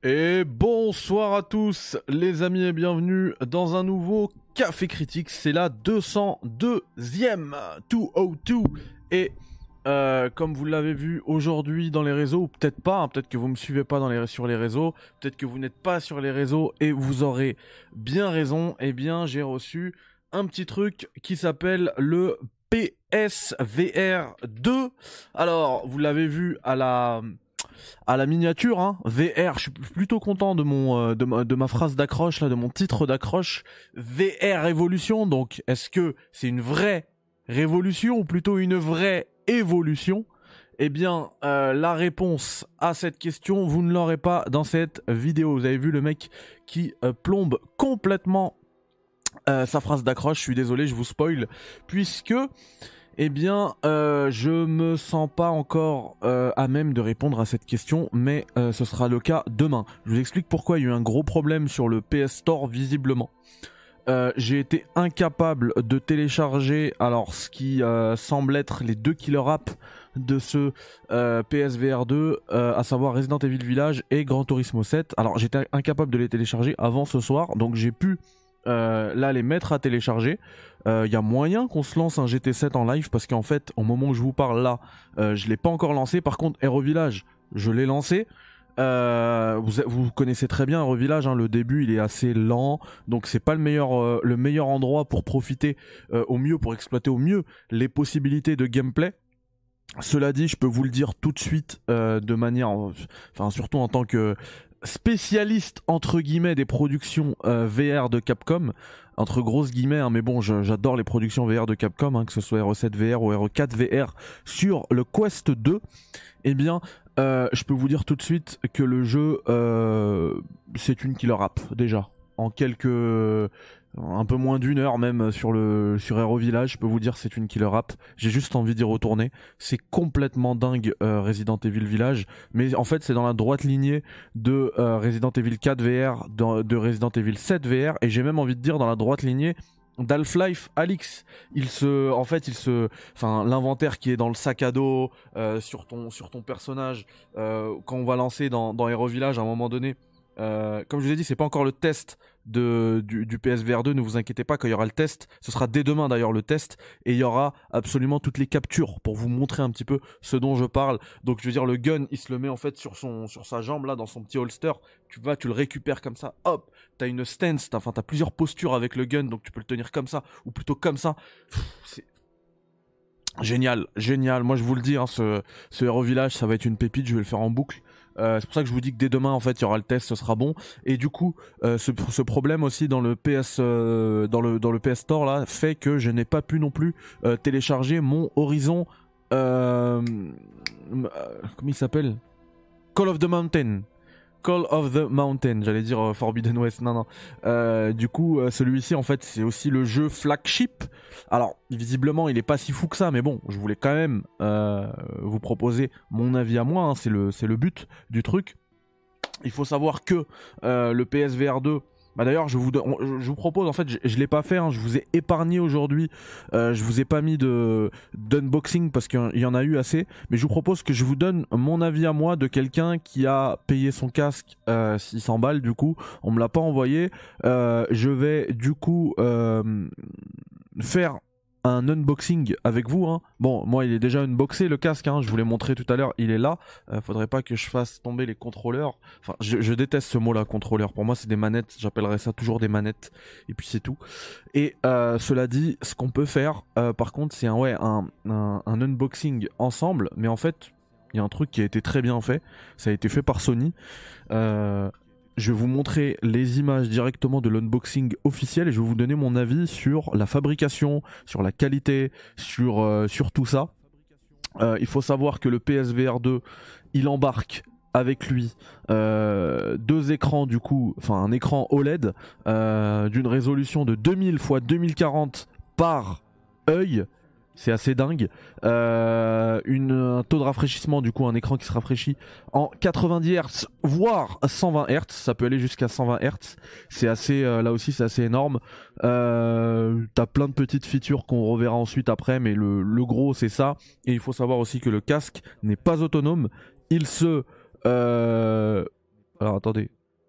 Et bonsoir à tous les amis et bienvenue dans un nouveau Café Critique, c'est la 202e, 202, et comme vous l'avez vu aujourd'hui dans les réseaux, ou peut-être pas, hein, peut-être que vous me suivez pas sur les réseaux, peut-être que vous n'êtes pas sur les réseaux et vous aurez bien raison, eh bien j'ai reçu un petit truc qui s'appelle le PSVR 2. Alors vous l'avez vu à la miniature, hein, VR, je suis plutôt content de ma phrase d'accroche, là, de mon titre d'accroche, VR révolution. Donc, est-ce que c'est une vraie révolution ou plutôt une vraie évolution? Eh bien, la réponse à cette question, vous ne l'aurez pas dans cette vidéo. Vous avez vu le mec qui plombe complètement sa phrase d'accroche. Je suis désolé, je vous spoil, puisque... Eh bien, je me sens pas encore à même de répondre à cette question, mais ce sera le cas demain. Je vous explique pourquoi il y a eu un gros problème sur le PS Store, visiblement. J'ai été incapable de télécharger ce qui semble être les 2 killer apps de ce PSVR 2, à savoir Resident Evil Village et Gran Turismo 7. Alors j'étais incapable de les télécharger avant ce soir, donc j'ai pu là les mettre à télécharger. Y a moyen qu'on se lance un GT7 en live, parce qu'en fait au moment où je vous parle là, je l'ai pas encore lancé. Par contre Hero Village, je l'ai lancé. Vous connaissez très bien Hero Village, hein, le début il est assez lent, donc c'est pas le meilleur endroit pour profiter au mieux, pour exploiter au mieux les possibilités de gameplay. Cela dit, je peux vous le dire tout de suite, de manière, enfin surtout en tant que spécialiste entre guillemets des productions VR de Capcom, entre grosses guillemets, hein, mais bon, j'adore les productions VR de Capcom, hein, que ce soit RE7 VR ou RE4 VR sur le Quest 2. Eh bien, je peux vous dire tout de suite que le jeu, c'est une killer app déjà. En un peu moins d'une heure même sur Hero Village, je peux vous dire c'est une killer app. J'ai juste envie d'y retourner. C'est complètement dingue Resident Evil Village, mais en fait c'est dans la droite lignée de Resident Evil 4 VR, de Resident Evil 7 VR, et j'ai même envie de dire dans la droite lignée d'Half-Life Alyx. L'inventaire qui est dans le sac à dos, sur ton personnage, quand on va lancer dans Hero Village à un moment donné. Comme je vous ai dit, c'est pas encore le test du PSVR 2, ne vous inquiétez pas, quand il y aura le test, ce sera dès demain d'ailleurs le test, et il y aura absolument toutes les captures pour vous montrer un petit peu ce dont je parle. Donc je veux dire, le gun il se le met en fait sur sa jambe là, dans son petit holster, tu le récupères comme ça, hop, t'as une stance, t'as plusieurs postures avec le gun, donc tu peux le tenir comme ça, ou plutôt comme ça. C'est génial, moi je vous le dis, hein, ce Hero Village ça va être une pépite, je vais le faire en boucle. C'est pour ça que je vous dis que dès demain en fait il y aura le test, ce sera bon. Et du coup ce problème aussi dans le PS dans le PS Store là fait que je n'ai pas pu non plus télécharger mon Horizon comment il s'appelle, Call of the Mountain, j'allais dire Forbidden West, non. Du coup, celui-ci, en fait, c'est aussi le jeu flagship. Alors, visiblement, il est pas si fou que ça, mais bon, je voulais quand même vous proposer mon avis à moi, hein, c'est le but du truc. Il faut savoir que le PSVR 2... Bah d'ailleurs, je vous propose, en fait, je l'ai pas fait, hein, je vous ai épargné aujourd'hui, je vous ai pas mis d'unboxing parce qu'il y en a eu assez, mais je vous propose que je vous donne mon avis à moi de quelqu'un qui a payé son casque 600 balles, du coup, on me l'a pas envoyé. Je vais du coup faire un unboxing avec vous, hein. Bon, moi il est déjà unboxé le casque, hein, je vous l'ai montré tout à l'heure, il est là. Faudrait pas que je fasse tomber les contrôleurs. Enfin, je déteste ce mot là, contrôleur. Pour moi c'est des manettes, j'appellerais ça toujours des manettes, et puis c'est tout. Et cela dit, ce qu'on peut faire par contre, c'est un unboxing ensemble, mais en fait il y a un truc qui a été très bien fait, ça a été fait par Sony. Je vais vous montrer les images directement de l'unboxing officiel et je vais vous donner mon avis sur la fabrication, sur la qualité, sur tout ça. Il faut savoir que le PSVR 2, il embarque avec lui 2 écrans, du coup, enfin un écran OLED d'une résolution de 2000 x 2040 par œil. C'est assez dingue. Un taux de rafraîchissement, du coup, un écran qui se rafraîchit en 90 Hz, voire 120 Hz. Ça peut aller jusqu'à 120 Hz. C'est assez, là aussi, c'est assez énorme. T'as plein de petites features qu'on reverra ensuite après, mais le gros, c'est ça. Et il faut savoir aussi que le casque n'est pas autonome. Il se Alors attendez.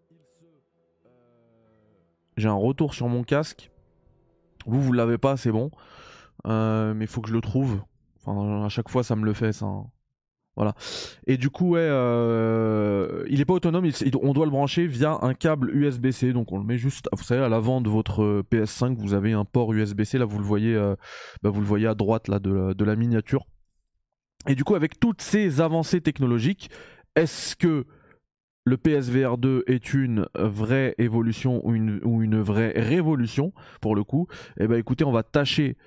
J'ai un retour sur mon casque. Vous l'avez pas, c'est bon. Mais il faut que je le trouve. Enfin, à chaque fois, ça me le fait, ça. Hein. Voilà. Et du coup, ouais, il est pas autonome. On doit le brancher via un câble USB-C. Donc, on le met juste, vous savez, à l'avant de votre PS5, vous avez un port USB-C. Là, vous le voyez à droite là, de la miniature. Et du coup, avec toutes ces avancées technologiques, est-ce que le PSVR 2 est une vraie évolution ou une vraie révolution pour le coup? Eh ben écoutez, on va tâcher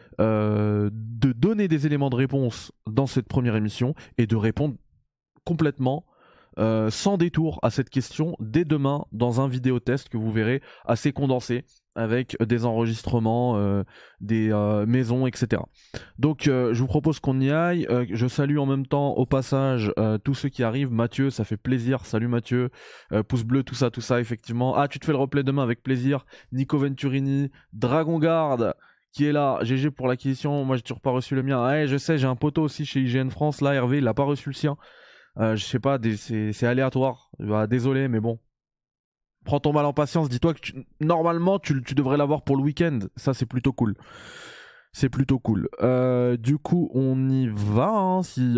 de donner des éléments de réponse dans cette première émission et de répondre complètement sans détour à cette question dès demain dans un vidéo test que vous verrez assez condensé avec des enregistrements, des maisons, etc. Donc je vous propose qu'on y aille. Je salue en même temps au passage tous ceux qui arrivent. Mathieu, ça fait plaisir. Salut Mathieu. Pouce bleu, tout ça, effectivement. Ah, tu te fais le replay demain avec plaisir. Nico Venturini, Dragon Guard qui est là. GG pour l'acquisition. Moi, j'ai toujours pas reçu le mien. Ouais, je sais, j'ai un poteau aussi chez IGN France. Là, Hervé, il a pas reçu le sien. Je sais pas, c'est aléatoire. Bah, désolé, mais bon. Prends ton mal en patience. Dis-toi que normalement, tu devrais l'avoir pour le week-end. Ça, c'est plutôt cool. C'est plutôt cool. Du coup, on y va. Hein, s'il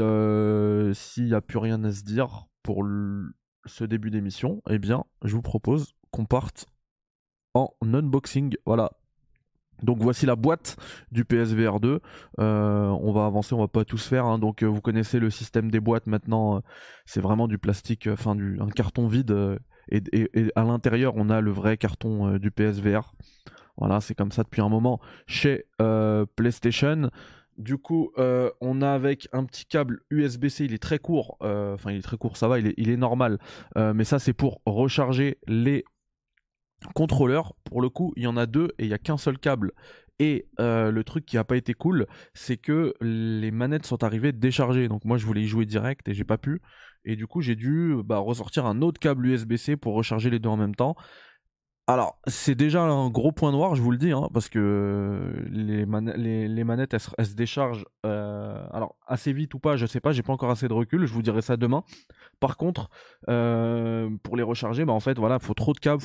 n'y a plus rien à se dire pour ce début d'émission, eh bien, je vous propose qu'on parte en unboxing. Voilà. Donc voici la boîte du PSVR 2. On va avancer, on va pas tous faire. Hein. Donc vous connaissez le système des boîtes maintenant. C'est vraiment du plastique, enfin un carton vide. Et à l'intérieur, on a le vrai carton du PSVR. Voilà, c'est comme ça depuis un moment chez PlayStation. Du coup, on a avec un petit câble USB-C, il est très court. Enfin, il est très court, ça va, il est normal. Mais ça, c'est pour recharger les contrôleurs. Pour le coup, il y en a deux et il n'y a qu'un seul câble. Et le truc qui n'a pas été cool, c'est que les manettes sont arrivées déchargées. Donc moi, je voulais y jouer direct et j'ai pas pu. Et du coup, j'ai dû ressortir un autre câble USB-C pour recharger les deux en même temps. Alors, c'est déjà un gros point noir, je vous le dis, hein, parce que les manettes, elles se déchargent alors assez vite ou pas, je sais pas, j'ai pas encore assez de recul, je vous dirai ça demain. Par contre, pour les recharger, en fait, voilà, faut trop de câbles,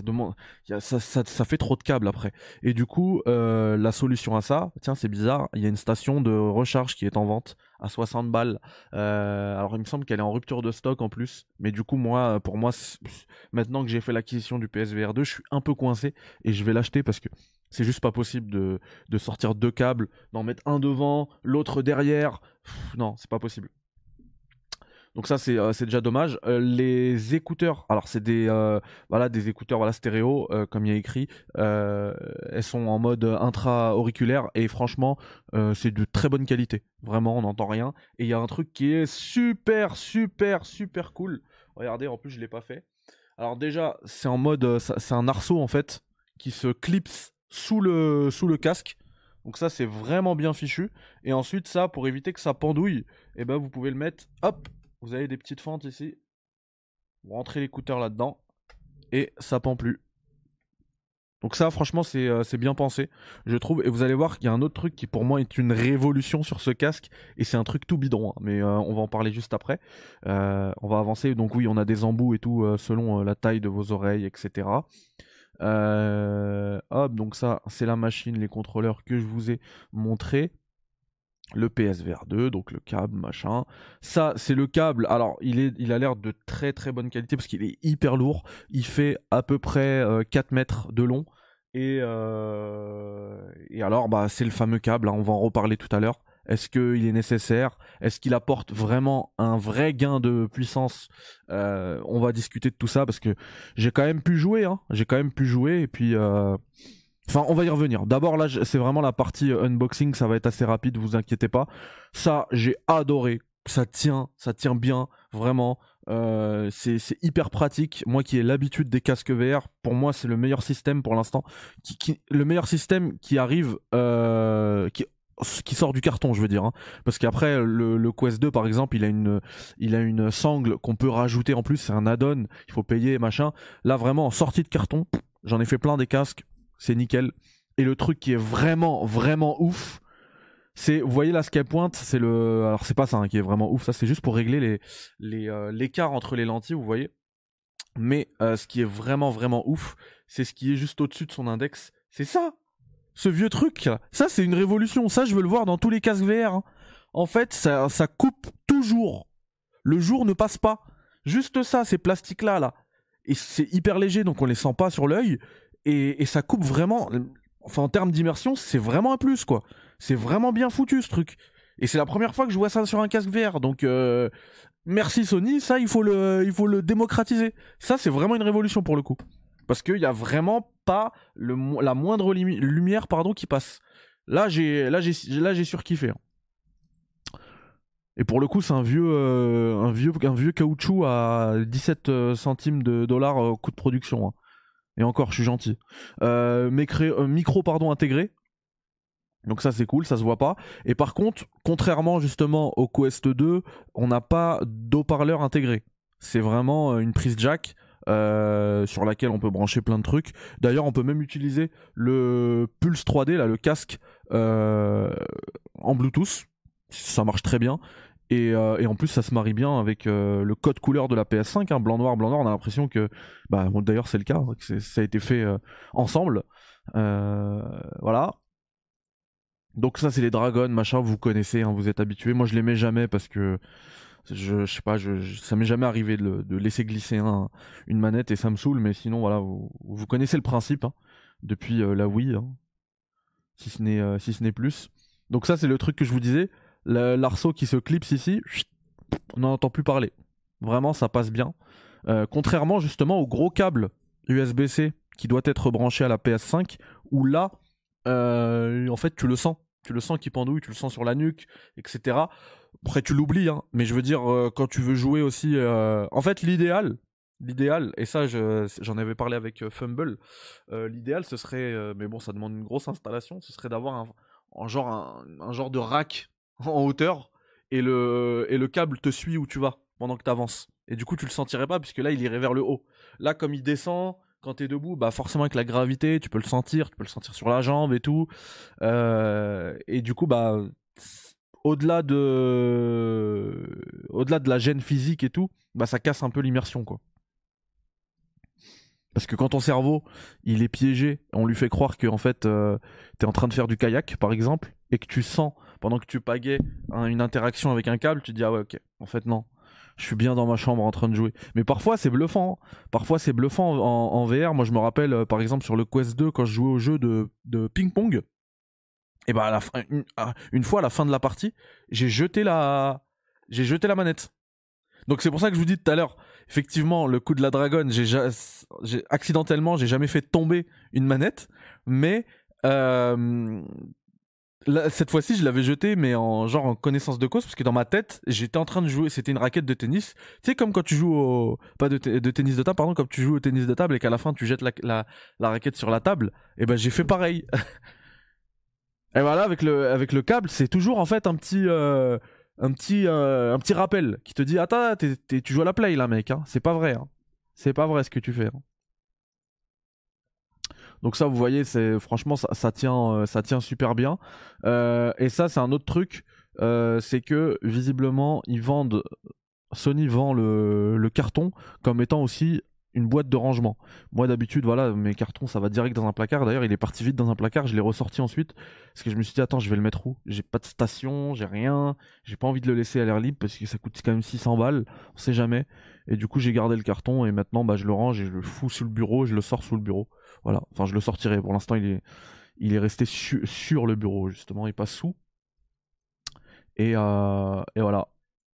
ça fait trop de câbles après. Et du coup, la solution à ça, tiens, c'est bizarre, il y a une station de recharge qui est en vente à 60 balles. Alors, il me semble qu'elle est en rupture de stock en plus, mais du coup, pour moi, maintenant que j'ai fait l'acquisition du PSVR 2, je suis un peu coincé et je vais l'acheter parce que c'est juste pas possible de sortir deux câbles, d'en mettre un devant, l'autre derrière. Non, c'est pas possible. Donc ça c'est déjà dommage. Les écouteurs, alors c'est des écouteurs stéréo comme il y a écrit. Elles sont en mode intra-auriculaire et franchement c'est de très bonne qualité. Vraiment on n'entend rien. Et il y a un truc qui est super cool. Regardez, en plus je l'ai pas fait. Alors déjà c'est en mode c'est un arceau en fait qui se clipse sous le casque. Donc ça c'est vraiment bien fichu. Et ensuite ça, pour éviter que ça pendouille, vous pouvez le mettre, hop, vous avez des petites fentes ici. Vous rentrez l'écouteur là-dedans et ça pend plus. Donc ça franchement c'est bien pensé, je trouve. Et vous allez voir qu'il y a un autre truc qui pour moi est une révolution sur ce casque. Et c'est un truc tout bidon, hein, mais on va en parler juste après. On va avancer. Donc oui, on a des embouts et tout selon la taille de vos oreilles, etc. Hop, donc ça c'est la machine, les contrôleurs que je vous ai montré. Le PSVR 2, donc le câble, machin. Ça, c'est le câble. Alors, il a l'air de très très bonne qualité parce qu'il est hyper lourd. Il fait à peu près 4 mètres de long. Et alors, c'est le fameux câble. Hein, on va en reparler tout à l'heure. Est-ce qu'il est nécessaire? Est-ce qu'il apporte vraiment un vrai gain de puissance? On va discuter de tout ça parce que j'ai quand même pu jouer. Hein. J'ai quand même pu jouer. Et puis... Enfin, on va y revenir. D'abord, là, c'est vraiment la partie unboxing. Ça va être assez rapide, vous inquiétez pas. Ça, j'ai adoré. Ça tient bien, vraiment. C'est hyper pratique. Moi qui ai l'habitude des casques VR, pour moi, c'est le meilleur système pour l'instant. Le meilleur système qui arrive, qui sort du carton, je veux dire. Hein. Parce qu'après, le Quest 2, par exemple, il a une sangle qu'on peut rajouter en plus. C'est un add-on. Il faut payer, machin. Là, vraiment, en sortie de carton, j'en ai fait plein des casques. C'est nickel. Et le truc qui est vraiment ouf, c'est, vous voyez là ce qu'elle pointe, alors c'est pas ça hein, qui est vraiment ouf, ça c'est juste pour régler l'écart entre les lentilles, vous voyez. Mais ce qui est vraiment vraiment ouf, c'est ce qui est juste au-dessus de son index. C'est ça, ce vieux truc. Ça, c'est une révolution. Ça, je veux le voir dans tous les casques VR. Hein. En fait, ça coupe toujours. Le jour ne passe pas. Juste ça, ces plastiques-là, là. Et c'est hyper léger, donc on les sent pas sur l'œil. Et ça coupe vraiment. Enfin, en termes d'immersion, c'est vraiment un plus, quoi. C'est vraiment bien foutu, ce truc. Et c'est la première fois que je vois ça sur un casque VR. Donc, merci Sony, ça, il faut le démocratiser. Ça, c'est vraiment une révolution pour le coup. Parce qu'il n'y a vraiment pas la moindre lumière qui passe. Là, j'ai surkiffé. Hein. Et pour le coup, c'est un vieux caoutchouc à 17 centimes de dollars coût de production. Hein. Et encore, je suis gentil. Micro intégré. Donc ça c'est cool, ça se voit pas. Et par contre, contrairement justement au Quest 2, on n'a pas d'haut-parleur intégré. C'est vraiment une prise jack sur laquelle on peut brancher plein de trucs. D'ailleurs, on peut même utiliser le Pulse 3D, là, le casque en Bluetooth. Ça marche très bien. Et en plus, ça se marie bien avec le code couleur de la PS5, hein, blanc-noir, blanc-noir. On a l'impression que... bon, d'ailleurs, c'est le cas, hein, que ça a été fait ensemble. Voilà. Donc ça c'est les dragons, machin, vous connaissez, hein, vous êtes habitués. Moi je les mets jamais parce que je sais pas, ça m'est jamais arrivé de laisser glisser une manette et ça me saoule, mais sinon voilà, vous connaissez le principe hein, depuis la Wii, hein, si ce n'est plus. Donc ça c'est le truc que je vous disais, l'arceau qui se clipse ici, on n'en entend plus parler. Vraiment ça passe bien. Contrairement justement au gros câble USB-C qui doit être branché à la PS5, où là, en fait tu le sens. Tu le sens qui pendouille, tu le sens sur la nuque, etc. Après, tu l'oublies, hein, mais je veux dire, quand tu veux jouer aussi... En fait, l'idéal, et ça, j'en avais parlé avec Fumble, l'idéal, ce serait... mais bon, ça demande une grosse installation, ce serait d'avoir un genre de rack en hauteur, et le câble te suit où tu vas, pendant que tu avances. Et du coup, tu le sentirais pas, puisque là, il irait vers le haut. Là, comme il descend... Quand t'es debout, bah forcément avec la gravité, tu peux le sentir sur la jambe et tout. Et du coup, bah au-delà de la gêne physique et tout, bah ça casse un peu l'immersion quoi. Parce que quand ton cerveau, il est piégé, on lui fait croire que en fait t'es en train de faire du kayak par exemple et que tu sens pendant que tu pagaies une interaction avec un câble, tu te dis ah ouais OK, en fait non. Je suis bien dans ma chambre en train de jouer. Mais parfois c'est bluffant. Hein. Parfois c'est bluffant en VR. Moi je me rappelle par exemple sur le Quest 2 quand je jouais au jeu de ping-pong. Et bah à la fin, une fois à la fin de la partie, j'ai jeté la manette. Donc c'est pour ça que je vous dis tout à l'heure, effectivement le coup de la dragonne, accidentellement j'ai jamais fait tomber une manette, mais là, cette fois-ci, je l'avais jeté, mais en connaissance de cause, parce que dans ma tête, j'étais en train de jouer. C'était une raquette de tennis. Tu sais, comme quand tu joues pas de tennis de table, pardon, comme tu joues au tennis de table et qu'à la fin tu jettes la raquette sur la table. Et ben j'ai fait pareil. Et voilà, avec le câble, c'est toujours en fait un petit rappel qui te dit attends, tu joues à la play là, mec. Hein. C'est pas vrai. Hein. C'est pas vrai ce que tu fais. Hein. Donc ça, vous voyez, franchement ça tient super bien. Et ça, c'est un autre truc, c'est que visiblement Sony vend le carton comme étant aussi une boîte de rangement. Moi d'habitude, voilà, mes cartons ça va direct dans un placard. D'ailleurs, il est parti vite dans un placard. Je l'ai ressorti ensuite parce que je me suis dit attends, je vais le mettre où ? J'ai pas de station, j'ai rien. J'ai pas envie de le laisser à l'air libre parce que ça coûte quand même 600 balles. On sait jamais. Et du coup, j'ai gardé le carton et maintenant, bah, je le range et je le fous sous le bureau. Je le sors sous le bureau. Voilà. Enfin, je le sortirai. Pour l'instant, il est resté sur le bureau justement. Il passe sous. Et voilà.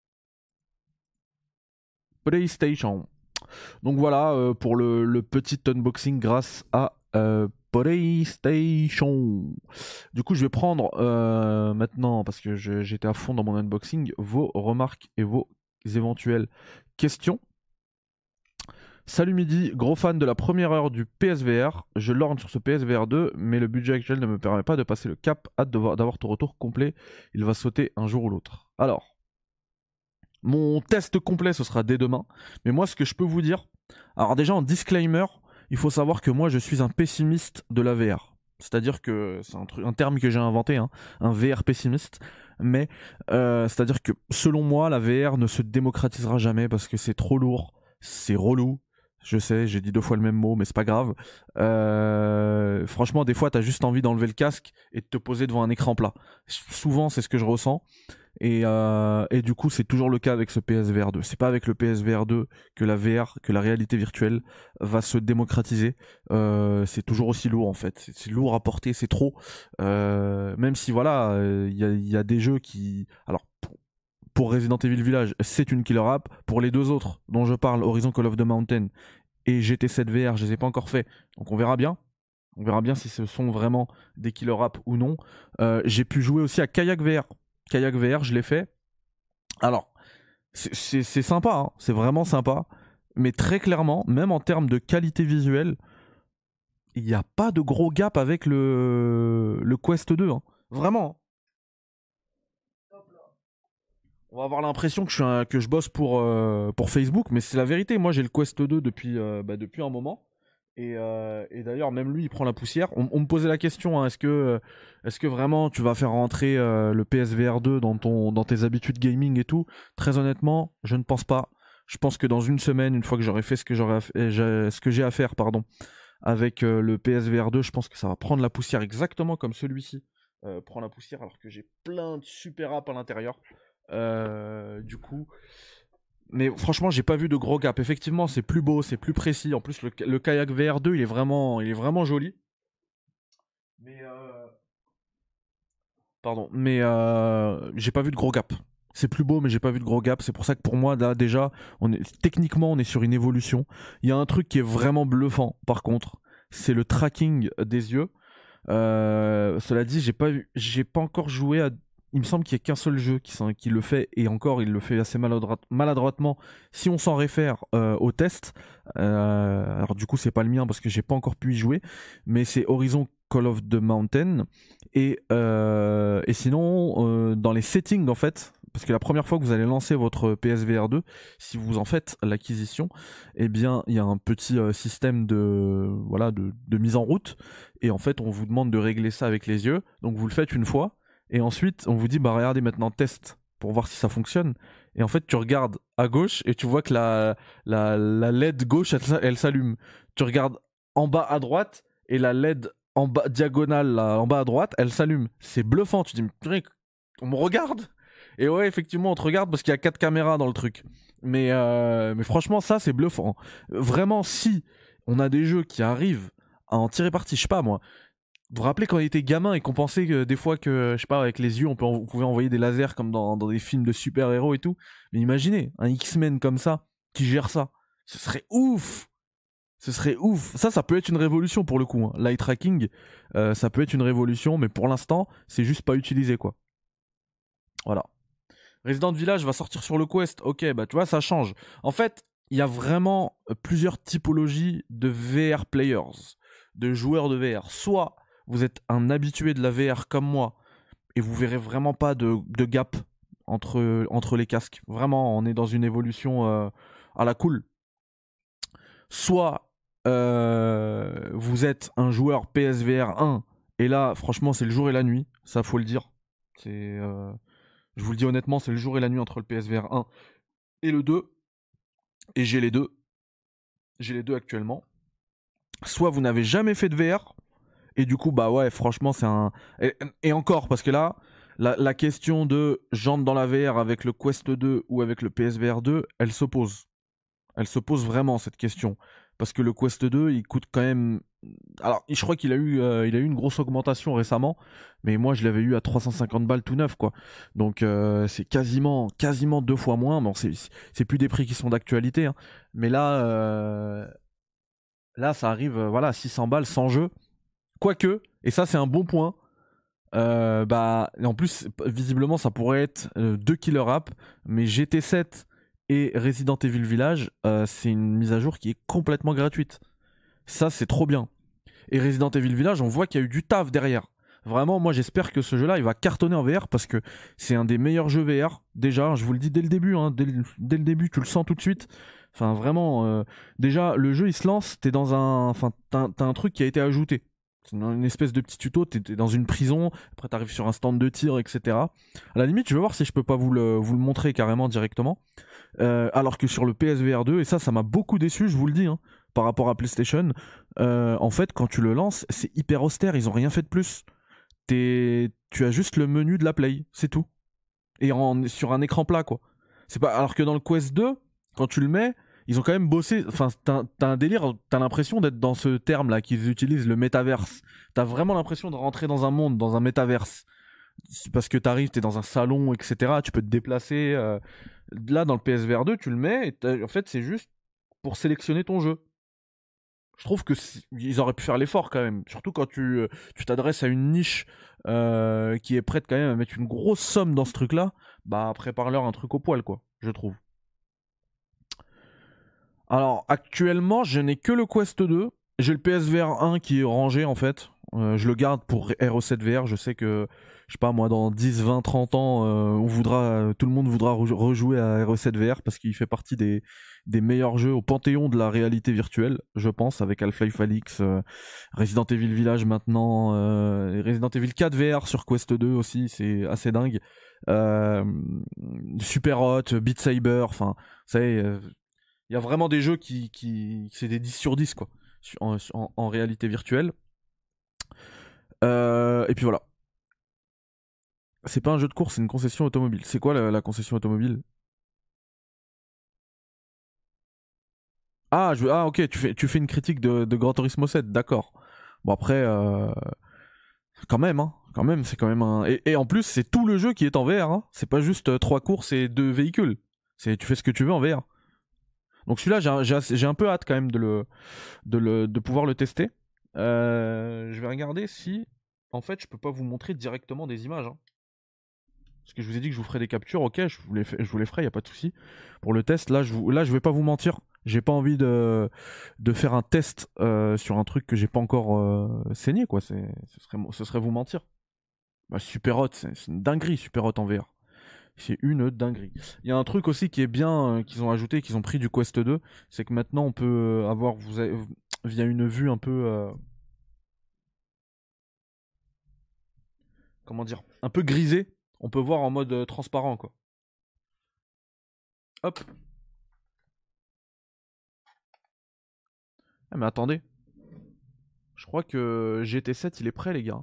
PlayStation. Donc voilà pour le petit unboxing grâce à PlayStation. Du coup, je vais prendre maintenant, parce que j'étais à fond dans mon unboxing, vos remarques et vos éventuelles questions. Salut Midi, gros fan de la première heure du PSVR. Je lorgne sur ce PSVR 2, mais le budget actuel ne me permet pas de passer le cap. Hâte d'avoir ton retour complet. Il va sauter un jour ou l'autre. Alors, mon test complet, ce sera dès demain. Mais moi, ce que je peux vous dire... Alors déjà, en disclaimer, il faut savoir que moi, je suis un pessimiste de la VR. C'est-à-dire que... C'est un terme que j'ai inventé, hein, un VR pessimiste. Mais c'est-à-dire que, selon moi, la VR ne se démocratisera jamais parce que c'est trop lourd, c'est relou, Je sais, j'ai dit 2 fois le même mot, mais c'est pas grave. Franchement, des fois, t'as juste envie d'enlever le casque et de te poser devant un écran plat. Souvent, c'est ce que je ressens. Et du coup, c'est toujours le cas avec ce PSVR 2. C'est pas avec le PSVR 2 que la VR, que la réalité virtuelle va se démocratiser. C'est toujours aussi lourd en fait. C'est lourd à porter, c'est trop. Même si voilà, y a des jeux qui. Alors, pour Resident Evil Village, c'est une killer app. Pour les 2 autres dont je parle, Horizon Call of the Mountain et GT7 VR, je les ai pas encore fait. Donc on verra bien. On verra bien si ce sont vraiment des killer apps ou non. J'ai pu jouer aussi à Kayak VR. Kayak VR, je l'ai fait. Alors, c'est sympa, hein, c'est vraiment sympa. Mais très clairement, même en termes de qualité visuelle, il n'y a pas de gros gap avec le Quest 2. Hein. Vraiment. On va avoir l'impression que je bosse pour Facebook, mais c'est la vérité. Moi, j'ai le Quest 2 depuis un moment. Et d'ailleurs, même lui, il prend la poussière. On me posait la question, hein, est-ce que vraiment tu vas faire rentrer le PSVR 2 dans tes habitudes gaming et tout? Très honnêtement, je ne pense pas. Je pense que dans une semaine, une fois que j'aurai fait ce que j'ai à faire, pardon, avec le PSVR 2, je pense que ça va prendre la poussière exactement comme celui-ci prend la poussière, alors que j'ai plein de super apps à l'intérieur. Du coup, mais franchement, j'ai pas vu de gros gap. Effectivement, c'est plus beau, c'est plus précis. En plus, le kayak VR2, il est vraiment joli. Mais pardon, mais j'ai pas vu de gros gap. C'est plus beau, mais j'ai pas vu de gros gap. C'est pour ça que pour moi, là, déjà, techniquement, on est sur une évolution. Il y a un truc qui est vraiment bluffant, par contre, c'est le tracking des yeux. Cela dit, j'ai pas encore joué à. Il me semble qu'il n'y a qu'un seul jeu qui le fait, et encore, il le fait assez maladroitement. Si on s'en réfère au test, alors du coup, c'est pas le mien parce que j'ai pas encore pu y jouer, mais c'est Horizon Call of the Mountain. Et sinon, dans les settings, en fait, parce que la première fois que vous allez lancer votre PSVR 2, si vous en faites l'acquisition, eh bien, il y a un petit système de mise en route. Et en fait, on vous demande de régler ça avec les yeux. Donc, vous le faites une fois. Et ensuite, on vous dit, bah regardez maintenant, test pour voir si ça fonctionne. Et en fait, tu regardes à gauche et tu vois que la LED gauche, elle s'allume. Tu regardes en bas à droite et la LED en bas, diagonale, là, en bas à droite, elle s'allume. C'est bluffant. Tu te dis, purée, on me regarde. Et ouais, effectivement, on te regarde parce qu'il y a 4 caméras dans le truc. Mais franchement, ça, c'est bluffant. Vraiment, si on a des jeux qui arrivent à en tirer parti, je sais pas moi. Vous vous rappelez quand on était gamin et qu'on pensait que des fois que, je sais pas, avec les yeux, on pouvait envoyer des lasers comme dans des films de super-héros et tout. Mais imaginez, un X-Men comme ça, qui gère ça. Ce serait ouf! Ce serait ouf. Ça peut être une révolution pour le coup. Hein. L'eye tracking, ça peut être une révolution, mais pour l'instant, c'est juste pas utilisé, quoi. Voilà. Resident Village va sortir sur le Quest. Ok, bah tu vois, ça change. En fait, il y a vraiment plusieurs typologies de VR players, de joueurs de VR. Soit vous êtes un habitué de la VR comme moi, et vous verrez vraiment pas de gap entre les casques. Vraiment, on est dans une évolution à la cool. Soit vous êtes un joueur PSVR 1, et là, franchement, c'est le jour et la nuit. Ça, faut le dire. Je vous le dis honnêtement, c'est le jour et la nuit entre le PSVR 1 et le 2. Et j'ai les deux. J'ai les deux actuellement. Soit vous n'avez jamais fait de VR, et du coup, bah ouais, franchement, c'est un. Et encore, parce que là, la question de j'entre dans la VR avec le Quest 2 ou avec le PSVR 2, elle se pose. Elle se pose vraiment, cette question. Parce que le Quest 2, il coûte quand même. Alors, je crois qu'il a eu une grosse augmentation récemment, mais moi, je l'avais eu à 350 balles tout neuf, quoi. Donc, c'est quasiment 2 fois moins. Bon, c'est plus des prix qui sont d'actualité, hein. Mais là, ça arrive, voilà, 600 balles sans jeu. Quoique, et ça, c'est un bon point. Et en plus, visiblement, ça pourrait être 2 killer apps, mais GT7 et Resident Evil Village, c'est une mise à jour qui est complètement gratuite. Ça, c'est trop bien. Et Resident Evil Village, on voit qu'il y a eu du taf derrière. Vraiment, moi, j'espère que ce jeu-là, il va cartonner en VR parce que c'est un des meilleurs jeux VR. Déjà, je vous le dis dès le début, hein, dès le début, tu le sens tout de suite. Enfin, vraiment, déjà, le jeu, il se lance, t'as un truc qui a été ajouté. C'est une espèce de petit tuto, t'es dans une prison, après t'arrives sur un stand de tir, etc. À la limite, je vais voir si je peux pas vous le montrer carrément directement. Alors que sur le PSVR 2, et ça m'a beaucoup déçu, je vous le dis, hein, par rapport à PlayStation, en fait, quand tu le lances, c'est hyper austère, ils ont rien fait de plus. Tu as juste le menu de la Play, c'est tout. Et sur un écran plat, quoi. C'est pas alors que dans le Quest 2, quand tu le mets, ils ont quand même bossé. Enfin, t'as un délire. T'as l'impression d'être dans ce terme-là qu'ils utilisent, le métaverse. T'as vraiment l'impression de rentrer dans un monde, dans un métaverse. Parce que t'arrives, t'es dans un salon, etc. Tu peux te déplacer. Là, dans le PSVR 2, tu le mets. Et en fait, c'est juste pour sélectionner ton jeu. Je trouve que ils auraient pu faire l'effort quand même. Surtout quand tu t'adresses à une niche qui est prête quand même à mettre une grosse somme dans ce truc-là. Bah, prépare-leur un truc au poil, quoi, je trouve. Alors, actuellement, je n'ai que le Quest 2. J'ai le PSVR 1 qui est rangé, en fait. Je le garde pour RE7 VR. Je sais que, je sais pas, moi, dans 10, 20, 30 ans, tout le monde voudra rejouer à RE7 VR parce qu'il fait partie des meilleurs jeux au panthéon de la réalité virtuelle, je pense, avec Half-Life Alyx, Resident Evil Village maintenant, et Resident Evil 4 VR sur Quest 2 aussi, c'est assez dingue. Euh, Super Hot, Beat Saber, enfin, vous savez, il y a vraiment des jeux c'est des 10 sur 10, quoi, en réalité virtuelle. Et puis voilà. C'est pas un jeu de course, c'est une concession automobile. C'est quoi la concession automobile? Ah, ok, tu fais une critique de Gran Turismo 7, d'accord. Bon, après, quand même, hein. Quand même, c'est quand même un. Et en plus, c'est tout le jeu qui est en VR, hein. C'est pas juste 3 courses et 2 véhicules. Tu fais ce que tu veux en VR. Donc celui-là, j'ai un peu hâte quand même de pouvoir le tester. Je vais regarder si, en fait, je peux pas vous montrer directement des images, hein. Parce que je vous ai dit que je vous ferai des captures, ok, je vous les ferai, y a pas de souci. Pour le test, là, je vais pas vous mentir. J'ai pas envie de faire un test sur un truc que j'ai pas encore saigné, quoi. Ce serait vous mentir. Bah, Super Hot, c'est une dinguerie, Super Hot en VR. C'est une dinguerie. Il y a un truc aussi qui est bien, qu'ils ont ajouté, qu'ils ont pris du Quest 2, c'est que maintenant on peut avoir, via une vue un peu, comment dire, un peu grisée, on peut voir en mode transparent, quoi. Hop. Ah, mais attendez, je crois que GT7 il est prêt, les gars.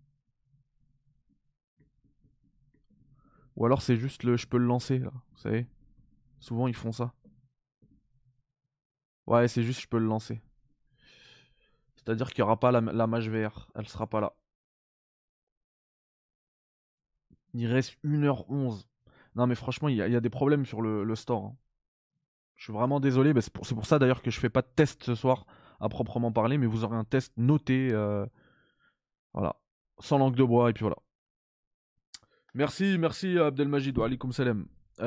Ou alors c'est juste je peux le lancer, là, vous savez. Souvent ils font ça. Ouais, c'est juste je peux le lancer. C'est-à-dire qu'il n'y aura pas la mage VR, elle sera pas là. Il reste 1h11. Non mais franchement, il y a des problèmes sur le store, hein. Je suis vraiment désolé, bah, c'est pour ça d'ailleurs que je fais pas de test ce soir à proprement parler, mais vous aurez un test noté, voilà, sans langue de bois, et puis voilà. Merci, merci Abdelmajid, wa alaikum salam.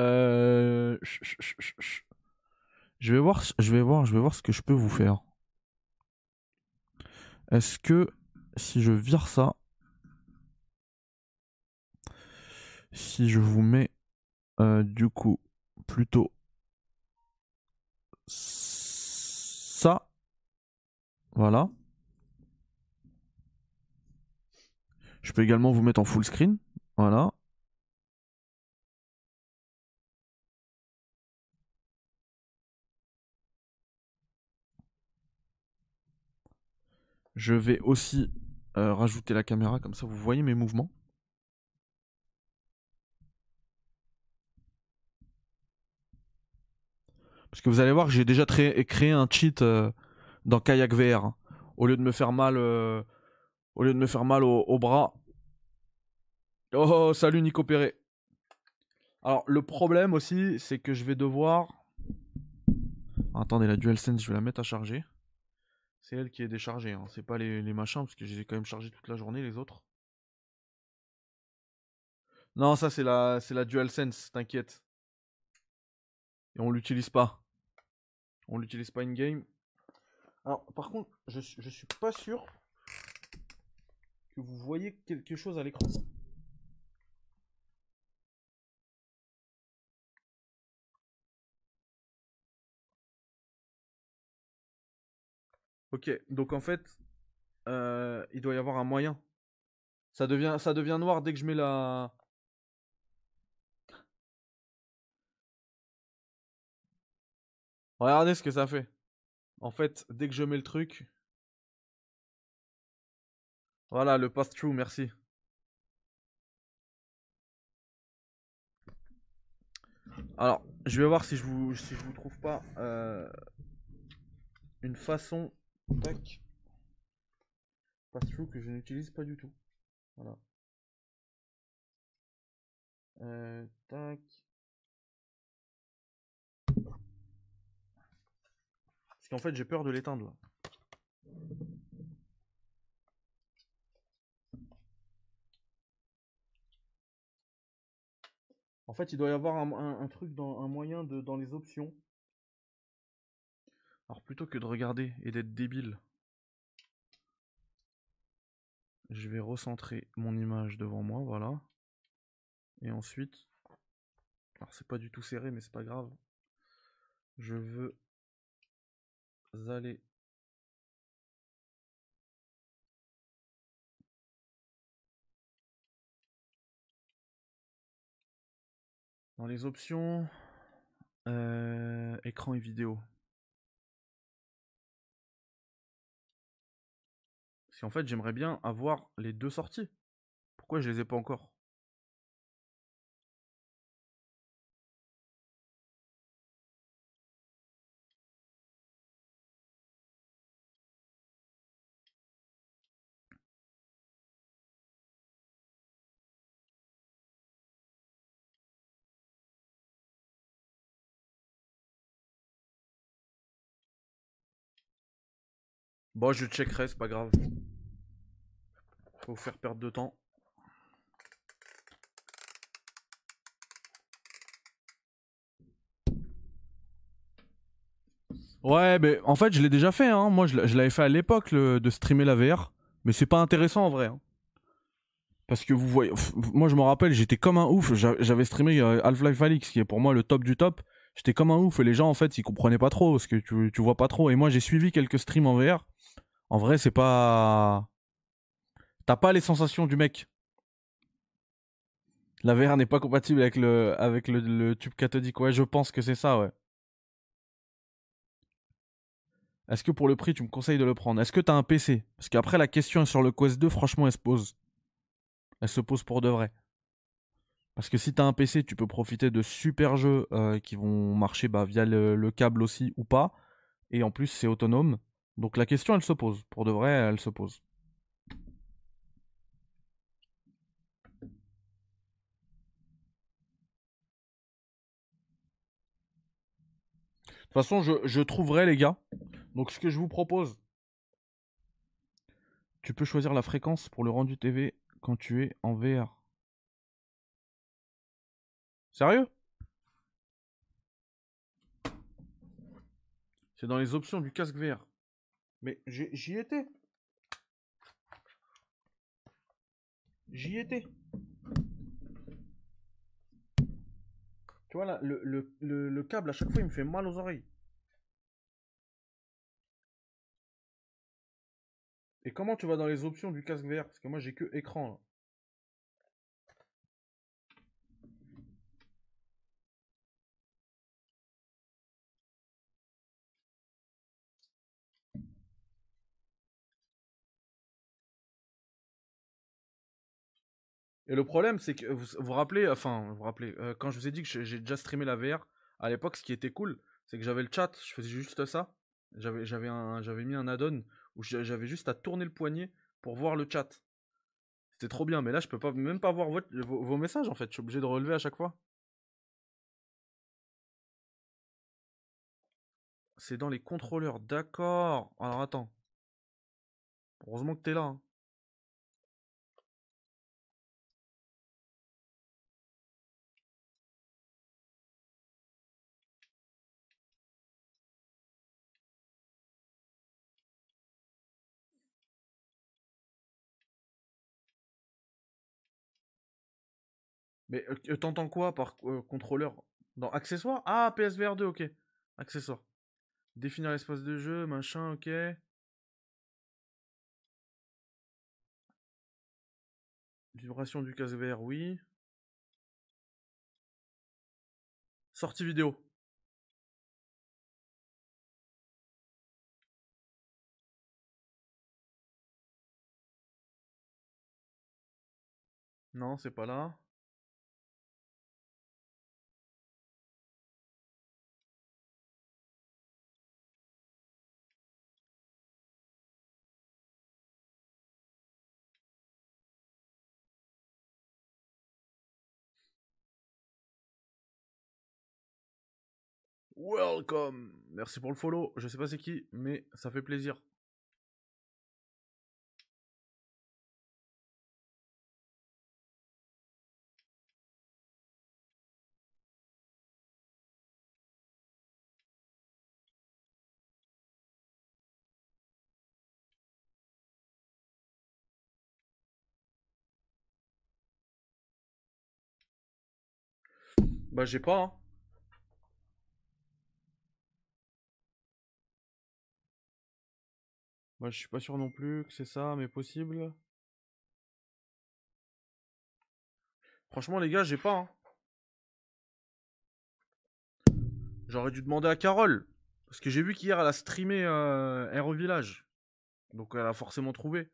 Je vais voir ce que je peux vous faire. Est-ce que si je vire ça, si je vous mets du coup plutôt ça, voilà. Je peux également vous mettre en full screen, voilà. Je vais aussi rajouter la caméra, comme ça vous voyez mes mouvements. Parce que vous allez voir que j'ai déjà créé un cheat dans Kayak VR, hein. Au lieu de me faire mal, au bras. Oh, salut Nico Perret. Alors, le problème aussi, c'est que je vais devoir. Attendez, la DualSense, je vais la mettre à charger. C'est elle qui est déchargée, hein. C'est pas les machins, parce que je les ai quand même chargés toute la journée, les autres. Non, ça, c'est la DualSense, t'inquiète. Et on l'utilise pas. On l'utilise pas in-game. Alors, par contre, je suis pas sûr que vous voyez quelque chose à l'écran. Ok, donc en fait, il doit y avoir un moyen. Ça devient noir dès que je mets la. Regardez ce que ça fait. En fait, dès que je mets le truc... Voilà, le pass-through, merci. Alors, je vais voir si je vous trouve pas une façon... Tac. Pass-through que je n'utilise pas du tout. Voilà. Tac. Parce qu'en fait, j'ai peur de l'éteindre là. En fait, il doit y avoir un truc, un moyen dans les options. Alors, plutôt que de regarder et d'être débile, je vais recentrer mon image devant moi, voilà. Et ensuite, alors c'est pas du tout serré, mais c'est pas grave. Je veux aller dans les options, écran et vidéo. Parce qu'en fait, j'aimerais bien avoir les deux sorties. Pourquoi je les ai pas encore? Bon, je checkerai, c'est pas grave. Faut faire perdre de temps. Ouais, mais en fait, je l'ai déjà fait. Hein. Moi, je l'avais fait à l'époque de streamer la VR. Mais c'est pas intéressant en vrai. Hein. Parce que vous voyez, moi je me rappelle, j'étais comme un ouf. J'avais streamé Half-Life Alyx, qui est pour moi le top du top. J'étais comme un ouf et les gens en fait ils comprenaient pas trop parce que tu vois pas trop. Et moi j'ai suivi quelques streams en VR. En vrai, c'est pas. T'as pas les sensations du mec. La VR n'est pas compatible avec le tube cathodique. Ouais, je pense que c'est ça, ouais. Est-ce que pour le prix tu me conseilles de le prendre? Est-ce que t'as un PC? Parce qu'après la question sur le Quest 2, franchement, elle se pose. Elle se pose pour de vrai. Parce que si t'as un PC, tu peux profiter de super jeux qui vont marcher via le câble aussi ou pas. Et en plus, c'est autonome. Donc la question, elle se pose. Pour de vrai, elle se pose. De toute façon, je trouverai, les gars. Donc ce que je vous propose, tu peux choisir la fréquence pour le rendu TV quand tu es en VR. Sérieux? C'est dans les options du casque VR. Mais j'y étais. J'y étais. Tu vois là, le câble, à chaque fois, il me fait mal aux oreilles. Et comment tu vas dans les options du casque VR? Parce que moi, j'ai que écran là. Et le problème, c'est que vous rappelez, enfin, vous rappelez, quand je vous ai dit que j'ai déjà streamé la VR, à l'époque, ce qui était cool, c'est que j'avais le chat, je faisais juste ça. J'avais mis un add-on où j'avais juste à tourner le poignet pour voir le chat. C'était trop bien, mais là, je peux pas, même pas voir vos messages en fait. Je suis obligé de relever à chaque fois. C'est dans les contrôleurs, d'accord. Alors attends, heureusement que t'es là. Hein. Mais t'entends quoi par contrôleur? Dans accessoires? Ah, PSVR 2, ok. Accessoires. Définir l'espace de jeu, machin, ok. Vibration du casque VR, oui. Sortie vidéo. Non, c'est pas là. Welcome. Merci pour le follow. Je sais pas c'est qui, mais ça fait plaisir. Bah j'ai pas, hein. Moi je suis pas sûr non plus que c'est ça, mais possible. Franchement les gars, j'ai pas, hein. J'aurais dû demander à Carole. Parce que j'ai vu qu'hier elle a streamé Hero Village. Donc elle a forcément trouvé.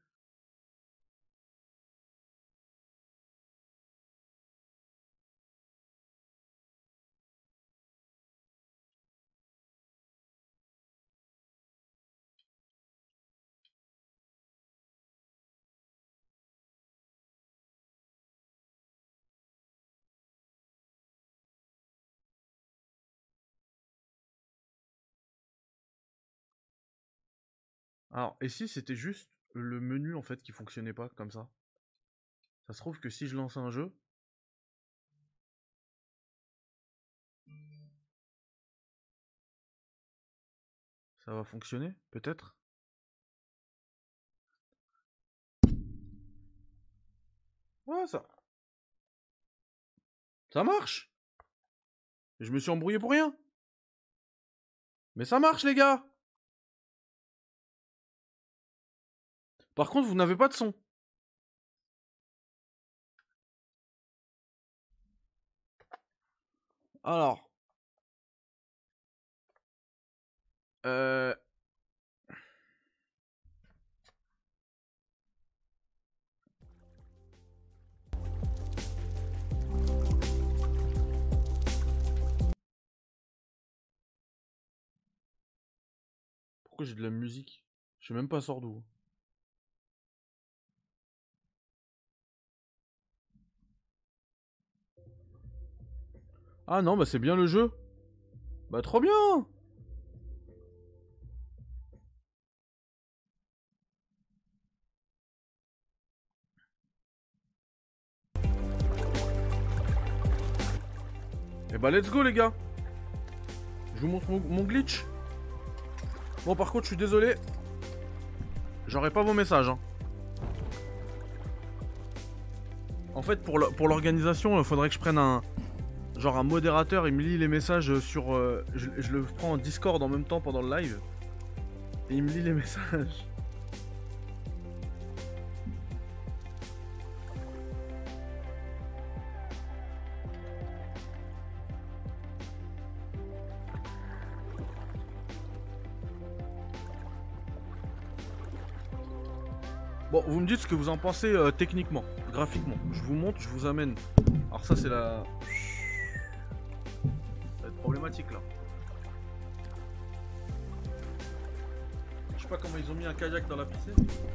Alors, et si c'était juste le menu en fait qui fonctionnait pas comme ça? Ça se trouve que si je lance un jeu, ça va fonctionner, peut-être? Ouais, ça marche! Je me suis embrouillé pour rien! Mais ça marche, les gars! Par contre, vous n'avez pas de son. Alors, euh... pourquoi j'ai de la musique? Je sais même pas sort d'où. Ah non, bah c'est bien le jeu. Bah trop bien! Et bah let's go les gars. Je vous montre mon glitch. Bon par contre je suis désolé. J'aurai pas vos messages, hein. En fait pour l'organisation il faudrait que je prenne un modérateur, il me lit les messages sur... je le prends en Discord en même temps pendant le live. Et il me lit les messages. Bon, vous me dites ce que vous en pensez techniquement, graphiquement. Je vous montre, je vous amène. Alors ça c'est la... Ça va être problématique là. Je sais pas comment ils ont mis un kayak dans la piscine.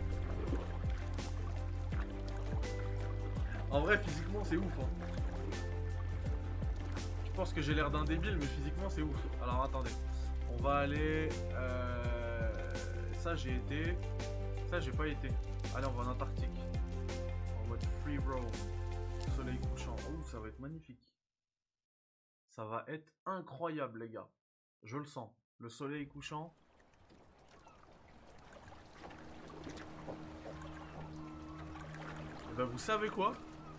En vrai, physiquement c'est ouf, hein. Je pense que j'ai l'air d'un débile, mais physiquement c'est ouf. Alors attendez, on va aller... Ça j'ai été... Ça j'ai pas été. Allez, on va en Antarctique. En mode free roam. Soleil couchant. Ouh, ça va être magnifique. Ça va être incroyable, les gars. Je le sens. Le soleil couchant. Et ben, vous savez quoi?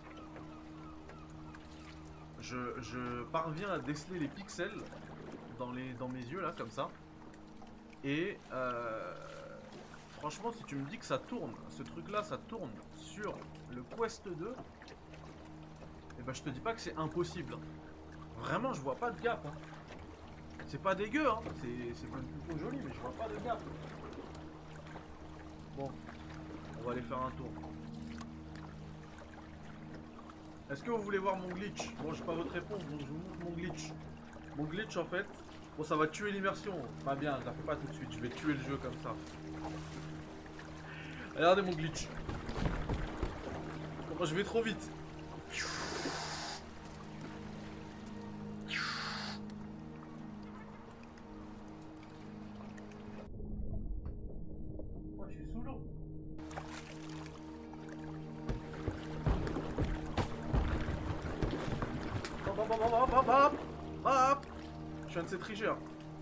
Je parviens à déceler les pixels dans mes yeux, là, comme ça. Et franchement, si tu me dis que ça tourne, ce truc-là, ça tourne sur le Quest 2, et ben je te dis pas que c'est impossible. Vraiment, je vois pas de gap. Hein. C'est pas dégueu, hein. C'est même plutôt joli, mais je vois pas de gap. Bon, on va aller faire un tour. Est-ce que vous voulez voir mon glitch? Bon, j'ai pas votre réponse, donc je vous montre mon glitch. Mon glitch, en fait, bon, ça va tuer l'immersion. Pas bien, je la fais pas tout de suite, je vais tuer le jeu comme ça. Regardez mon glitch. Comment je vais trop vite. Oh, je suis sous l'eau. Hop, hop, hop, hop, hop, hop, hop. Je suis un de ces tricheurs.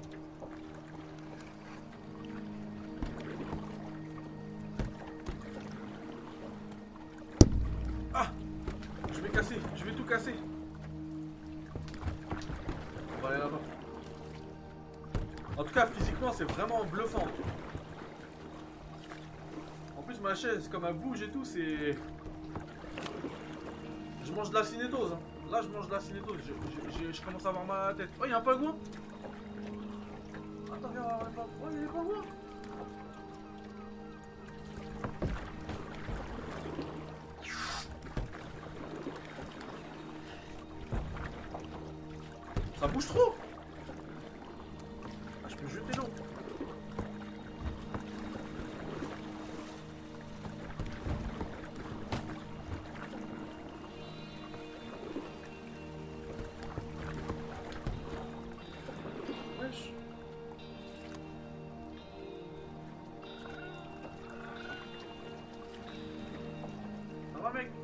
Ah! Je vais casser, je vais tout casser. On va aller là-bas. En tout cas, physiquement, c'est vraiment bluffant. En plus, ma chaise, comme elle bouge et tout, c'est... Je mange de la cinétose. Hein. Là, je mange de la cinétose. Je commence à avoir mal à la tête. Oh, il y a un pingouin. Attends, viens, oh, il y a des pingouins. Ça bouge trop. Ah, je peux jeter l'eau. Wesh. Ça va, mec?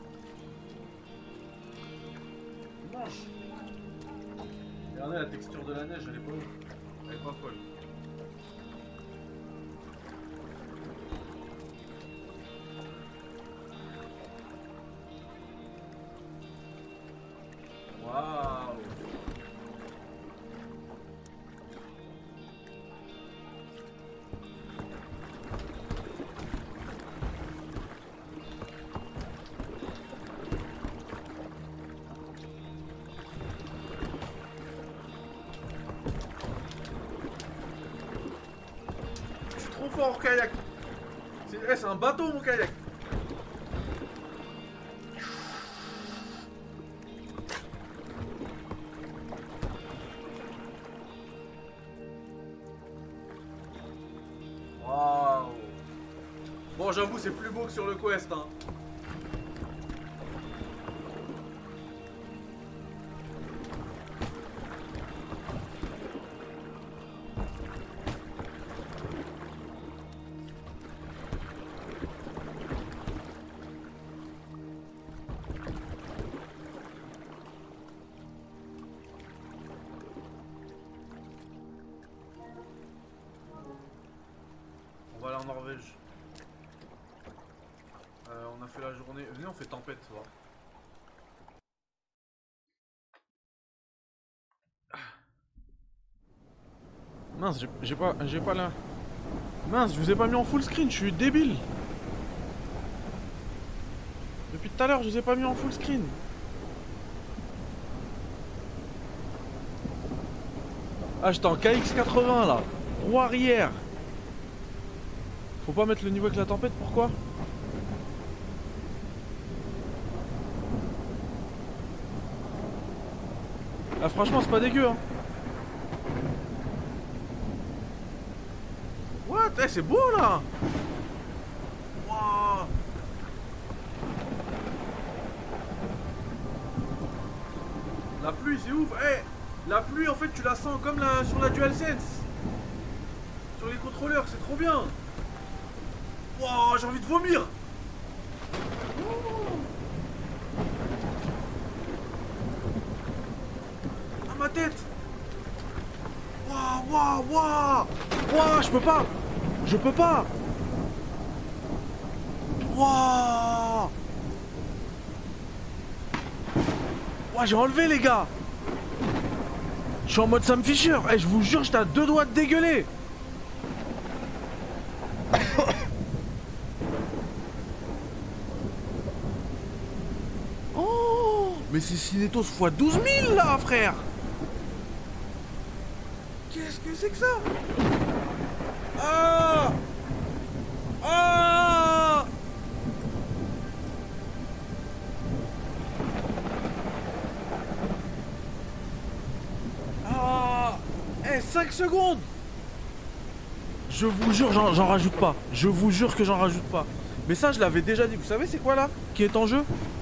Mange. Regardez la texture de la neige, elle est pas ouf. Elle est pas folle. Waouh. Je suis trop fort au kayak. C'est un bateau mon kayak. Waouh. Bon, j'avoue, c'est plus beau que sur le Quest, hein. On va aller en Norvège. On a fait la journée. Venez, on fait tempête, tu vois. Mince, j'ai pas la... Mince, je vous ai pas mis en full screen, je suis débile. Depuis tout à l'heure, je vous ai pas mis en full screen. Ah, j'étais en KX80 là. Roue arrière. Faut pas mettre le niveau avec la tempête, pourquoi? Ah, franchement, c'est pas dégueu, hein. What? Eh, c'est beau là. Wow. La pluie, c'est ouf. Eh, la pluie, en fait, tu la sens comme sur la DualSense. Sur les contrôleurs, c'est trop bien. Wow, j'ai envie de vomir. À ma tête. Waouh, waouh, waouh. Waouh, je peux pas. Je peux pas. Waouh. Waouh, j'ai enlevé les gars. Je suis en mode Sam Fisher. Eh, je vous jure, j'étais à 2 doigts de dégueuler. Oh, mais c'est Cinétos x 12 000 là, frère. Qu'est-ce que c'est que ça? Ah. Ah. secondes. Je vous jure, j'en rajoute pas. Je vous jure que j'en rajoute pas. Mais ça, je l'avais déjà dit. Vous savez, c'est quoi là qui est en jeu?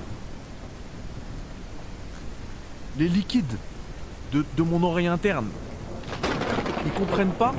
Les liquides de mon oreille interne. Ils comprennent pas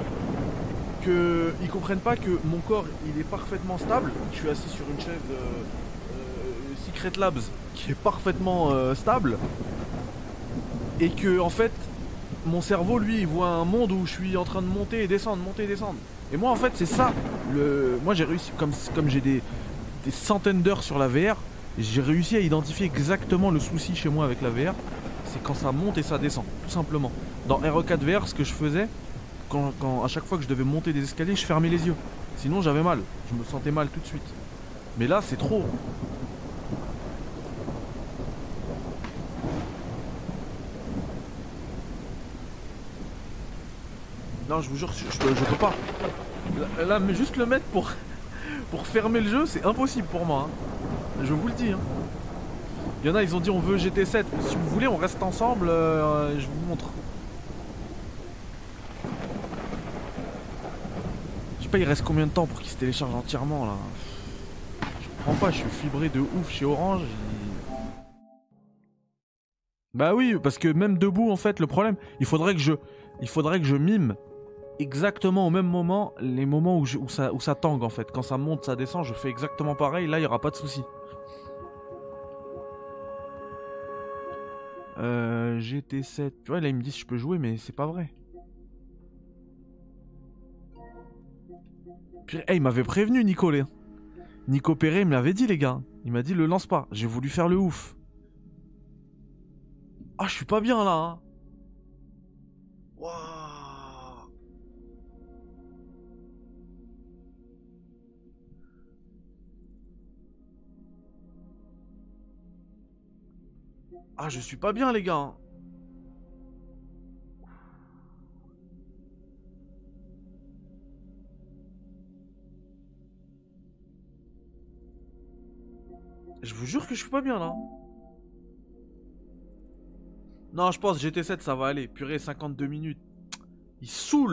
que mon corps, il est parfaitement stable. Je suis assis sur une chaise Secret Labs qui est parfaitement stable. Et que, en fait, mon cerveau, lui, il voit un monde où je suis en train de monter et descendre, monter et descendre. Et moi, en fait, c'est ça. Moi, j'ai réussi, comme j'ai des centaines d'heures sur la VR, j'ai réussi à identifier exactement le souci chez moi avec la VR. C'est quand ça monte et ça descend, tout simplement. Dans RE4 VR, ce que je faisais, quand à chaque fois que je devais monter des escaliers, je fermais les yeux. Sinon, j'avais mal. Je me sentais mal tout de suite. Mais là, c'est trop. Non, je vous jure, je peux pas. Là, mais juste le mettre pour fermer le jeu, c'est impossible pour moi. Hein. Je vous le dis. Hein. Il y en a, ils ont dit on veut GT7. Si vous voulez, on reste ensemble, je vous montre. Je sais pas, il reste combien de temps pour qu'il se télécharge entièrement là. Je comprends pas, je suis fibré de ouf chez Orange. Bah oui, parce que même debout, en fait, le problème, il faudrait que je mime exactement au même moment les moments où ça tangue en fait. Quand ça monte, ça descend, je fais exactement pareil. Là, il y aura pas de souci. GT7. Tu vois, là, il me dit si je peux jouer, mais c'est pas vrai. Puis, hey, il m'avait prévenu, Nico. Nico Perret me l'avait dit, les gars. Il m'a dit le lance pas. J'ai voulu faire le ouf. Ah, je suis pas bien là. Hein. Waouh. Ah, je suis pas bien, les gars. Hein. Je vous jure que je suis pas bien là. Non, je pense GT7 ça va aller. Purée, 52 minutes. Il saoule.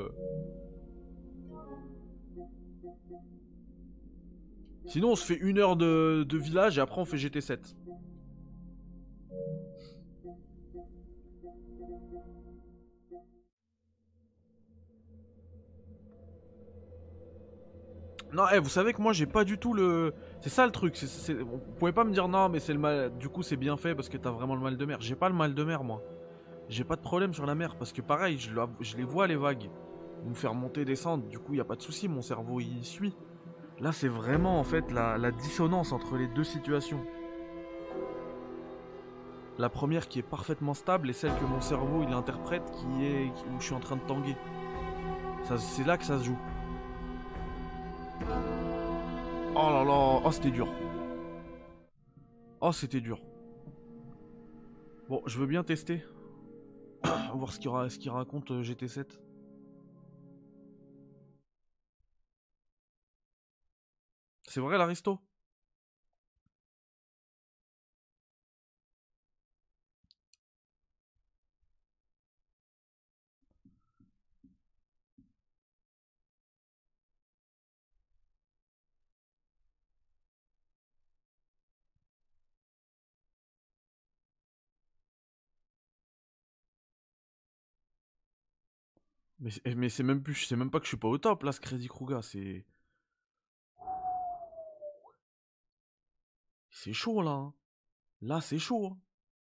Sinon, on se fait 1 heure de village et après on fait GT7. Non, vous savez que moi j'ai pas du tout le. C'est ça le truc. Vous pouvez pas me dire non, mais c'est le mal. Du coup, c'est bien fait parce que t'as vraiment le mal de mer. J'ai pas le mal de mer, moi. J'ai pas de problème sur la mer parce que pareil, je les vois les vagues. Nous faire monter, descendre. Du coup, y a pas de souci. Mon cerveau il suit. Là, c'est vraiment en fait la dissonance entre les deux situations. La première qui est parfaitement stable et celle que mon cerveau il interprète où je suis en train de tanguer. C'est là que ça se joue. Oh là là, oh c'était dur. Oh c'était dur. Bon, je veux bien tester. Voir ce qu'il raconte GT7. C'est vrai l'aristo? Mais c'est même plus, je sais même pas que je suis pas au top là, ce Crazy Kruga, c'est. C'est chaud là. Hein. Là, c'est chaud. Hein.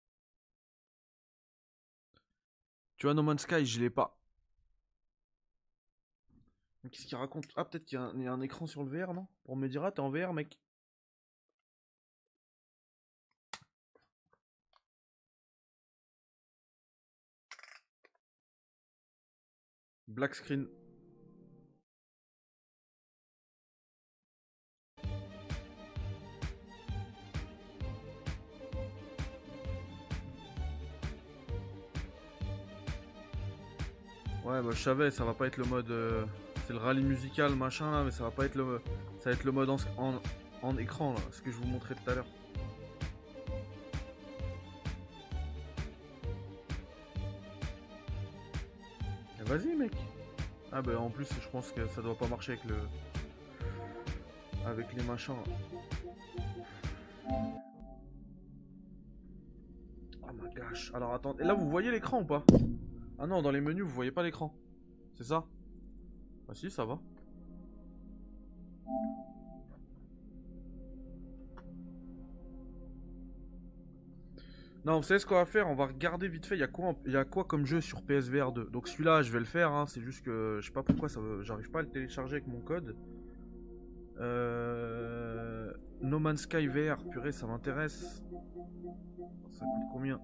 Tu vois, No Man's Sky, je l'ai pas. Qu'est-ce qu'il raconte? Ah, peut-être qu'il y a un écran sur le VR, non? Pour me dire, ah, t'es en VR, mec. Black screen. Ouais, bah je savais, ça va pas être le mode. C'est le rallye musical, machin là, mais ça va pas être le. Ça va être le mode en écran là, ce que je vous montrais tout à l'heure. Vas-y mec. Ah bah en plus je pense que ça doit pas marcher avec le... Avec les machins. Oh my gosh. Alors attends, et là vous voyez l'écran ou pas? Ah non, dans les menus vous voyez pas l'écran. C'est ça? Bah si, ça va. Non, vous savez ce qu'on va faire? On va regarder vite fait, il y a quoi comme jeu sur PSVR 2. Donc celui-là, je vais le faire, hein. C'est juste que je sais pas pourquoi j'arrive pas à le télécharger avec mon code. No Man's Sky VR, purée, ça m'intéresse. Ça coûte combien?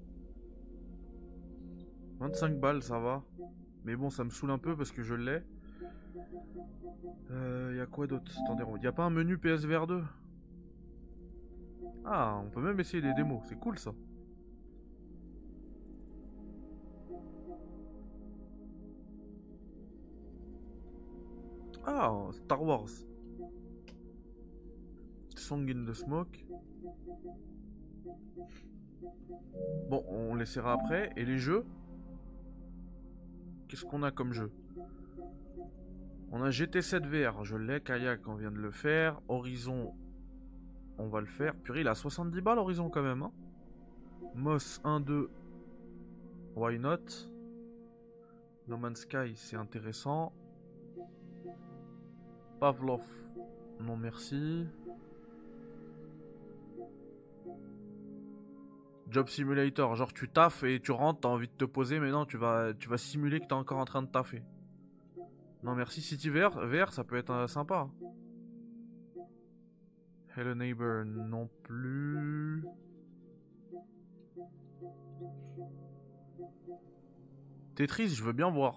25 balles, ça va. Mais bon, ça me saoule un peu parce que je l'ai. Y a quoi d'autre? Attendez, y a pas un menu PSVR 2? Ah, on peut même essayer des démos, c'est cool ça. Ah, Star Wars. Song in the Smoke. Bon, on laissera après. Et les jeux? Qu'est-ce qu'on a comme jeu? On a GT7 VR, je l'ai. Kayak, on vient de le faire. Horizon, on va le faire. Purée, il a 70 balles Horizon quand même. Hein. Moss 1, 2. Why not? No Man's Sky, c'est intéressant. Pavlov, non merci. Job Simulator, genre tu taffes et tu rentres, t'as envie de te poser, mais non, tu vas simuler que t'es encore en train de taffer. Non merci, City VR, ça peut être sympa. Hello Neighbor, non plus. Tetris, je veux bien voir.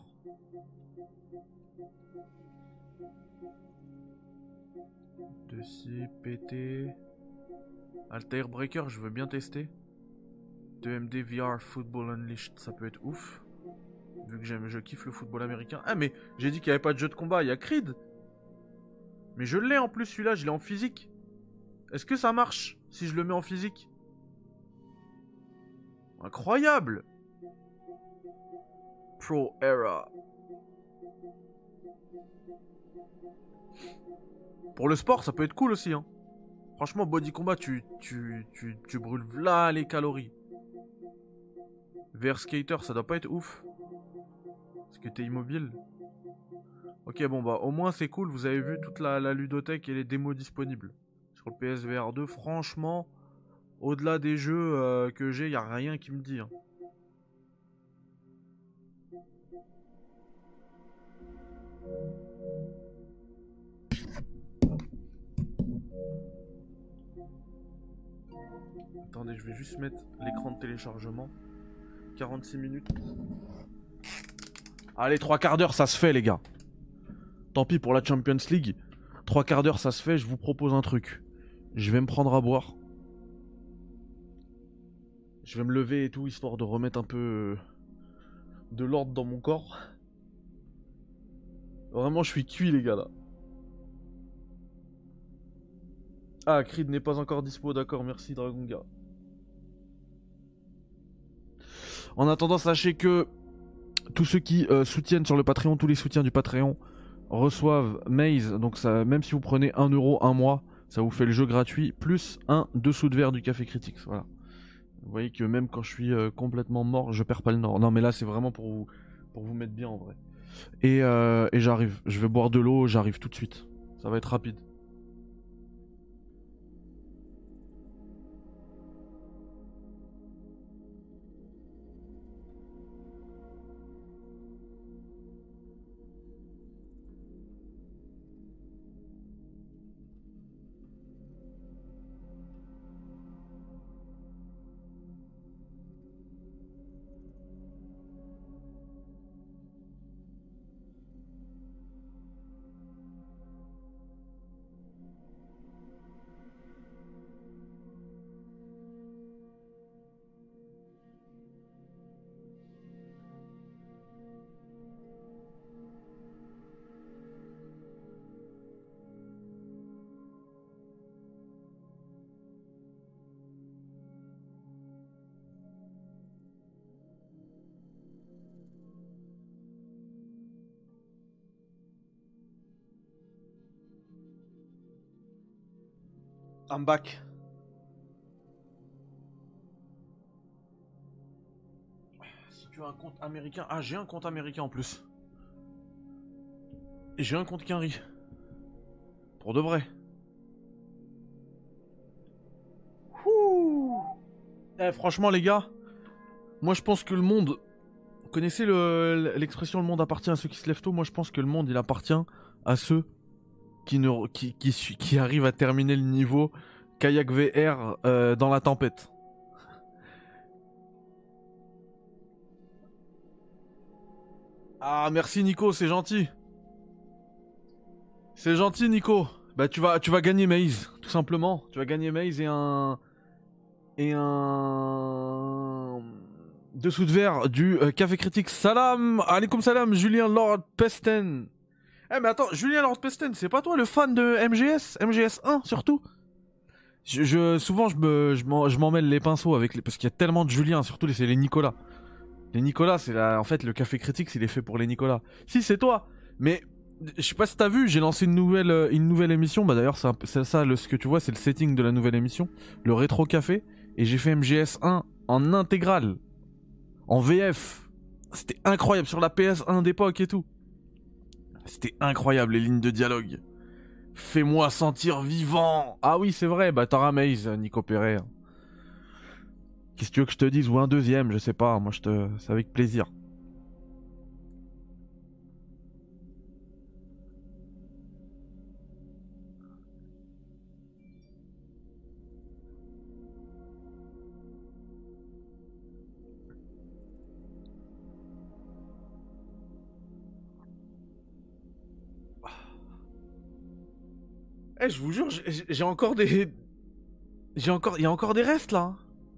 Dessus, PT. Altair Breaker, je veux bien tester. 2MD VR Football Unleashed, ça peut être ouf. Vu que je kiffe le football américain. Ah mais j'ai dit qu'il n'y avait pas de jeu de combat, il y a Creed. Mais je l'ai en plus celui-là, je l'ai en physique. Est-ce que ça marche si je le mets en physique? Incroyable. Pro Era. Pour le sport, ça peut être cool aussi. Hein. Franchement, body combat, tu brûles là les calories. VR skater, ça doit pas être ouf. Parce que t'es immobile. Ok, bon bah au moins c'est cool, vous avez vu toute la ludothèque et les démos disponibles. Sur le PSVR 2, franchement, au-delà des jeux que j'ai, y a rien qui me dit. Hein. Attendez, je vais juste mettre l'écran de téléchargement. 46 minutes. Allez, 3/4 d'heure, ça se fait, les gars. Tant pis pour la Champions League. 3/4 d'heure, ça se fait, je vous propose un truc. Je vais me prendre à boire. Je vais me lever et tout, histoire de remettre un peu de l'ordre dans mon corps. Vraiment, je suis cuit, les gars, là. Ah, Creed n'est pas encore dispo, d'accord, merci, Dragonga. En attendant, sachez que tous ceux qui soutiennent sur le Patreon, tous les soutiens du Patreon reçoivent Maze. Donc ça, même si vous prenez 1 euro un mois, ça vous fait le jeu gratuit, plus un dessous de verre du Café Critics. Voilà. Vous voyez que même quand je suis complètement mort, je perds pas le nord. Non mais là c'est vraiment pour vous mettre bien en vrai. Et j'arrive. Je vais boire de l'eau, j'arrive tout de suite. Ça va être rapide. I'm back. Si tu as un compte américain... Ah, j'ai un compte américain en plus. Et j'ai un compte Quinry. Pour de vrai. Ouh. Eh, franchement, les gars, moi je pense que le monde... Vous connaissez l'expression le monde appartient à ceux qui se lèvent tôt? Moi je pense que le monde il appartient à ceux qui arrivent à terminer le niveau kayak VR dans la tempête. Ah merci Nico, c'est gentil. C'est gentil Nico. Bah tu vas gagner Maze, tout simplement. Tu vas gagner Maze et un dessous de verre du Café Critique. Salam, alaikum salam, Julien Lord Pesten. Eh mais attends, Julien Lord Pesten, c'est pas toi le fan de MGS 1 surtout? Souvent je m'en mêle les pinceaux avec parce qu'il y a tellement de Julien, surtout c'est les Nicolas. Les Nicolas, en fait le Café Critique, il est fait pour les Nicolas. Si c'est toi, mais je sais pas si t'as vu, j'ai lancé une nouvelle émission. Bah d'ailleurs c'est ça, ce que tu vois, c'est le setting de la nouvelle émission, le rétro café, et j'ai fait MGS 1 en intégrale, en VF. C'était incroyable sur la PS1 d'époque et tout. C'était incroyable les lignes de dialogue. Fais-moi sentir vivant. Ah oui, c'est vrai, bah t'auras Maze, Nico Perret. Qu'est-ce que tu veux que je te dise? Ou un deuxième, je sais pas, moi c'est avec plaisir. Eh, je vous jure, j'ai encore des... Il y a encore des restes là.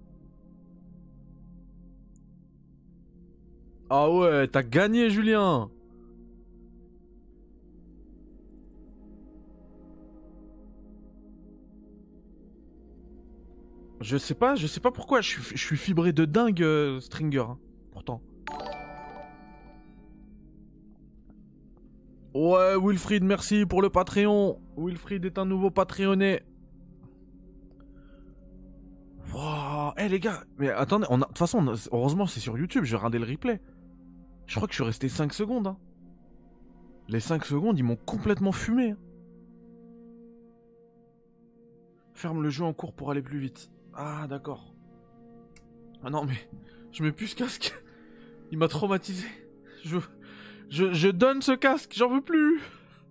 Ah ouais, t'as gagné Julien. Je sais pas pourquoi, je suis fibré de dingue, Stringer, hein, pourtant. Ouais, Wilfried, merci pour le Patreon. Wilfried est un nouveau Patreonné. Wow. Eh les gars, mais attendez, de toute façon, heureusement c'est sur YouTube, j'ai regardé le replay. Je crois que je suis resté 5 secondes. Hein. Les 5 secondes, ils m'ont complètement fumé. Hein. Ferme le jeu en cours pour aller plus vite. Ah, d'accord. Ah non, mais je mets plus ce casque. Il m'a traumatisé. Je donne ce casque, j'en veux plus.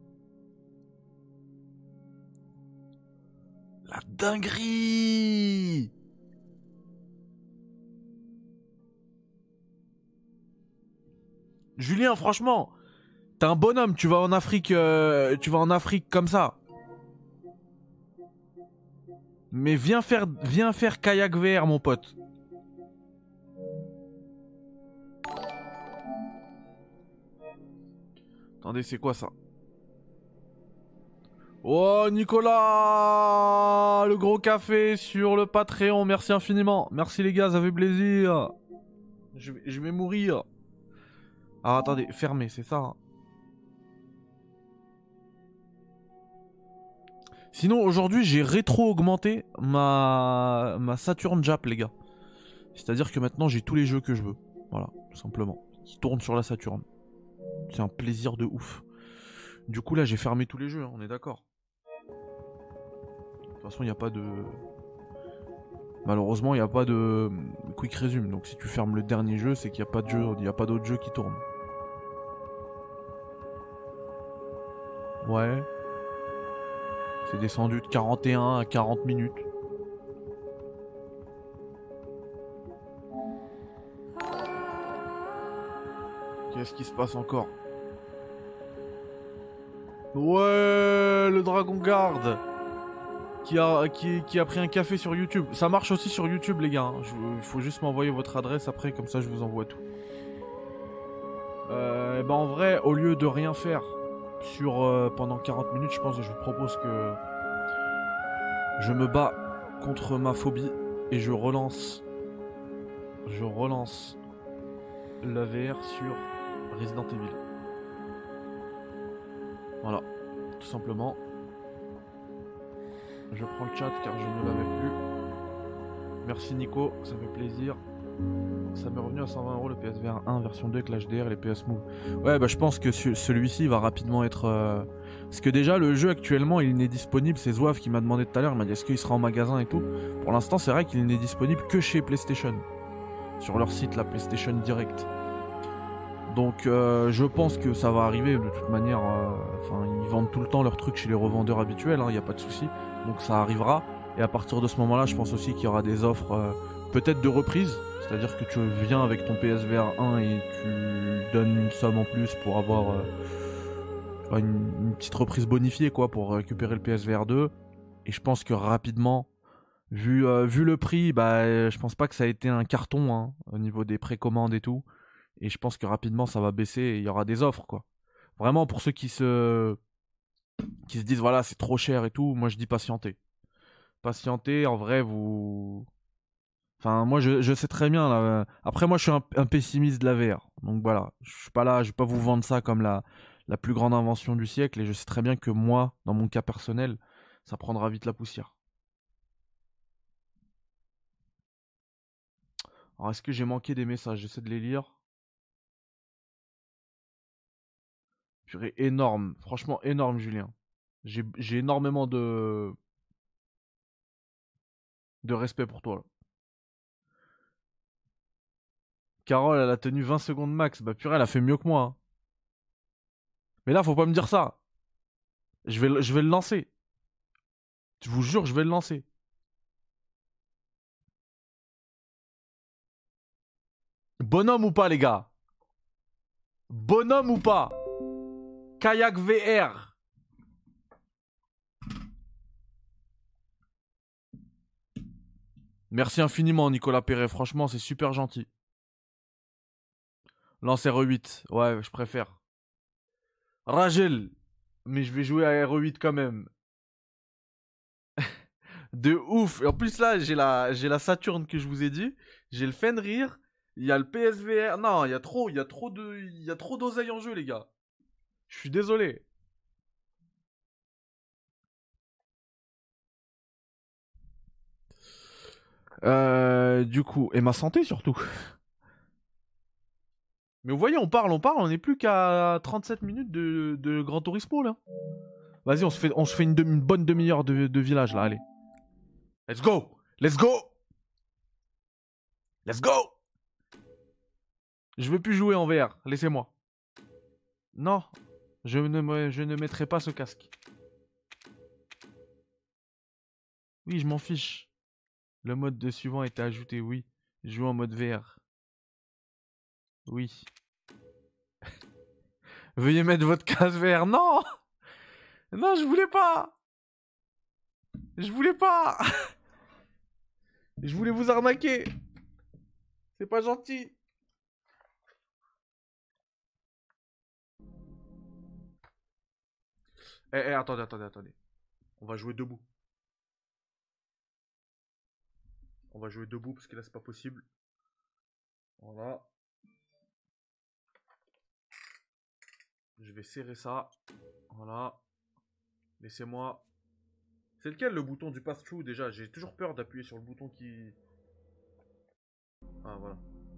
La dinguerie. Julien, franchement, t'es un bonhomme, tu vas en Afrique comme ça. Mais viens faire kayak VR, mon pote. Attendez, c'est quoi ça? Oh, Nicolas! Le gros café sur le Patreon, merci infiniment. Merci les gars, ça fait plaisir. Je vais mourir. Ah, attendez, fermé, c'est ça. Hein. Sinon, aujourd'hui, j'ai rétro-augmenté ma Saturn Jap, les gars. C'est-à-dire que maintenant, j'ai tous les jeux que je veux. Voilà, tout simplement. Qui tournent sur la Saturn. C'est un plaisir de ouf. Du coup, là, j'ai fermé tous les jeux, hein, on est d'accord. De toute façon, il n'y a pas de... Malheureusement, il n'y a pas de quick resume. Donc si tu fermes le dernier jeu, c'est qu'il n'y a pas de jeu, il n'y a pas d'autres jeux qui tournent. Ouais. C'est descendu de 41 à 40 minutes. Qu'est-ce qui se passe encore? Ouais, le Dragon Guard qui a pris un café sur YouTube. Ça marche aussi sur YouTube, les gars. Il faut juste m'envoyer votre adresse après, comme ça je vous envoie tout. Ben en vrai, au lieu de rien faire pendant 40 minutes, je pense que je vous propose que je me bats contre ma phobie et je relance la VR sur Resident Evil. Voilà, tout simplement. Je prends le chat car je ne l'avais plus. Merci Nico, ça fait plaisir. Ça m'est revenu à 120 € le PSVR 1 version 2 avec l'HDR et les PS Move. Ouais, bah je pense que celui-ci va rapidement être... Parce que déjà, le jeu actuellement, il n'est disponible. C'est Zouave qui m'a demandé tout à l'heure. Il m'a dit est-ce qu'il sera en magasin et tout. Pour l'instant, c'est vrai qu'il n'est disponible que chez PlayStation. Sur leur site, la PlayStation Direct. Donc je pense que ça va arriver de toute manière. Enfin, ils vendent tout le temps leurs trucs chez les revendeurs habituels, il n'y a pas de souci. Donc ça arrivera. Et à partir de ce moment-là, je pense aussi qu'il y aura des offres peut-être de reprise. C'est-à-dire que tu viens avec ton PSVR 1 et tu donnes une somme en plus pour avoir une petite reprise bonifiée quoi, pour récupérer le PSVR 2. Et je pense que rapidement, vu le prix, bah, je pense pas que ça a été un carton au niveau des précommandes et tout. Et je pense que rapidement ça va baisser et il y aura des offres quoi. Vraiment pour ceux qui se disent voilà c'est trop cher et tout, moi je dis patienter. Patienter, en vrai vous... Enfin moi je sais très bien là. Après moi je suis un pessimiste de la VR. Donc voilà, je suis pas là, je vais pas vous vendre ça comme la plus grande invention du siècle et je sais très bien que moi, dans mon cas personnel, ça prendra vite la poussière. Alors est-ce que j'ai manqué des messages? J'essaie de les lire. Purée, énorme, franchement énorme Julien. J'ai énormément de respect pour toi là. Carole, elle a tenu 20 secondes max. Bah purée, elle a fait mieux que moi, hein. Mais là, faut pas me dire ça. Je vais le lancer. Je vous jure, je vais le lancer. Bonhomme ou pas, les gars? Bonhomme ou pas? Kayak VR. Merci infiniment, Nicolas Perret. Franchement, c'est super gentil. Lance RE8. Ouais, je préfère. Ragel. Mais je vais jouer à RE8 quand même. De ouf. Et en plus, là, j'ai la Saturn que je vous ai dit. J'ai le Fenrir. Il y a le PSVR. Non, il y a trop d'oseille en jeu, les gars. Je suis désolé. Du coup, et ma santé surtout. Mais vous voyez, on parle, on n'est plus qu'à 37 minutes de Gran Turismo là. Vas-y, on se fait une bonne demi-heure de village là, allez. Let's go! Let's go! Let's go! Je veux plus jouer en VR, laissez-moi. Non, je ne mettrai pas ce casque. Oui, je m'en fiche. Le mode de suivant a été ajouté, oui. Joue en mode VR. Oui. Veuillez mettre votre casque VR. Non! Non, je voulais pas! Je voulais pas! Je voulais vous arnaquer! C'est pas gentil! Attendez, attendez, attendez. On va jouer debout. On va jouer debout parce que là, c'est pas possible. Voilà. Je vais serrer ça. Voilà. Laissez-moi. C'est lequel le bouton du pass-through déjà? J'ai toujours peur d'appuyer sur le bouton qui... Ah, voilà.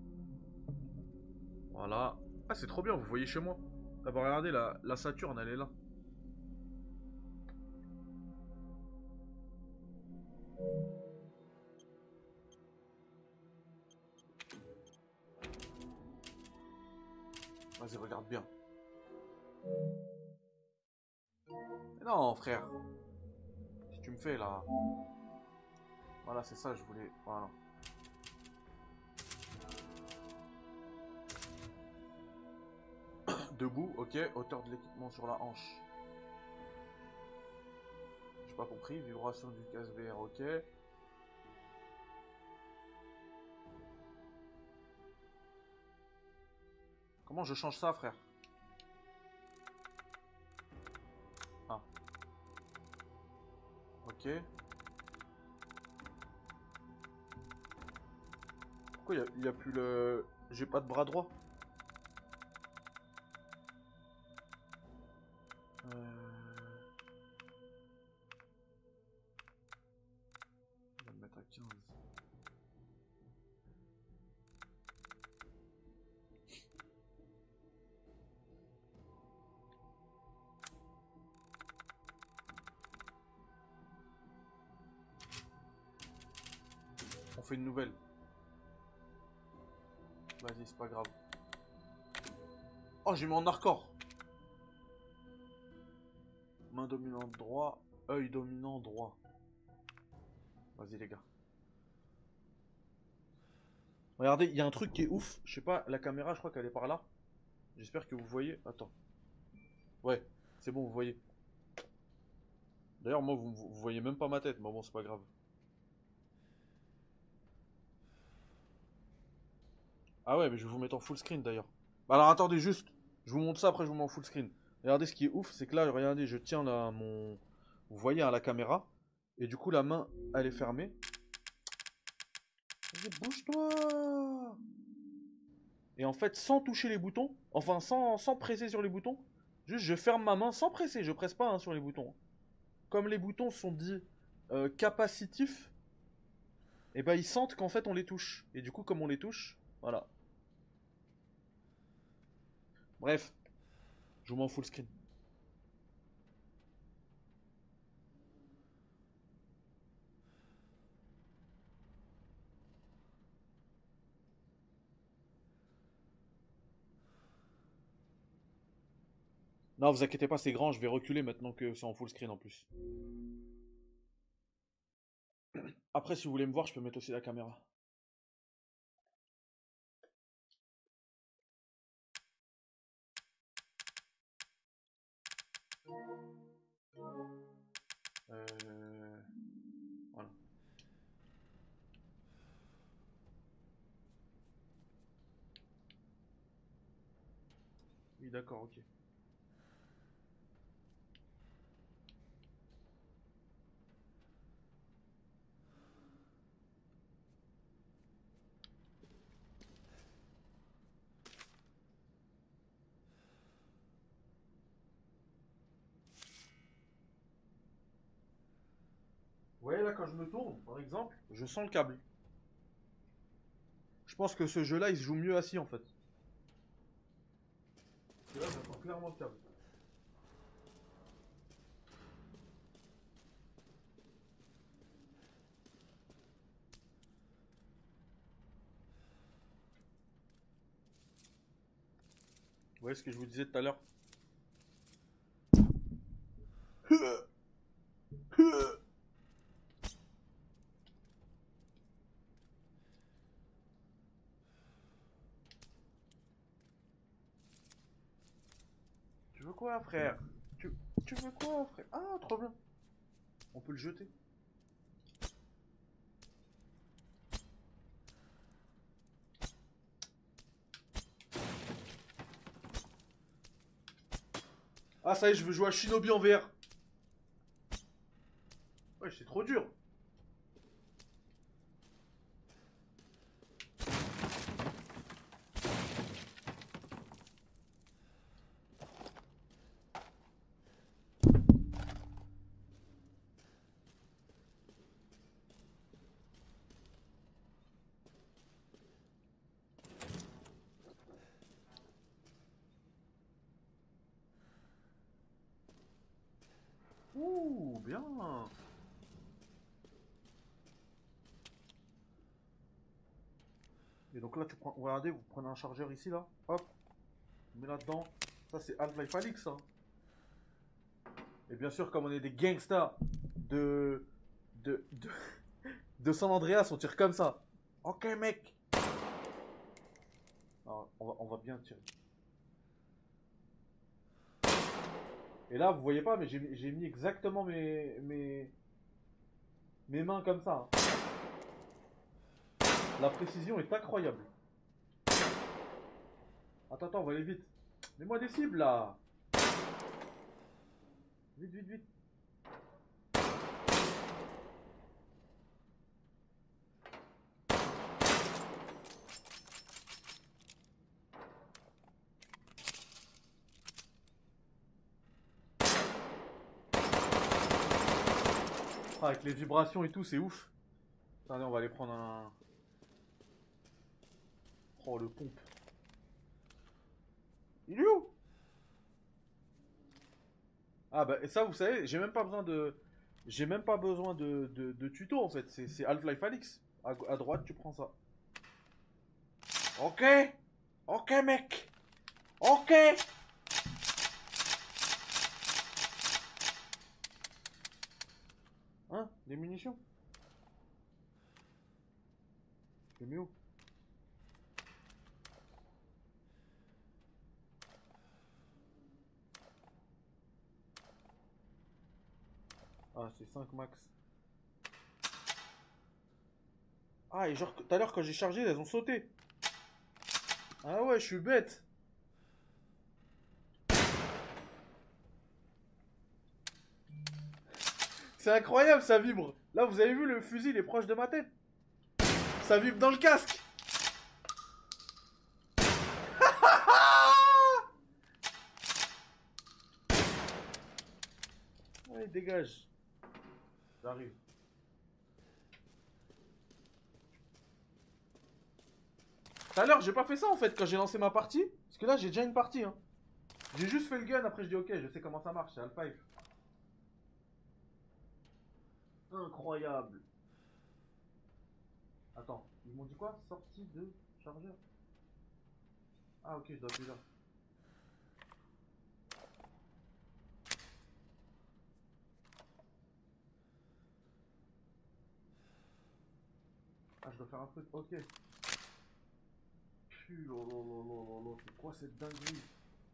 Voilà. Ah, c'est trop bien, vous voyez chez moi. Ah bah regardez, la Saturne, elle est là. Vas-y, regarde bien. Mais non, frère. Si tu me fais là... Voilà, c'est ça, je voulais... Voilà. Debout, ok. Hauteur de l'équipement sur la hanche. J'ai pas compris. Vibration du casque VR, ok. Comment je change ça, frère? Ah. Ok. Pourquoi il y a plus le... J'ai pas de bras droit. refait une nouvelle. Vas-y, c'est pas grave. Oh, j'ai mis en hardcore. Main dominante droit, œil dominant droit. Vas-y les gars. Regardez, il y a un truc qui est ouf. Je sais pas, la caméra, je crois qu'elle est par là. J'espère que vous voyez. Attends. Ouais, c'est bon, vous voyez. D'ailleurs, moi, vous voyez même pas ma tête. Mais bon, c'est pas grave. Ah ouais, mais je vais vous mettre en full screen d'ailleurs. Bah alors attendez juste. Je vous montre ça, après je vous mets en full screen. Regardez, ce qui est ouf, c'est que là, regardez, je tiens là mon... Vous voyez à la caméra. Et du coup, la main, elle est fermée. Vas-y, bouge-toi! Et en fait, sans toucher les boutons, enfin sans presser sur les boutons, juste je ferme ma main sans presser, je presse pas hein, sur les boutons. Comme les boutons sont dits capacitifs, et ben ils sentent qu'en fait on les touche. Et du coup, comme on les touche, voilà. Bref, je vous mets en full screen. Non, vous inquiétez pas, c'est grand, je vais reculer maintenant que c'est en full screen en plus. Après, si vous voulez me voir, je peux mettre aussi la caméra. Voilà. Oui, d'accord, ok. Vous voyez là, quand je me tourne, par exemple, je sens le câble. Je pense que ce jeu-là, il se joue mieux assis en fait. Parce que là, j'entends clairement le câble. Vous voyez ce que je vous disais tout à l'heure? Tu veux quoi, frère? Tu veux quoi, frère? Ah, trop bien. On peut le jeter. Ah, ça y est, je veux jouer à Shinobi en VR. Ouais, c'est trop dur. Ouh, bien. Et donc là, tu prends, regardez, vous prenez un chargeur ici, là. Hop, vous mettez là-dedans. Ça, c'est Half-Life Alyx, ça. Et bien sûr, comme on est des gangsters de, de, de, de San Andreas, on tire comme ça. Ok, mec. Alors, on va bien tirer. Et là, vous voyez pas, mais j'ai mis exactement mes mains comme ça. Hein. La précision est incroyable. Attends, on va aller vite. Mets-moi des cibles là. Vite, vite, vite. Ah, avec les vibrations et tout, c'est ouf. Attendez, on va aller prendre un... Oh, le pompe. Il est où? Ah bah, et ça, vous savez, j'ai même pas besoin de... J'ai même pas besoin de tuto, en fait. C'est Half-Life Alyx. À droite, tu prends ça. Ok. Ok, mec. Ok. Hein? Des munitions? Je les mets où? Ah, c'est 5 max. Ah, et genre, tout à l'heure, quand j'ai chargé, elles ont sauté. Ah ouais, je suis bête. C'est incroyable, ça vibre. Là, vous avez vu, le fusil, il est proche de ma tête. Ça vibre dans le casque. Allez, dégage. J'arrive. Tout à l'heure, j'ai pas fait ça en fait quand j'ai lancé ma partie. Parce que là, j'ai déjà une partie. Hein. J'ai juste fait le gun, après je dis ok, je sais comment ça marche, c'est Half-Life. Incroyable. Attends, ils m'ont dit quoi? Sortie de chargeur. Ah ok, je dois appuyer là. Ah, je dois faire un truc, ok. Lolo, c'est quoi cette dinguerie?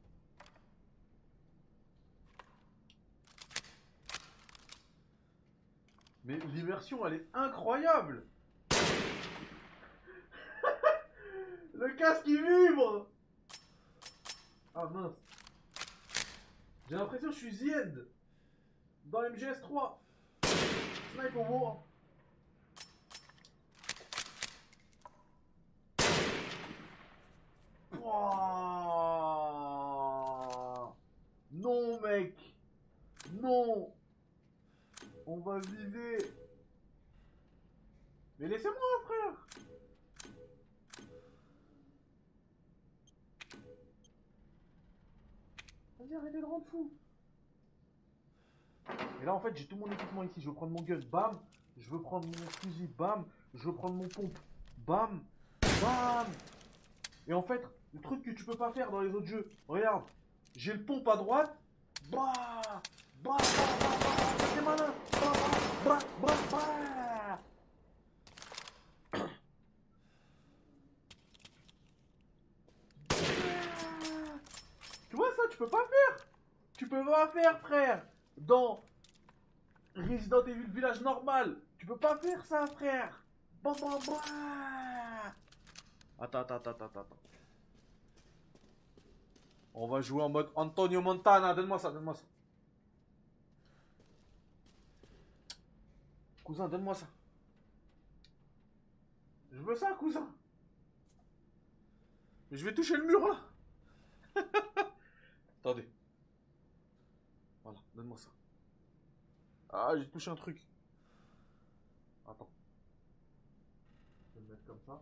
Mais l'immersion, elle est incroyable. Le casque, il vibre. Ah mince. J'ai l'impression que je suis The End. Dans MGS3. Snipe au mort. Ouah. Non, mec. Non. On va viser. Mais laissez-moi, frère. Vas-y, arrêtez de rendre fou. Et là, en fait, j'ai tout mon équipement ici. Je veux prendre mon gun, bam. Je veux prendre mon fusil, bam. Je veux prendre mon pompe, bam. Bam. Et en fait, le truc que tu peux pas faire dans les autres jeux, regarde. J'ai le pompe à droite. Bah. Bah, bah, bah, bah. C'est malin. Bah, bah, bah, bah, bah. Tu vois ça, tu peux pas faire. Tu peux pas faire, frère. Dans Resident Evil Village normal. Tu peux pas faire ça, frère. Bah, bah, bah. Attends. On va jouer en mode Antonio Montana. Donne-moi ça, donne-moi ça. Cousin, donne-moi ça. Je veux ça, cousin. Mais je vais toucher le mur là. Attendez. Voilà, donne-moi ça. Ah, j'ai touché un truc. Attends. Je vais le mettre comme ça.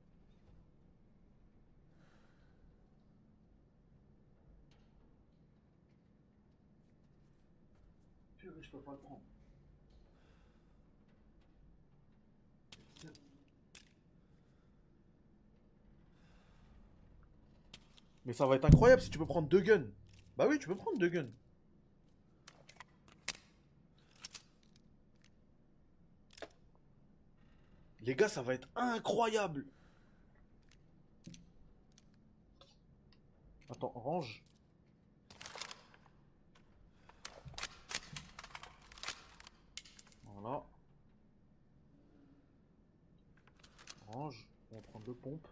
Purée, je peux pas le prendre. Mais ça va être incroyable si tu peux prendre 2 guns. Bah oui, tu peux prendre 2 guns. Les gars, ça va être incroyable. Attends, range. Voilà. Range. On va prendre le pompe.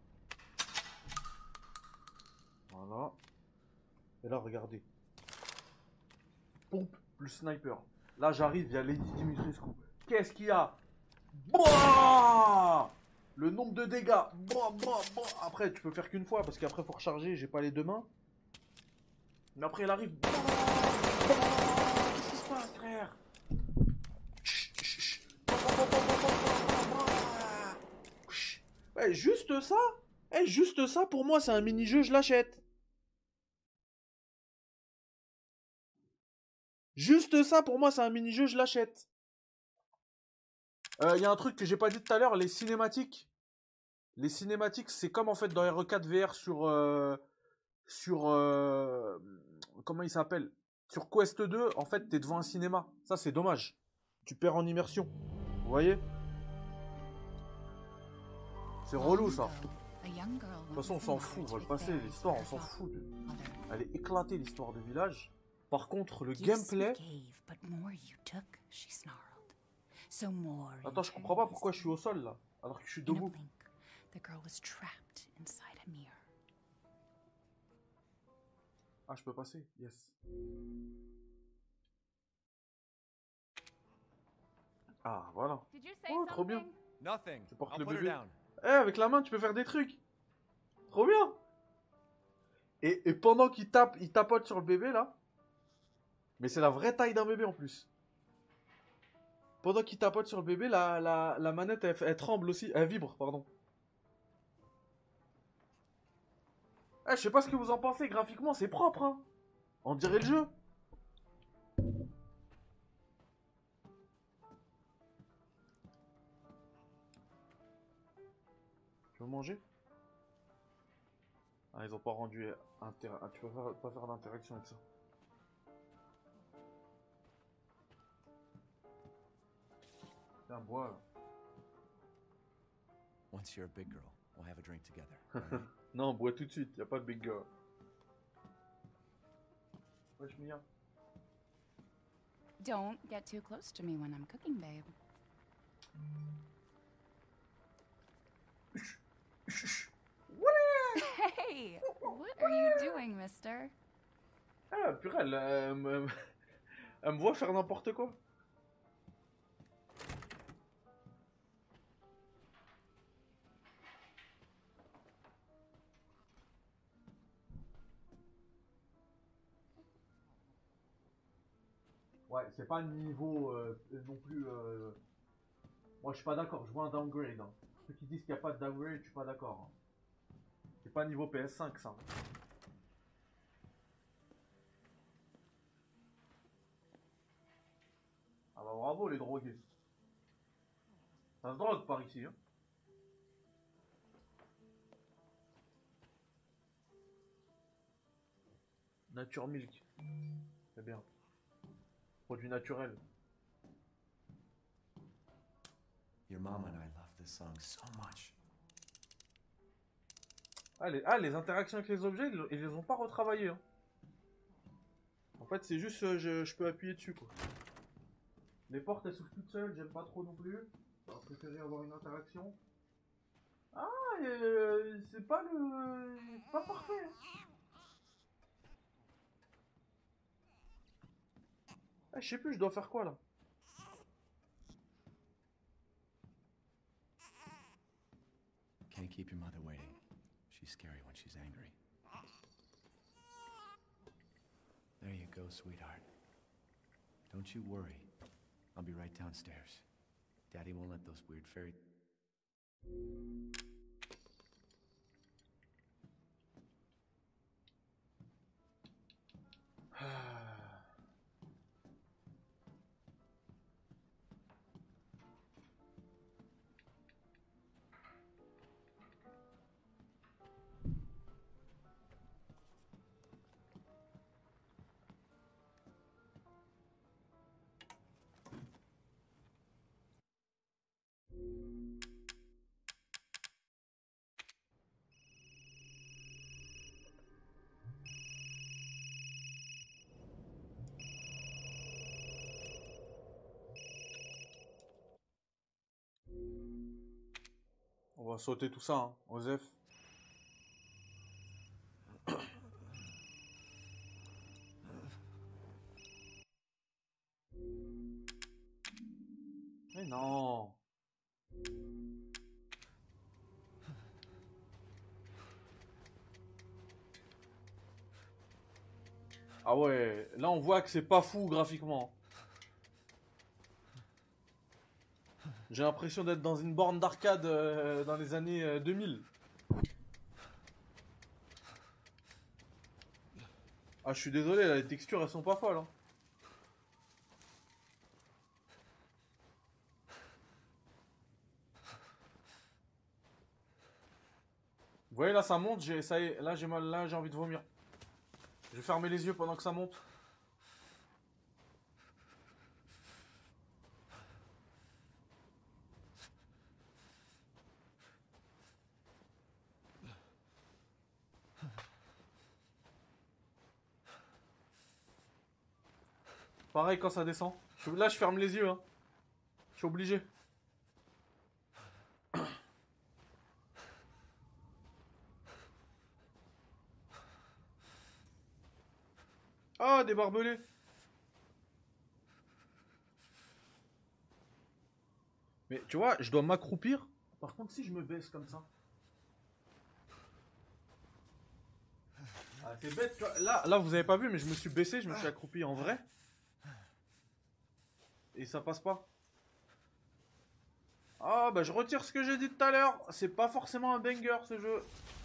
Voilà. Et là, regardez. Pompe plus sniper. Là, j'arrive, il y a Lady Dimitrescu. Qu'est-ce qu'il y a? Bah, le nombre de dégâts. Bah. Après, tu peux faire qu'une fois parce qu'après, faut recharger. J'ai pas les deux mains. Mais après, elle arrive. Qu'est-ce qui se passe, frère? Ouais, juste ça? Juste ça, pour moi, c'est un mini-jeu, je l'achète. Juste ça, pour moi, c'est un mini-jeu, je l'achète. Il y a un truc que j'ai pas dit tout à l'heure, les cinématiques. Les cinématiques, c'est comme en fait dans RE4 VR sur comment il s'appelle? Sur Quest 2, en fait, t'es devant un cinéma. Ça, c'est dommage. Tu perds en immersion. Vous voyez? C'est relou ça. De toute façon, on s'en fout, on va le passer, l'histoire, on s'en fout. Elle est éclatée, l'histoire de village. Par contre, le gameplay... Attends, je comprends pas pourquoi je suis au sol là, alors que je suis debout. Ah, je peux passer, yes. Ah, voilà. Oh, trop bien. Tu portes le bébé. Eh, avec la main, tu peux faire des trucs. Trop bien. Et pendant qu'il tape, il tapote sur le bébé là. Mais c'est la vraie taille d'un bébé en plus. Pendant qu'il tapote sur le bébé, la manette elle tremble aussi, elle vibre, pardon. Eh, je sais pas ce que vous en pensez, graphiquement c'est propre, hein. On dirait le jeu. Tu veux manger? Ah, ils ont pas rendu... tu peux pas faire d'interaction avec ça. Tiens, bois là. Once you're a big girl, we'll have a drink together. Non, bois tout de suite, y a pas de big girl. Wesh, Mia. Don't get too close to me when I'm cooking, babe. Hey, what are you doing, mister? Ah, purée, elle me voit faire n'importe quoi. Ouais, c'est pas le niveau non plus. Moi, je suis pas d'accord, je vois un downgrade. Hein. Ceux qui disent qu'il n'y a pas de downgrade, je suis pas d'accord. Hein. C'est pas niveau PS5 ça. Ah bah bravo les drogués. Ça se drogue par ici. Hein. Nature Milk. C'est bien. Produit naturel. Your mom and I love this song so much. Les interactions avec les objets, ils les ont pas retravaillées. Hein. En fait, c'est juste je peux appuyer dessus quoi. Les portes elles s'ouvrent toutes seules, j'aime pas trop non plus. J'aurais préféré avoir une interaction. Ah, c'est pas le. C'est pas parfait. Hein. Ah, je sais plus, je dois faire quoi là? Can't keep your mother waiting. She's scary when she's angry. There you go, sweetheart. Don't you worry. I'll be right downstairs. Daddy won't let those weird fairy... On va sauter tout ça, hein, Osef. Mais non. Ah ouais, là on voit que c'est pas fou graphiquement. J'ai l'impression d'être dans une borne d'arcade dans les années 2000. Ah, je suis désolé, là, les textures elles sont pas folles. Hein. Vous voyez là ça monte, ça y est, là j'ai mal, là j'ai envie de vomir. Je vais fermer les yeux pendant que ça monte. Pareil quand ça descend. Là je ferme les yeux, hein. Je suis obligé. Ah, des barbelés. Mais tu vois, je dois m'accroupir. Par contre, si je me baisse comme ça. Ah, c'est bête, tu vois. Là, vous avez pas vu, mais je me suis baissé, je me suis accroupi en vrai. Et ça passe pas. Ah, bah je retire ce que j'ai dit tout à l'heure. C'est pas forcément un banger ce jeu.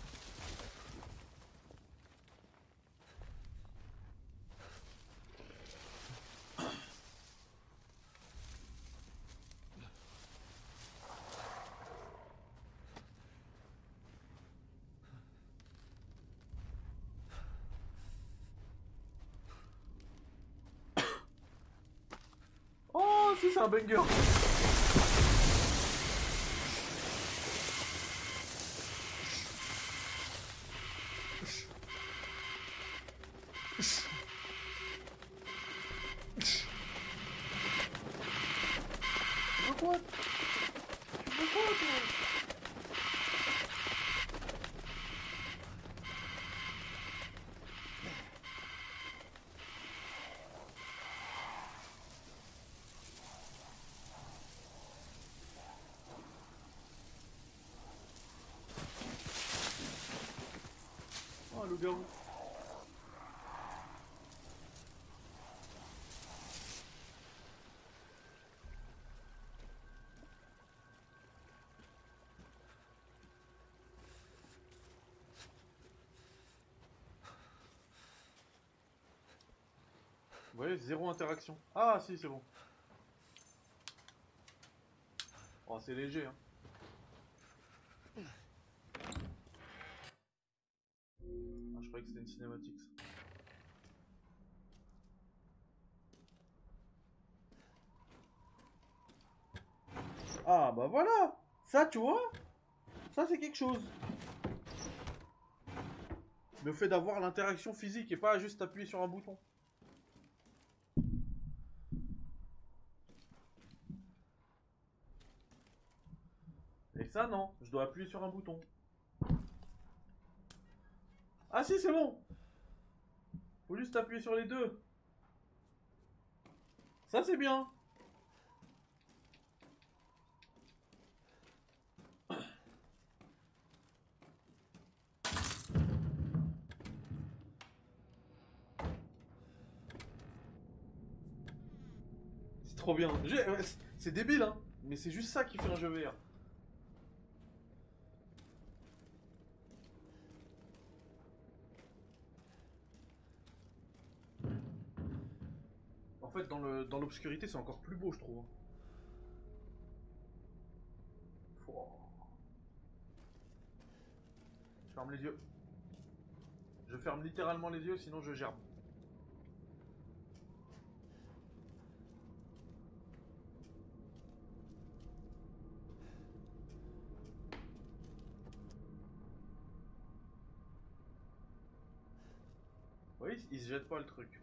Oh, si, c'est un banger. Tu veux quoi? Tu veux quoi, toi? Oh, le garou. Vous voyez, zéro interaction. Ah, si, c'est bon. Oh, c'est léger, hein. Ah, je croyais que c'était une cinématique. Ah, bah voilà. Ça, tu vois, ça, c'est quelque chose. Le fait d'avoir l'interaction physique et pas juste appuyer sur un bouton. Et ça, non. Je dois appuyer sur un bouton. Ah si, c'est bon. Faut juste appuyer sur les deux. Ça, c'est bien. C'est trop bien. C'est débile, hein. Mais c'est juste ça qui fait un jeu VR. En fait, dans l'obscurité, c'est encore plus beau, je trouve. Pouah. Je ferme les yeux. Je ferme littéralement les yeux, sinon je gerbe. Oui, il se jette pas le truc.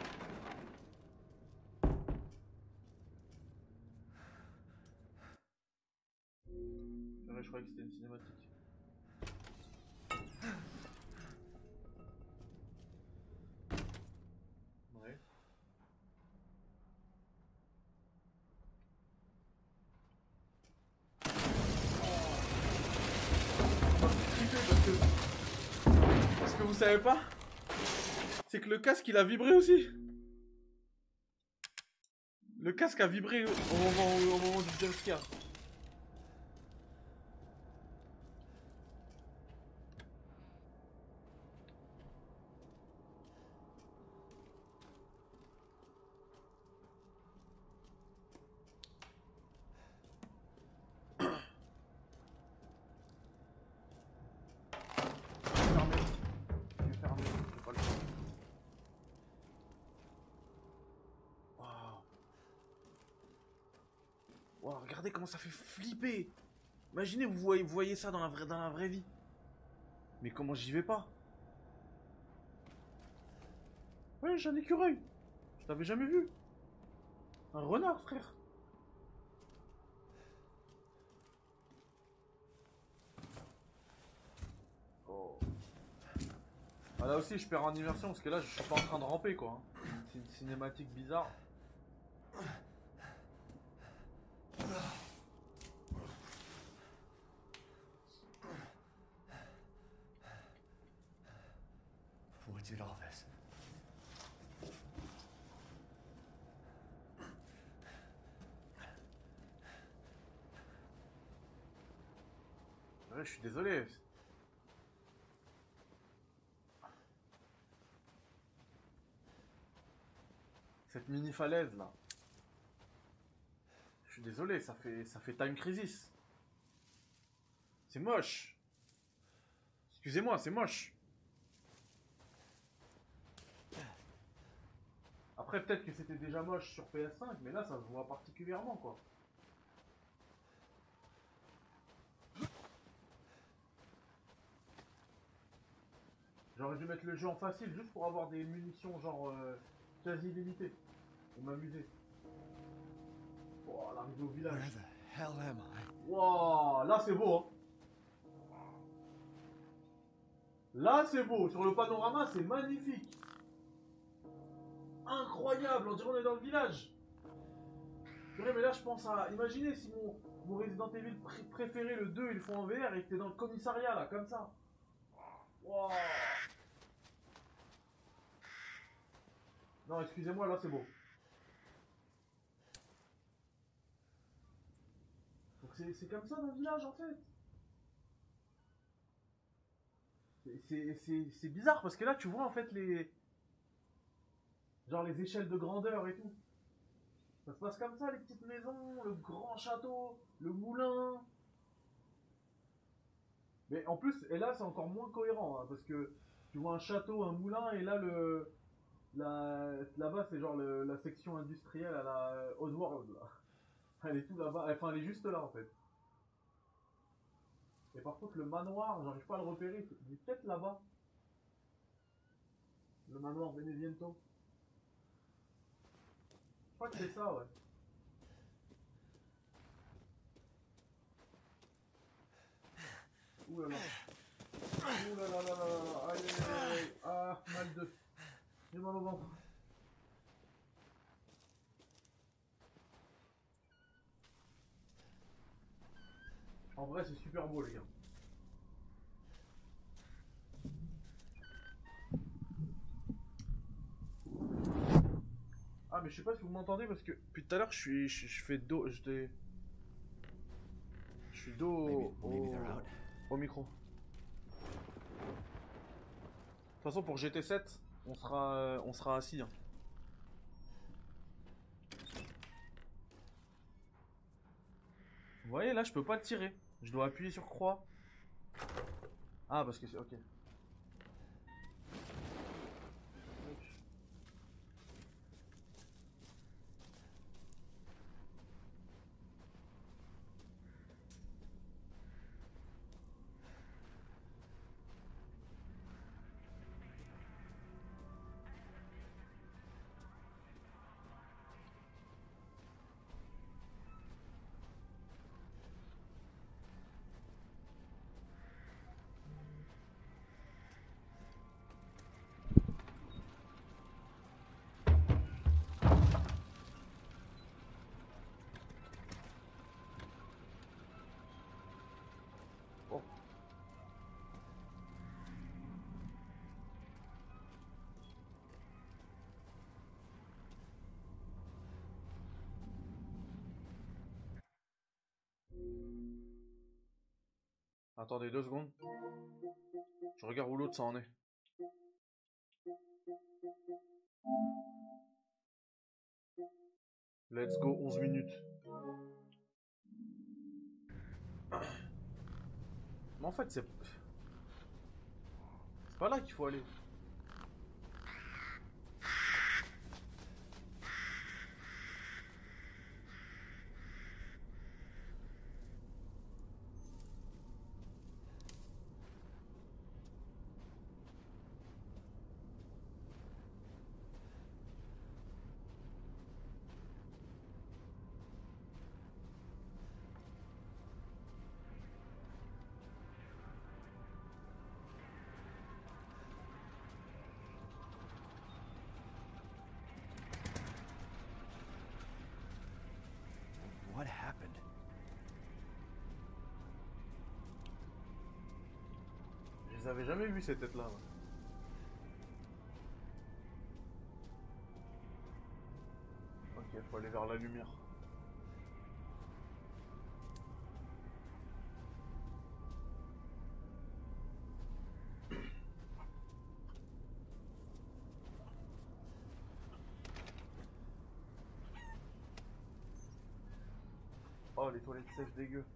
Ouais, je croyais que c'était une cinématique. Ouais. Ça me fait kiffer parce que vous savez pas, c'est que le casque il a vibré aussi. Le casque a vibré au moment du jumpscare. Wow, regardez comment ça fait flipper. Imaginez, vous voyez ça dans la vraie vie. Mais comment j'y vais pas? Ouais, j'ai un écureuil. Je t'avais jamais vu. Un renard, frère. Oh. Ah, là aussi, je perds en immersion parce que là, je suis pas en train de ramper, quoi. C'est une cinématique bizarre. What's it all this? Ouais, je suis désolé. Cette mini falaise là. Je suis désolé, ça fait Time Crisis. C'est moche. Excusez-moi, c'est moche. Après, peut-être que c'était déjà moche sur PS5, mais là, ça se voit particulièrement, quoi. J'aurais dû mettre le jeu en facile juste pour avoir des munitions genre quasi illimitées. Pour m'amuser. Oh, l'arrivée au village. Where the hell am I? Wow, là c'est beau, hein. Là c'est beau, sur le panorama c'est magnifique. Incroyable, on dirait on est dans le village. Purée, mais là je pense à... Imaginez si mon Resident Evil préféré, le 2, il le font en VR et que t'es dans le commissariat là, comme ça. Wow. Non, excusez-moi, là c'est beau. Donc c'est comme ça dans le village en fait. C'est bizarre parce que là tu vois en fait les... Genre les échelles de grandeur et tout. Ça se passe comme ça, les petites maisons, le grand château, le moulin. Mais en plus, et là c'est encore moins cohérent, hein, parce que tu vois un château, un moulin, et là là-bas c'est genre la section industrielle à la Oddworld là. Elle est tout là-bas, enfin elle est juste là en fait. Et par contre le manoir, j'arrive pas à le repérer, il est peut-être là-bas. Le manoir Beneviento. Je crois que c'est ça, ouais. Ouh là là. Ouh là là là là là. Aïe aïe aïe aïe. Ah, mal de. J'ai mal au ventre. En vrai, c'est super beau, les gars. Ah, mais je sais pas si vous m'entendez parce que depuis tout à l'heure, je fais dos. Je suis dos Maybe they're out. au micro. De toute façon, pour GT7, on sera assis. Hein. Vous voyez, là, je peux pas le tirer. Je dois appuyer sur croix. Ah, parce que c'est... Ok. Oh. Attendez 2 secondes. Je regarde où l'autre ça en est. Let's go, 11 minutes. Mais en fait, c'est pas là qu'il faut aller. What happened? Je les avais jamais vus ces têtes-là. Ok, faut aller vers la lumière. Oh, les toilettes sèches dégueu.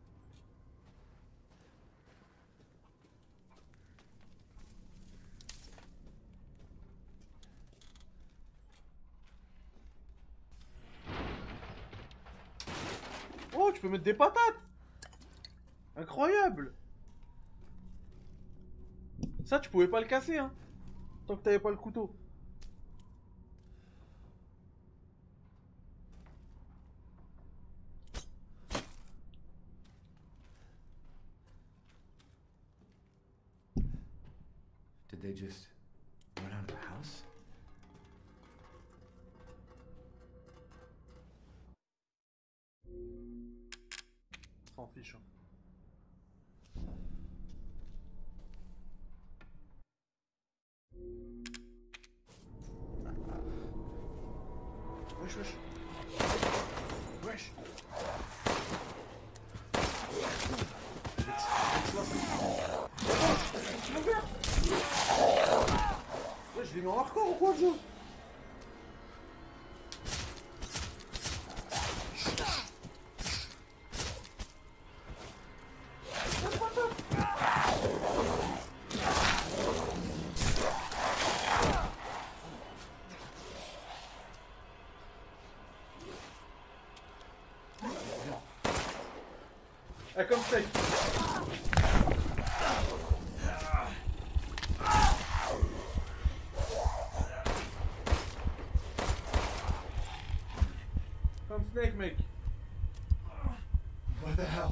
Oh, tu peux mettre des patates. Incroyable. Ça, tu pouvais pas le casser, hein. Tant que t'avais pas le couteau. Did they just run out of the house? S'en fiche. Hein. Wesh, wesh. Wesh. Ouais, je l'ai mis en hardcore ou quoi, le jeu? Ah, comme steak. Comme Snake, mec. What the hell?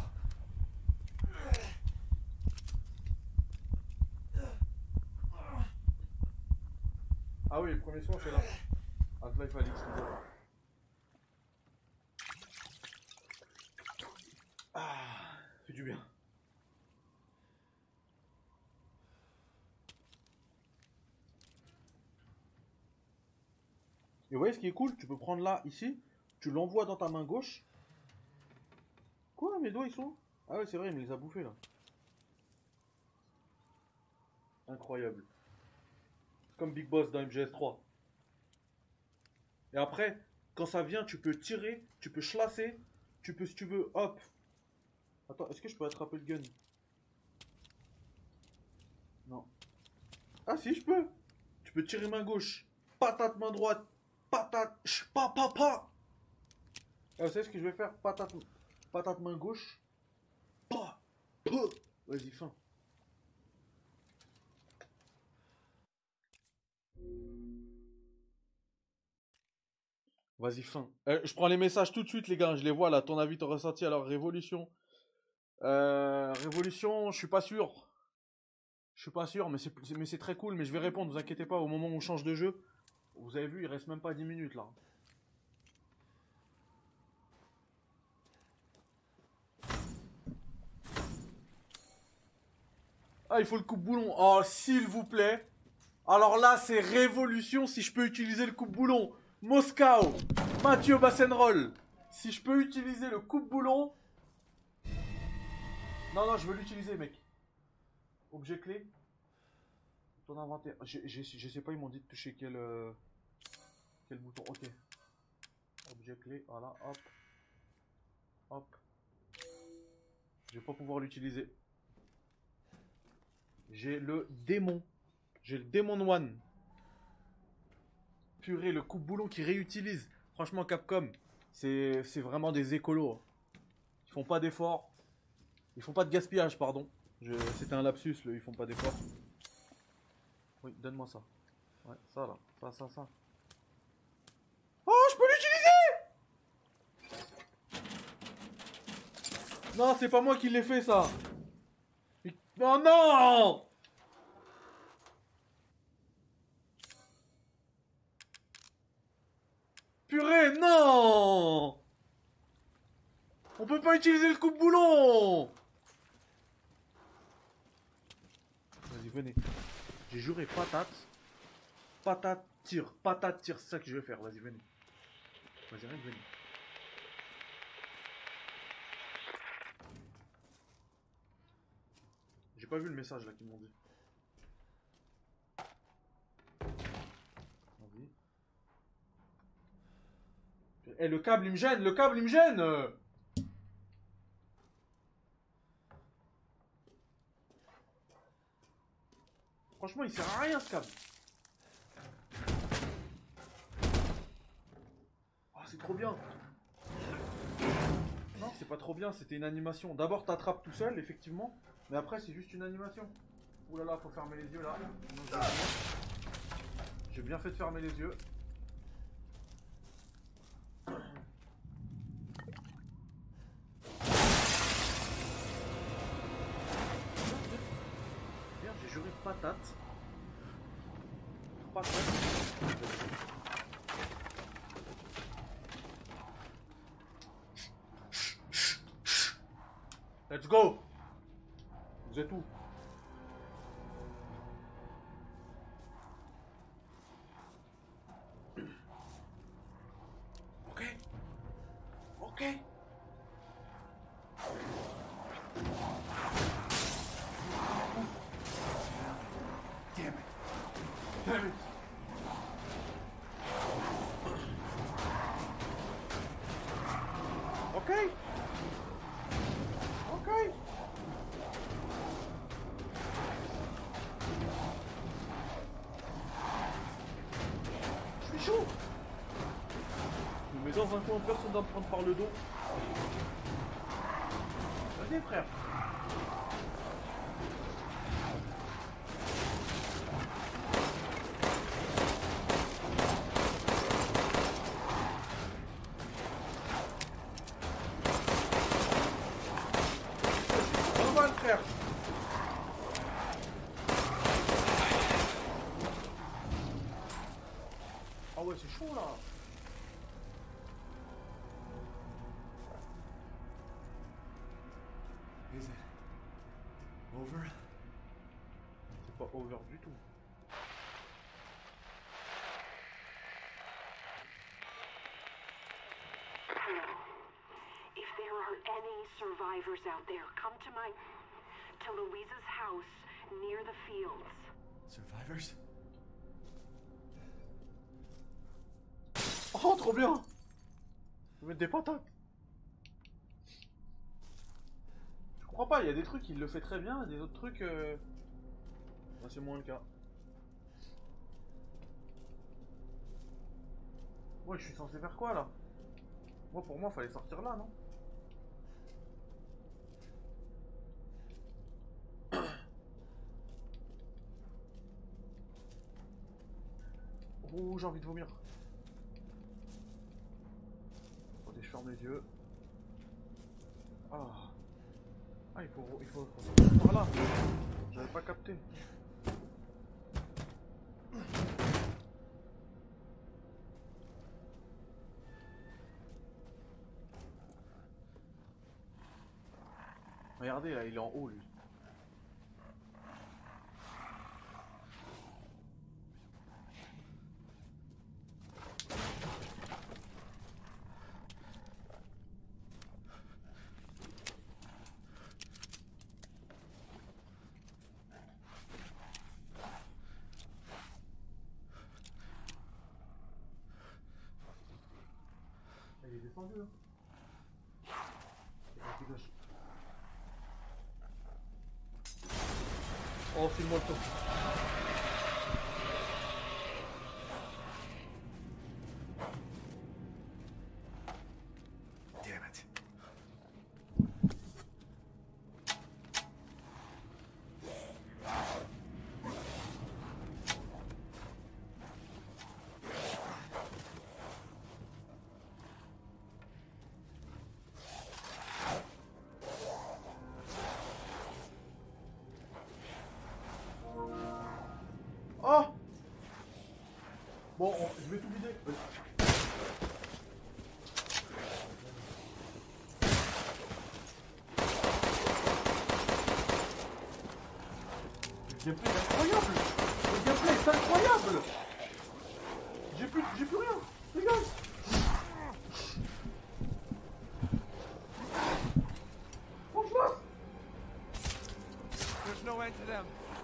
Ah oui, le premier soin, c'est là. Half-Life Alyx. Ah, fait du bien. Et vous voyez ce qui est cool, tu peux prendre là, ici, tu l'envoies dans ta main gauche. Quoi, mes doigts ils sont où? Ah ouais, c'est vrai, il me les a bouffés là. Incroyable. C'est comme Big Boss dans MGS3. Et après, quand ça vient, tu peux tirer, tu peux chlasser, tu peux, si tu veux, hop. Attends, est-ce que je peux attraper le gun? Non. Ah si, je peux. Tu peux tirer main gauche, patate main droite, patate, pa. Ah, vous savez ce que je vais faire? Patate main gauche, pa, vas-y, fin. Vas-y, fin. Je prends les messages tout de suite, les gars. Je les vois là. Ton avis, ton ressenti. Alors, Révolution. Révolution, je suis pas sûr. Je suis pas sûr, mais c'est très cool. Mais je vais répondre, vous inquiétez pas. Au moment où on change de jeu, vous avez vu, il reste même pas 10 minutes là. Ah, il faut le coupe-boulon. Oh, s'il vous plaît. Alors là, c'est Révolution si je peux utiliser le coupe-boulon. Moscow, Mathieu Bassenroll. Si je peux utiliser le coupe-boulon. Non, non, je veux l'utiliser, mec. Objet clé. Ton inventaire. Je sais pas, ils m'ont dit de toucher quel bouton. Ok. Objet clé, voilà, hop. Hop. Je vais pas pouvoir l'utiliser. J'ai le démon. J'ai le démon one. Purée, le coupe-boulon qui réutilise. Franchement, Capcom, c'est vraiment des écolos. Ils font pas d'efforts. Ils font pas de gaspillage, pardon. C'était un lapsus, ils font pas d'efforts. Oui, donne-moi ça. Ouais, ça là. Ça. Oh, je peux l'utiliser! Non, c'est pas moi qui l'ai fait, ça. Non, non! Purée, non! On peut pas utiliser le coupe-boulon. Vas-y, venez. J'ai juré, patate. Patate, tire. Patate, tire. C'est ça que je vais faire. Vas-y, venez. Vas-y, rien, venez. J'ai pas vu le message là qu'ils m'ont dit. Vas-y. Eh, le câble il me gêne, le câble il me gêne. Franchement il sert à rien ce câble. Oh c'est trop bien. Non c'est pas trop bien, c'était une animation. D'abord t'attrapes tout seul effectivement. Mais après c'est juste une animation. Ouh là là, faut fermer les yeux là. J'ai bien fait de fermer les yeux. Merde, j'ai juré patate. Patate. Let's go. Vous êtes où? Ok. Ok. Damn it. Damn it. Ok. Ok. Je suis chaud. Je me mets dans un coin, personne va me prendre par le dos. Vas-y frère. On va le faire. Ah ouais c'est chaud là. Is it over? C'est pas over du tout. If there are any survivors out there, come to Louisa's house near the fields. Survivors? Oh trop bien. Je vais mettre des patates. Je comprends pas, il y a des trucs il le fait très bien, et des autres trucs bah, c'est moins le cas. Ouais je suis censé faire quoi là? Moi pour moi fallait sortir là non? Oh j'ai envie de vomir. Attendez je ferme les yeux. Ah. Ah il faut sortir par là. J'avais pas capté. Regardez là, il est en haut lui. Il est descendu là. Oh, file-moi le temps. Damn it. gameplay est incroyable. Le gameplay est incroyable. J'ai plus rien. Les gars. Franchement. There's no end to them.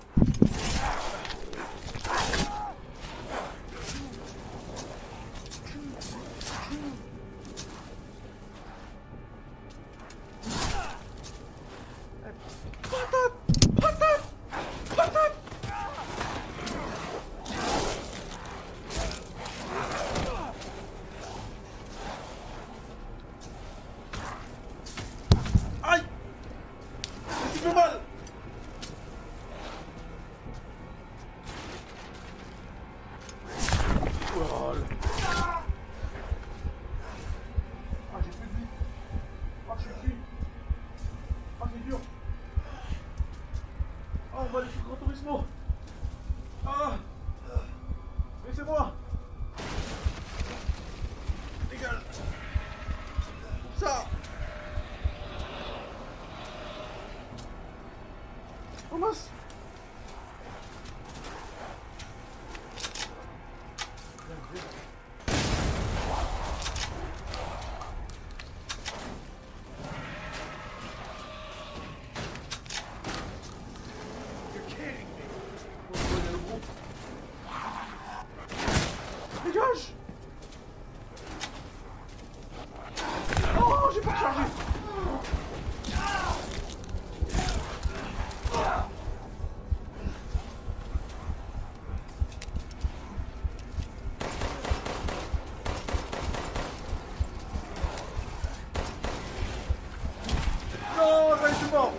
Aïe. Ça fait mal. Oh, ah, j'ai plus de vie. Ah, je suis cuit. Ah, c'est dur. Ah, on va aller sur Gran Turismo. Ah, laissez-moi. Dégage. Ça. Oh mince. Dégage. Oh, j'ai pas rechargé. Non, j'allais être mort.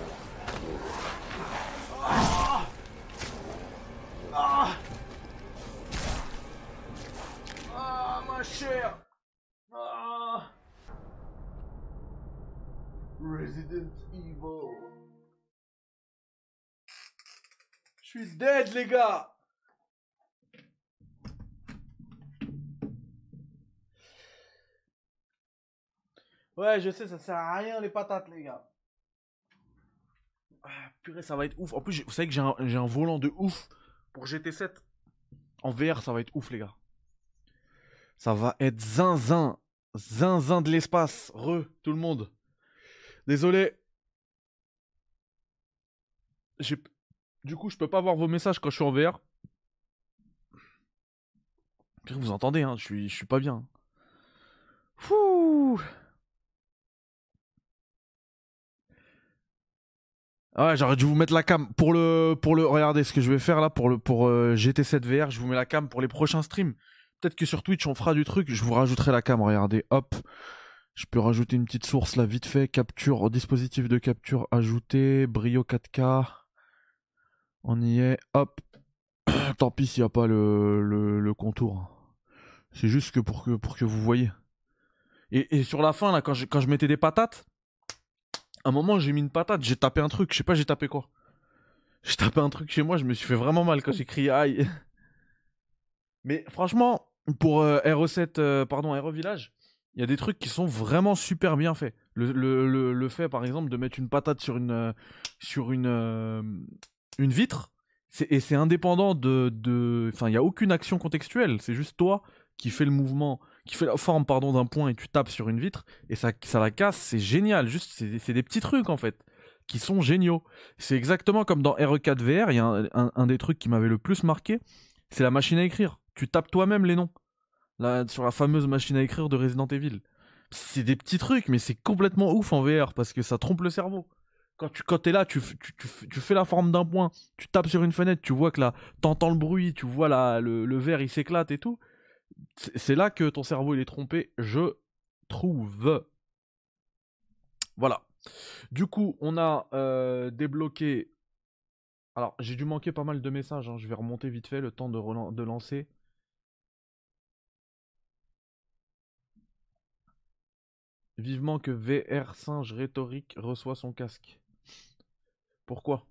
Ah. Ah. Ah, ma chère. Ah. Resident Evil. Je suis dead, les gars. Ouais, je sais, ça sert à rien les patates, les gars. Ah, purée, ça va être ouf. En plus, vous savez que j'ai un volant de ouf pour GT7. En VR, ça va être ouf, les gars. Ça va être zinzin. Zinzin de l'espace. Tout le monde. Désolé. Du coup, je peux pas voir vos messages quand je suis en VR. Vous entendez, hein, je suis pas bien. Fouh. Ah ouais, j'aurais dû vous mettre la cam pour le regardez ce que je vais faire là pour GT7 VR, je vous mets la cam pour les prochains streams. Peut-être que sur Twitch on fera du truc, je vous rajouterai la cam, regardez, hop. Je peux rajouter une petite source là vite fait, capture, dispositif de capture ajouté, brio 4K. On y est, hop. Tant pis s'il n'y a pas le contour. C'est juste que pour que vous voyez. Et sur la fin là quand je mettais des patates, à un moment j'ai mis une patate, j'ai tapé un truc, je sais pas j'ai tapé quoi. J'ai tapé un truc chez moi, je me suis fait vraiment mal quand j'ai crié aïe. Mais franchement, pour RE7, RE Village, il y a des trucs qui sont vraiment super bien faits. Le fait par exemple de mettre une patate sur une vitre, c'est indépendant enfin il n'y a aucune action contextuelle, c'est juste toi qui fais le mouvement, qui fait la forme d'un point et tu tapes sur une vitre et ça la casse, c'est génial, juste c'est des petits trucs en fait qui sont géniaux. C'est exactement comme dans RE4 VR, il y a un des trucs qui m'avait le plus marqué, c'est la machine à écrire. Tu tapes toi-même les noms là, sur la fameuse machine à écrire de Resident Evil. C'est des petits trucs, mais c'est complètement ouf en VR parce que ça trompe le cerveau. Quand t'es là, tu fais la forme d'un point, tu tapes sur une fenêtre, tu vois que là, t'entends le bruit, tu vois là, le verre il s'éclate et tout. C'est là que ton cerveau il est trompé, je trouve. Voilà. Du coup, on a débloqué. Alors, j'ai dû manquer pas mal de messages, hein. Je vais remonter vite fait le temps de lancer. Vivement que VR Singe Rhétorique reçoit son casque. Pourquoi?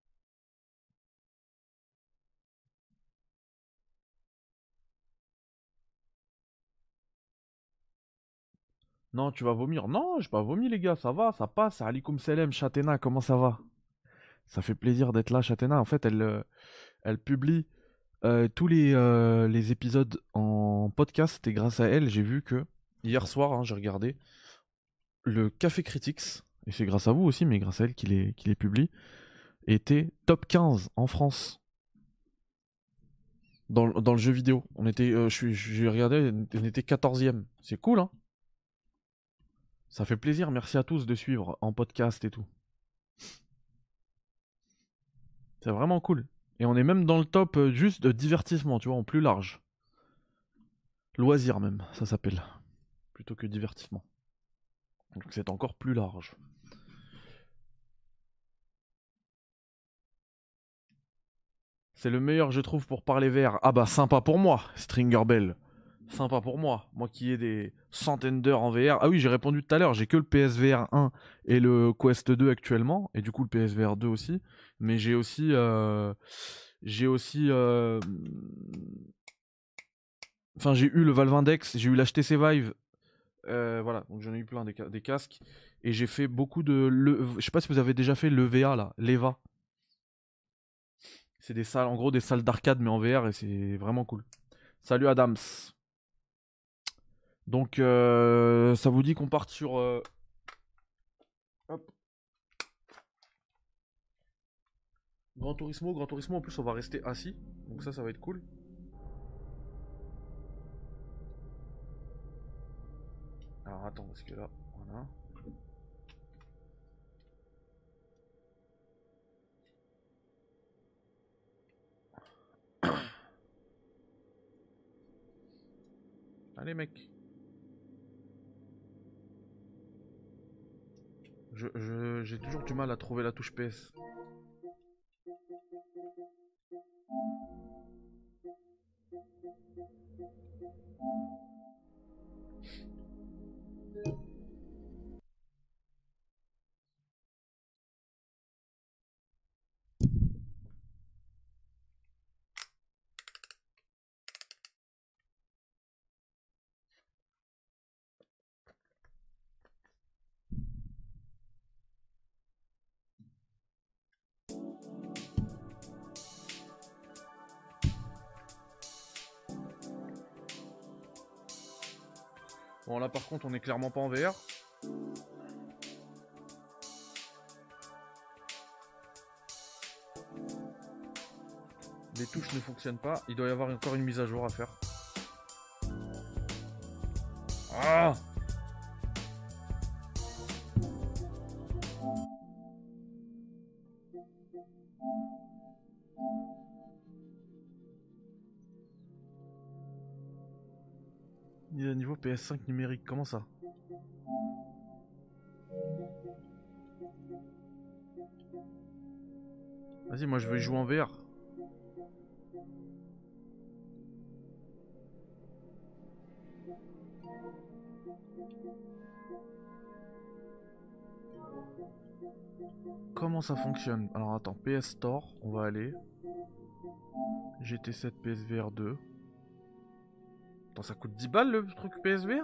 Non, tu vas vomir. Non, j'ai pas vomi, les gars, ça va, ça passe. Alikoum Selem, Chatena, comment ça va? Ça fait plaisir d'être là, Châtena. En fait, elle publie tous les épisodes en podcast. Et grâce à elle, j'ai vu que hier soir, hein, j'ai regardé le Café Critics. Et c'est grâce à vous aussi, mais grâce à elle qui les publie. Était top 15 en France. Dans le jeu vidéo. J'ai regardé, on était 14e. C'est cool, hein? Ça fait plaisir. Merci à tous de suivre en podcast et tout. C'est vraiment cool. Et on est même dans le top juste de divertissement, tu vois, en plus large. Loisir même, ça s'appelle. Plutôt que divertissement. Donc c'est encore plus large. C'est le meilleur, je trouve, pour parler VR. Ah bah, sympa pour moi, Stringer Bell. Sympa pour moi. Moi qui ai des centaines d'heures en VR. Ah oui, j'ai répondu tout à l'heure, j'ai que le PSVR 1 et le Quest 2 actuellement. Et du coup, le PSVR 2 aussi. Mais j'ai aussi... Enfin, j'ai eu le Valve Index, j'ai eu l'HTC Vive. Voilà, donc j'en ai eu plein des casques. Et j'ai fait beaucoup de... Je sais pas si vous avez déjà fait l'EVA, là, l'EVA. C'est des salles, en gros des salles d'arcade mais en VR et c'est vraiment cool. Salut Adams. Donc ça vous dit qu'on parte sur... Hop. Gran Turismo en plus on va rester assis. Donc ça va être cool. Alors attends, parce que là, voilà. Allez mec. J'ai toujours du mal à trouver la touche PS. Bon là par contre on est clairement pas en VR. Les touches ne fonctionnent pas, il doit y avoir encore une mise à jour à faire. Ah! Niveau PS5 numérique, comment ça? Vas-y, moi je veux y jouer en VR. Comment ça fonctionne? Alors attends, PS Store, on va aller. GT7 PSVR 2. Attends, ça coûte 10 balles le truc PSVR?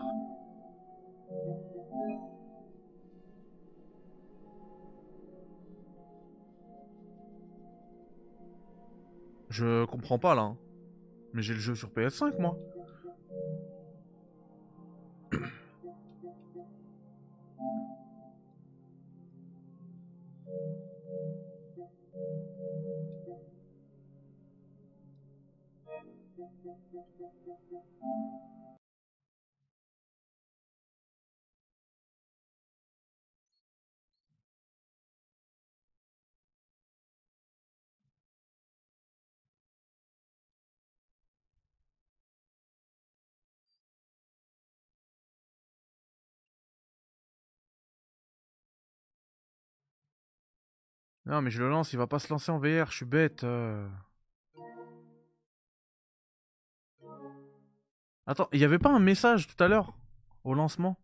Je comprends pas là. Hein. Mais j'ai le jeu sur PS5 moi. Non mais je le lance, il va pas se lancer en VR, je suis bête. Attends, il y avait pas un message tout à l'heure au lancement?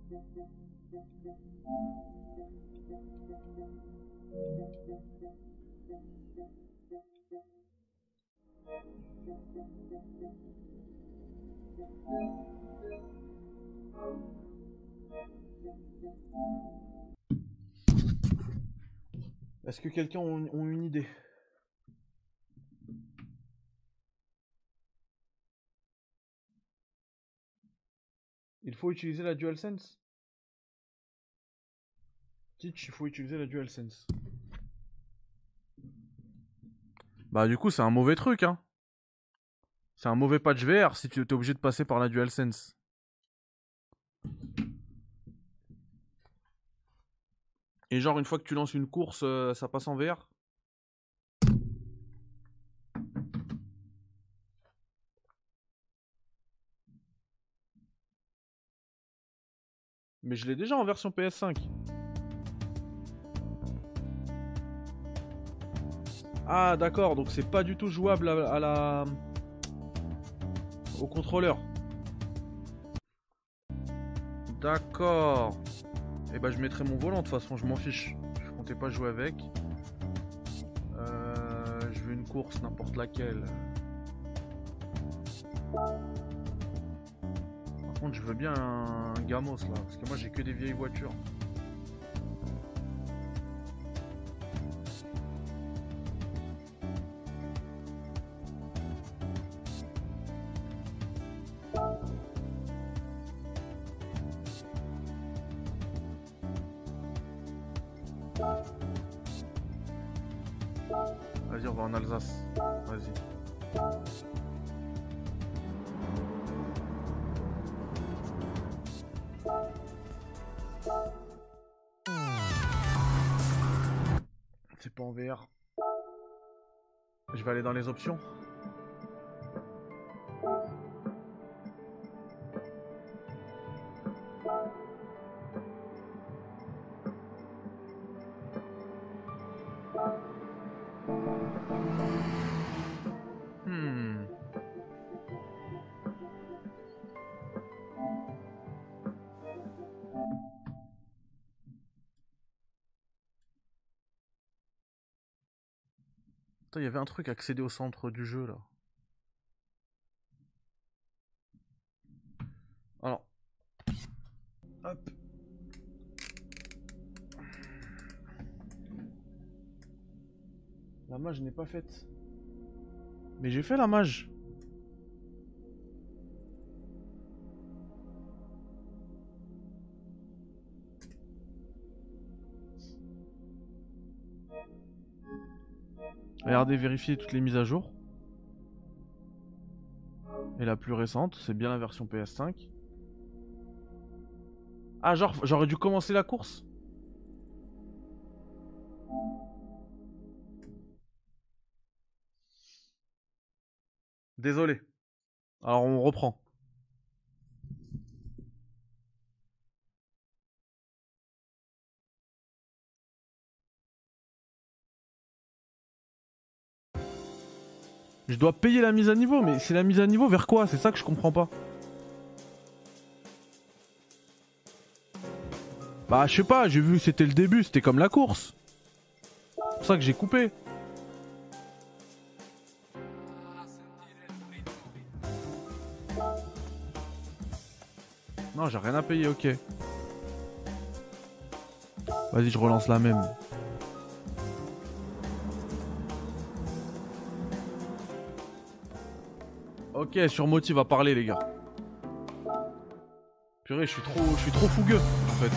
Est-ce que quelqu'un ont une idée? Il faut utiliser la DualSense. Teach, il faut utiliser la DualSense. Bah du coup c'est un mauvais truc hein. C'est un mauvais patch VR si tu es obligé de passer par la DualSense. Et genre une fois que tu lances une course, ça passe en VR. Mais je l'ai déjà en version PS5. Ah d'accord, donc c'est pas du tout jouable à la... au contrôleur. D'accord. Et bah je mettrai mon volant de toute façon, je m'en fiche. Je comptais pas jouer avec. Je veux une course, n'importe laquelle. Par contre je veux bien un Gamos là, parce que moi j'ai que des vieilles voitures. Vas-y, on va en Alsace. Vas-y. C'est pas en VR. Je vais aller dans les options. Il y avait un truc, accéder au centre du jeu là. Alors. Hop. La mage n'est pas faite. Mais j'ai fait la mage. Regardez, vérifier toutes les mises à jour. Et la plus récente, c'est bien la version PS5. Ah, genre, j'aurais dû commencer la course. Désolé. Alors on reprend. Je dois payer la mise à niveau, mais c'est la mise à niveau vers quoi? C'est ça que je comprends pas. Bah je sais pas, j'ai vu que c'était le début, c'était comme la course. C'est pour ça que j'ai coupé. Non, j'ai rien à payer, ok. Vas-y, je relance la même. Ok, sur Motive à parler les gars. Purée, je suis trop fougueux en fait.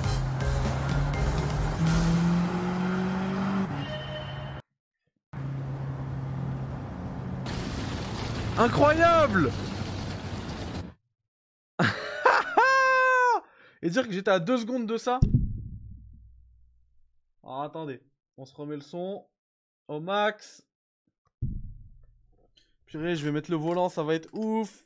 Incroyable. Et dire que j'étais à 2 secondes de ça. Alors attendez, on se remet le son au max. Purée, je vais mettre le volant, ça va être ouf.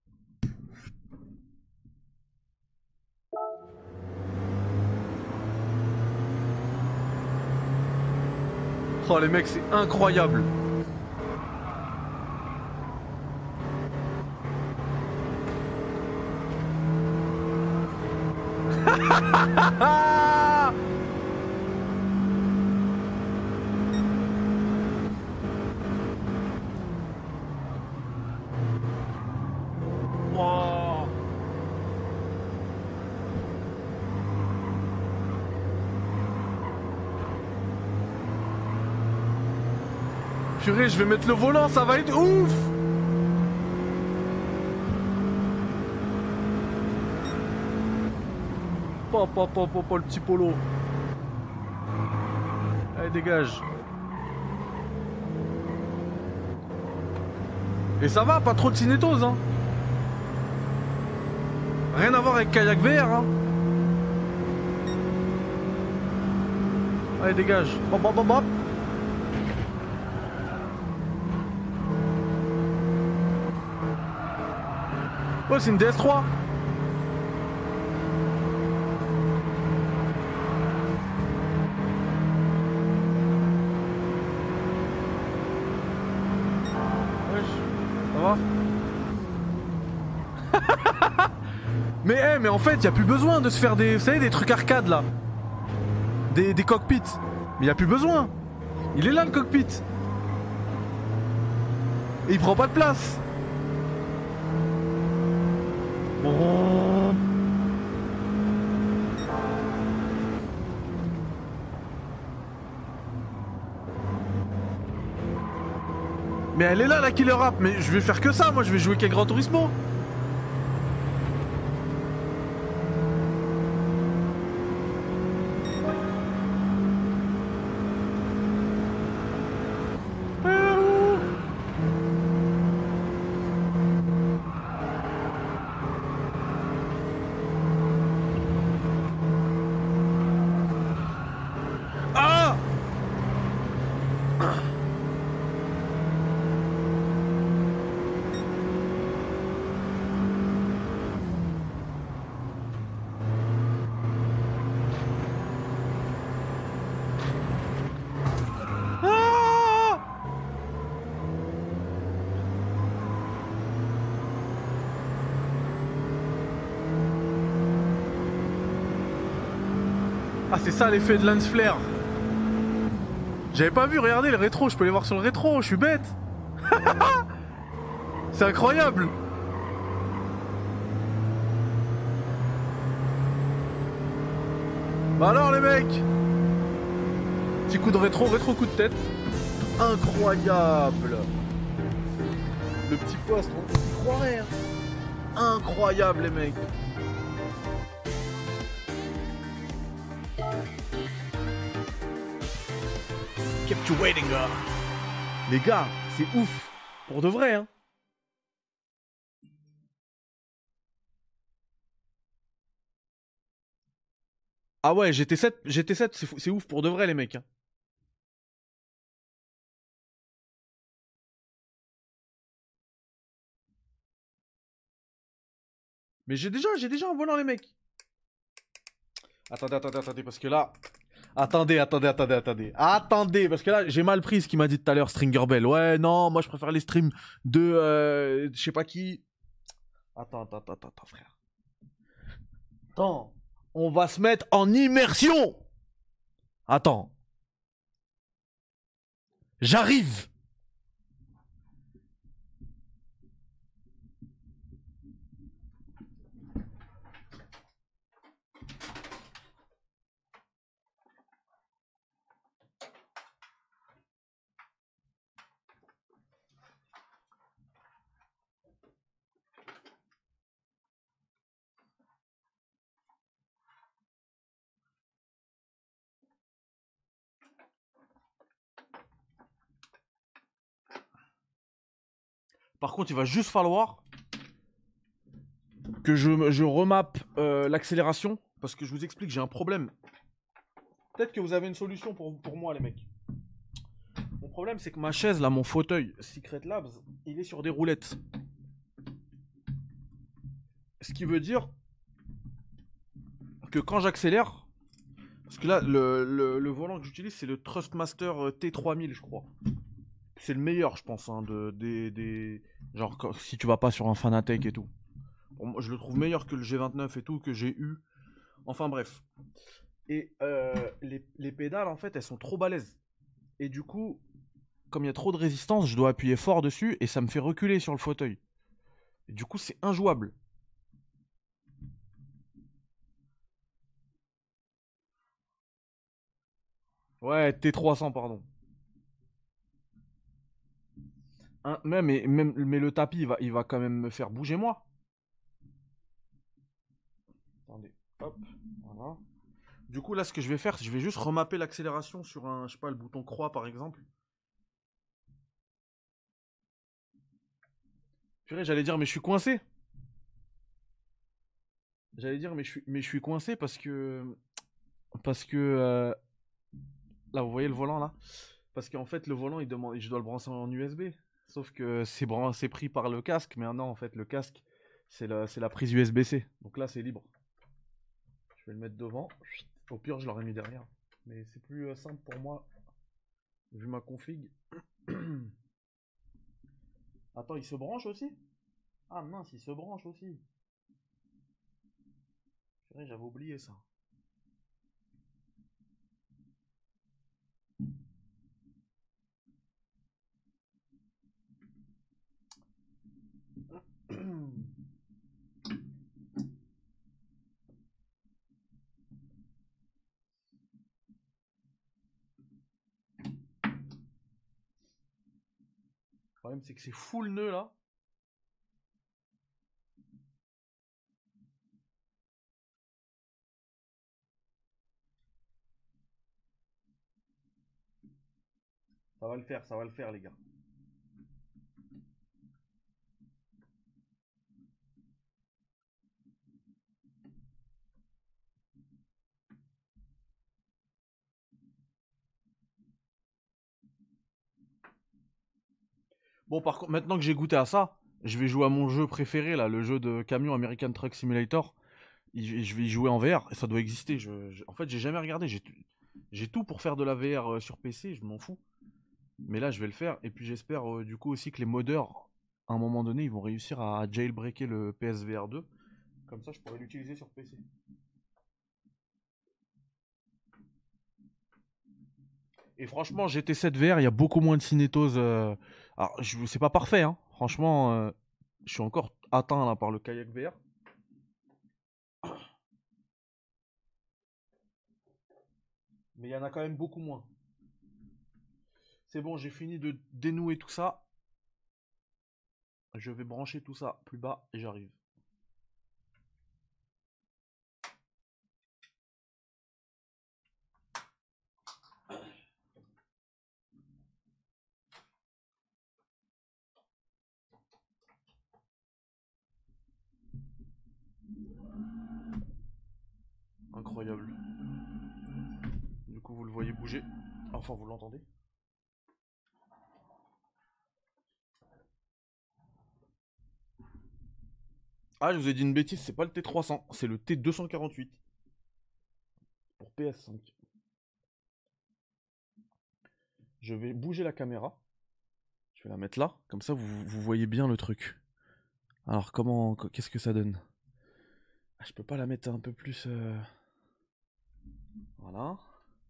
Oh les mecs, c'est incroyable. Wow. Purée, je vais mettre le volant, ça va être ouf. Le petit polo. Allez, dégage. Et ça va, pas trop de cinétose, hein. Rien à voir avec kayak VR, hein. Allez, dégage. Bop, bop, bop, bop. Oh, c'est une DS3. Ça va. Mais en fait, y a plus besoin de se faire des, vous savez, des trucs arcade là, des cockpits. Mais y a plus besoin. Il est là le cockpit. Et il prend pas de place. Oh. Mais elle est là la Killer App. Mais je vais faire que ça, moi je vais jouer qu'à Gran Turismo. Ah, c'est ça l'effet de lens flare. J'avais pas vu, regardez le rétro, je peux les voir sur le rétro, je suis bête. C'est incroyable. Bah alors les mecs. Petit coup de rétro, coup de tête. Incroyable. Le petit poste, on y croirait. Hein. Incroyable les mecs. Kept you waiting, gars. Les gars, c'est ouf. Pour de vrai, hein. Ah ouais, GT7, c'est ouf pour de vrai, les mecs. Hein. Mais j'ai déjà un volant, les mecs. Attendez, parce que là... Attendez, parce que là, j'ai mal pris ce qu'il m'a dit tout à l'heure, Stringer Bell. Ouais, non, moi, je préfère les streams de... je sais pas qui. Attends, frère. Attends, on va se mettre en immersion. Attends. J'arrive. Par contre, il va juste falloir que je remappe l'accélération. Parce que je vous explique, j'ai un problème. Peut-être que vous avez une solution pour moi, les mecs. Mon problème, c'est que ma chaise, là, mon fauteuil Secret Labs, il est sur des roulettes. Ce qui veut dire que quand j'accélère... Parce que là, le volant que j'utilise, c'est le Trustmaster T3000, je crois. C'est le meilleur, je pense, hein, genre si tu vas pas sur un Fanatec et tout. Bon, moi, je le trouve meilleur que le G29 et tout que j'ai eu Enfin bref. Et les pédales, en fait, elles sont trop balèzes. Et du coup, comme il y a trop de résistance, je dois appuyer fort dessus et ça me fait reculer sur le fauteuil. Et du coup, c'est injouable. Ouais, T300, pardon. Mais le tapis, il va quand même me faire bouger moi. Attendez, hop, voilà. Du coup, là, ce que je vais faire, c'est que je vais juste remapper l'accélération sur un, je sais pas, le bouton croix, par exemple. Purée, j'allais dire, mais je suis coincé. J'allais dire, mais je suis coincé parce que là, vous voyez le volant là? Parce qu'en fait, le volant, il demande, je dois le brancher en USB. Sauf que c'est pris par le casque, mais non, en fait, le casque, c'est la prise USB-C. Donc là, c'est libre. Je vais le mettre devant. Au pire, je l'aurais mis derrière. Mais c'est plus simple pour moi, vu ma config. Attends, il se branche aussi? Ah mince, il se branche aussi. J'avais oublié ça. Le problème, c'est que c'est full nœud là. Ça va le faire, les gars. Bon, par contre, maintenant que j'ai goûté à ça, je vais jouer à mon jeu préféré, là, le jeu de camion American Truck Simulator. Je vais y jouer en VR, et ça doit exister. En fait, j'ai jamais regardé. J'ai tout pour faire de la VR sur PC, je m'en fous. Mais là, je vais le faire, et puis j'espère du coup aussi que les modeurs, à un moment donné, ils vont réussir à jailbreaker le PSVR 2. Comme ça, je pourrais l'utiliser sur PC. Et franchement, GT7 VR, il y a beaucoup moins de cinétose. Alors, c'est pas parfait, hein. Franchement, je suis encore atteint là par le kayak VR. Mais il y en a quand même beaucoup moins. C'est bon, j'ai fini de dénouer tout ça. Je vais brancher tout ça plus bas et j'arrive. Incroyable. Du coup, vous le voyez bouger. Enfin, vous l'entendez. Ah, je vous ai dit une bêtise, c'est pas le T300, c'est le T248 pour PS5. Je vais bouger la caméra. Je vais la mettre là, comme ça vous voyez bien le truc. Alors, qu'est-ce que ça donne? Ah, je peux pas la mettre un peu plus. Voilà.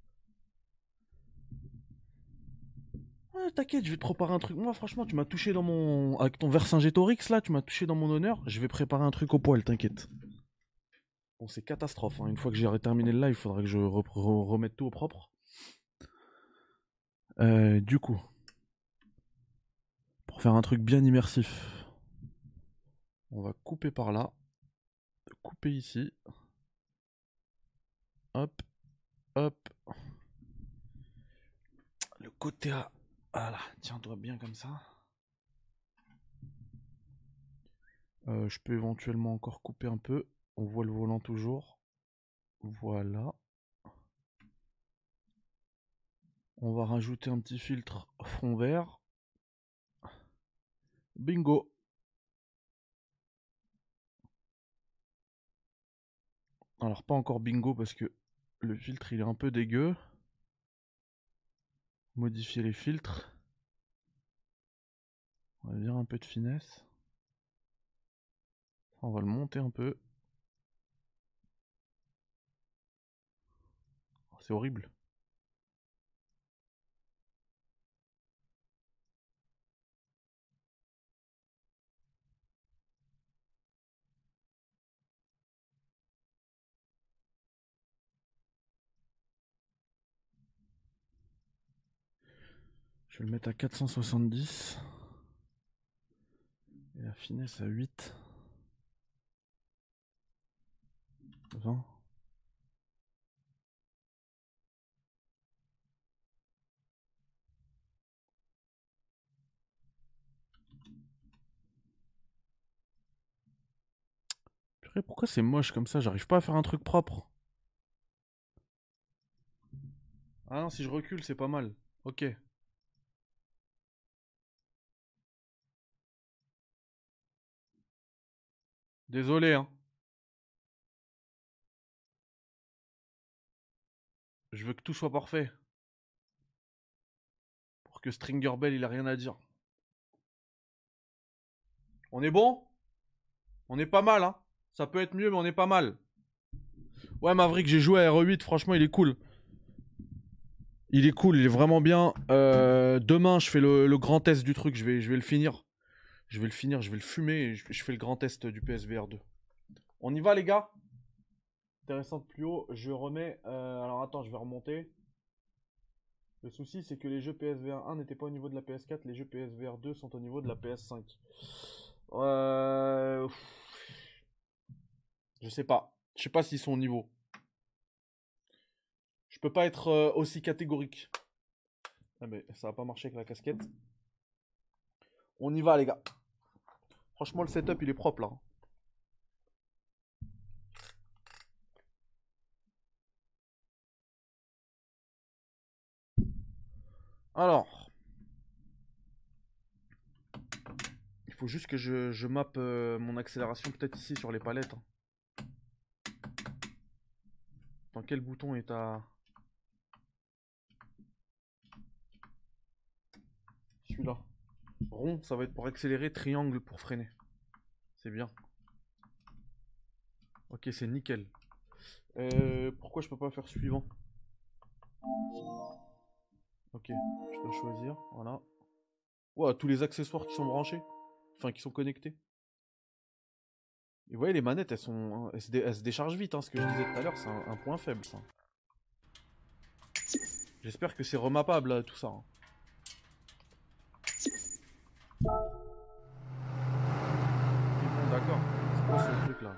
Ah, t'inquiète, je vais te préparer un truc. Moi, franchement, tu m'as touché dans mon. Avec ton Vercingétorix là, tu m'as touché dans mon honneur. Je vais préparer un truc au poil, t'inquiète. Bon, c'est catastrophe, hein. Une fois que j'aurai terminé le live, il faudra que je remette tout au propre. Du coup, pour faire un truc bien immersif, on va couper par là, couper ici. Hop, hop. Le côté A. Voilà, tiens-toi bien comme ça. Je peux éventuellement encore couper un peu. On voit le volant toujours. Voilà. On va rajouter un petit filtre fond vert. Bingo. Alors pas encore bingo parce que le filtre il est un peu dégueu. Modifier les filtres. On va dire un peu de finesse. On va le monter un peu. C'est horrible. Je vais le mettre à 470. Et la finesse à 8. 20. Purée, pourquoi c'est moche comme ça? J'arrive pas à faire un truc propre. Ah non, si je recule, c'est pas mal. Ok. Désolé, hein. Je veux que tout soit parfait. Pour que Stringer Bell, il a rien à dire. On est bon? On est pas mal, hein. Ça peut être mieux, mais on est pas mal. Ouais, Maverick, j'ai joué à RE8, franchement, il est cool. Il est cool, il est vraiment bien. Demain, je fais le grand test du truc, je vais le finir. Je vais le finir, je vais le fumer et je fais le grand test du PSVR 2. On y va, les gars? Intéressant de plus haut, je remets... alors attends, je vais remonter. Le souci, c'est que les jeux PSVR 1 n'étaient pas au niveau de la PS4, les jeux PSVR 2 sont au niveau de la PS5. Je sais pas. Je sais pas s'ils sont au niveau. Je peux pas être aussi catégorique. Ah mais ça va pas marcher avec la casquette. On y va, les gars. Franchement, le setup, il est propre, là. Alors. Il faut juste que je mappe mon accélération, peut-être ici, sur les palettes. Hein. Dans quel bouton est à... Celui-là. Rond, ça va être pour accélérer, triangle pour freiner. C'est bien. Ok, c'est nickel. Pourquoi je peux pas faire suivant? Ok, je dois choisir, voilà. Ouah, tous les accessoires qui sont branchés. Enfin, qui sont connectés. Et vous voyez, les manettes, elles se déchargent vite, hein, ce que je disais tout à l'heure, c'est un point faible, ça. J'espère que c'est remappable, tout ça. Hein. Bon, d'accord. C'est quoi ce truc-là?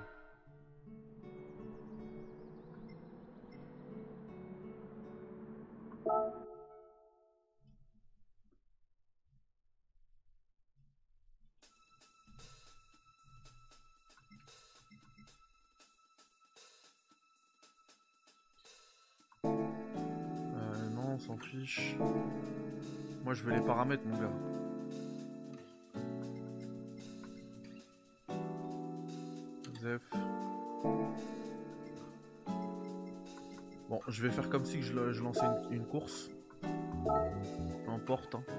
Non, on s'en fiche. Moi, je veux les paramètres, mon gars. Zef. Bon, je vais faire comme si je lançais une course. Peu importe. Hein.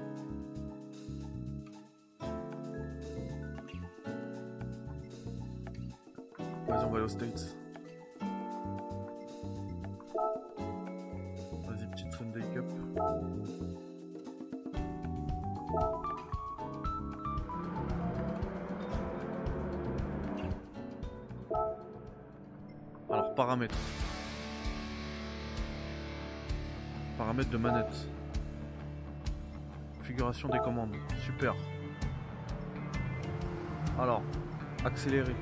Vas-y, on va aller aux States. Vas-y, petite Sunday Cup. Alors, paramètres. Paramètres de manette. Configuration des commandes. Super. Alors, accélérer.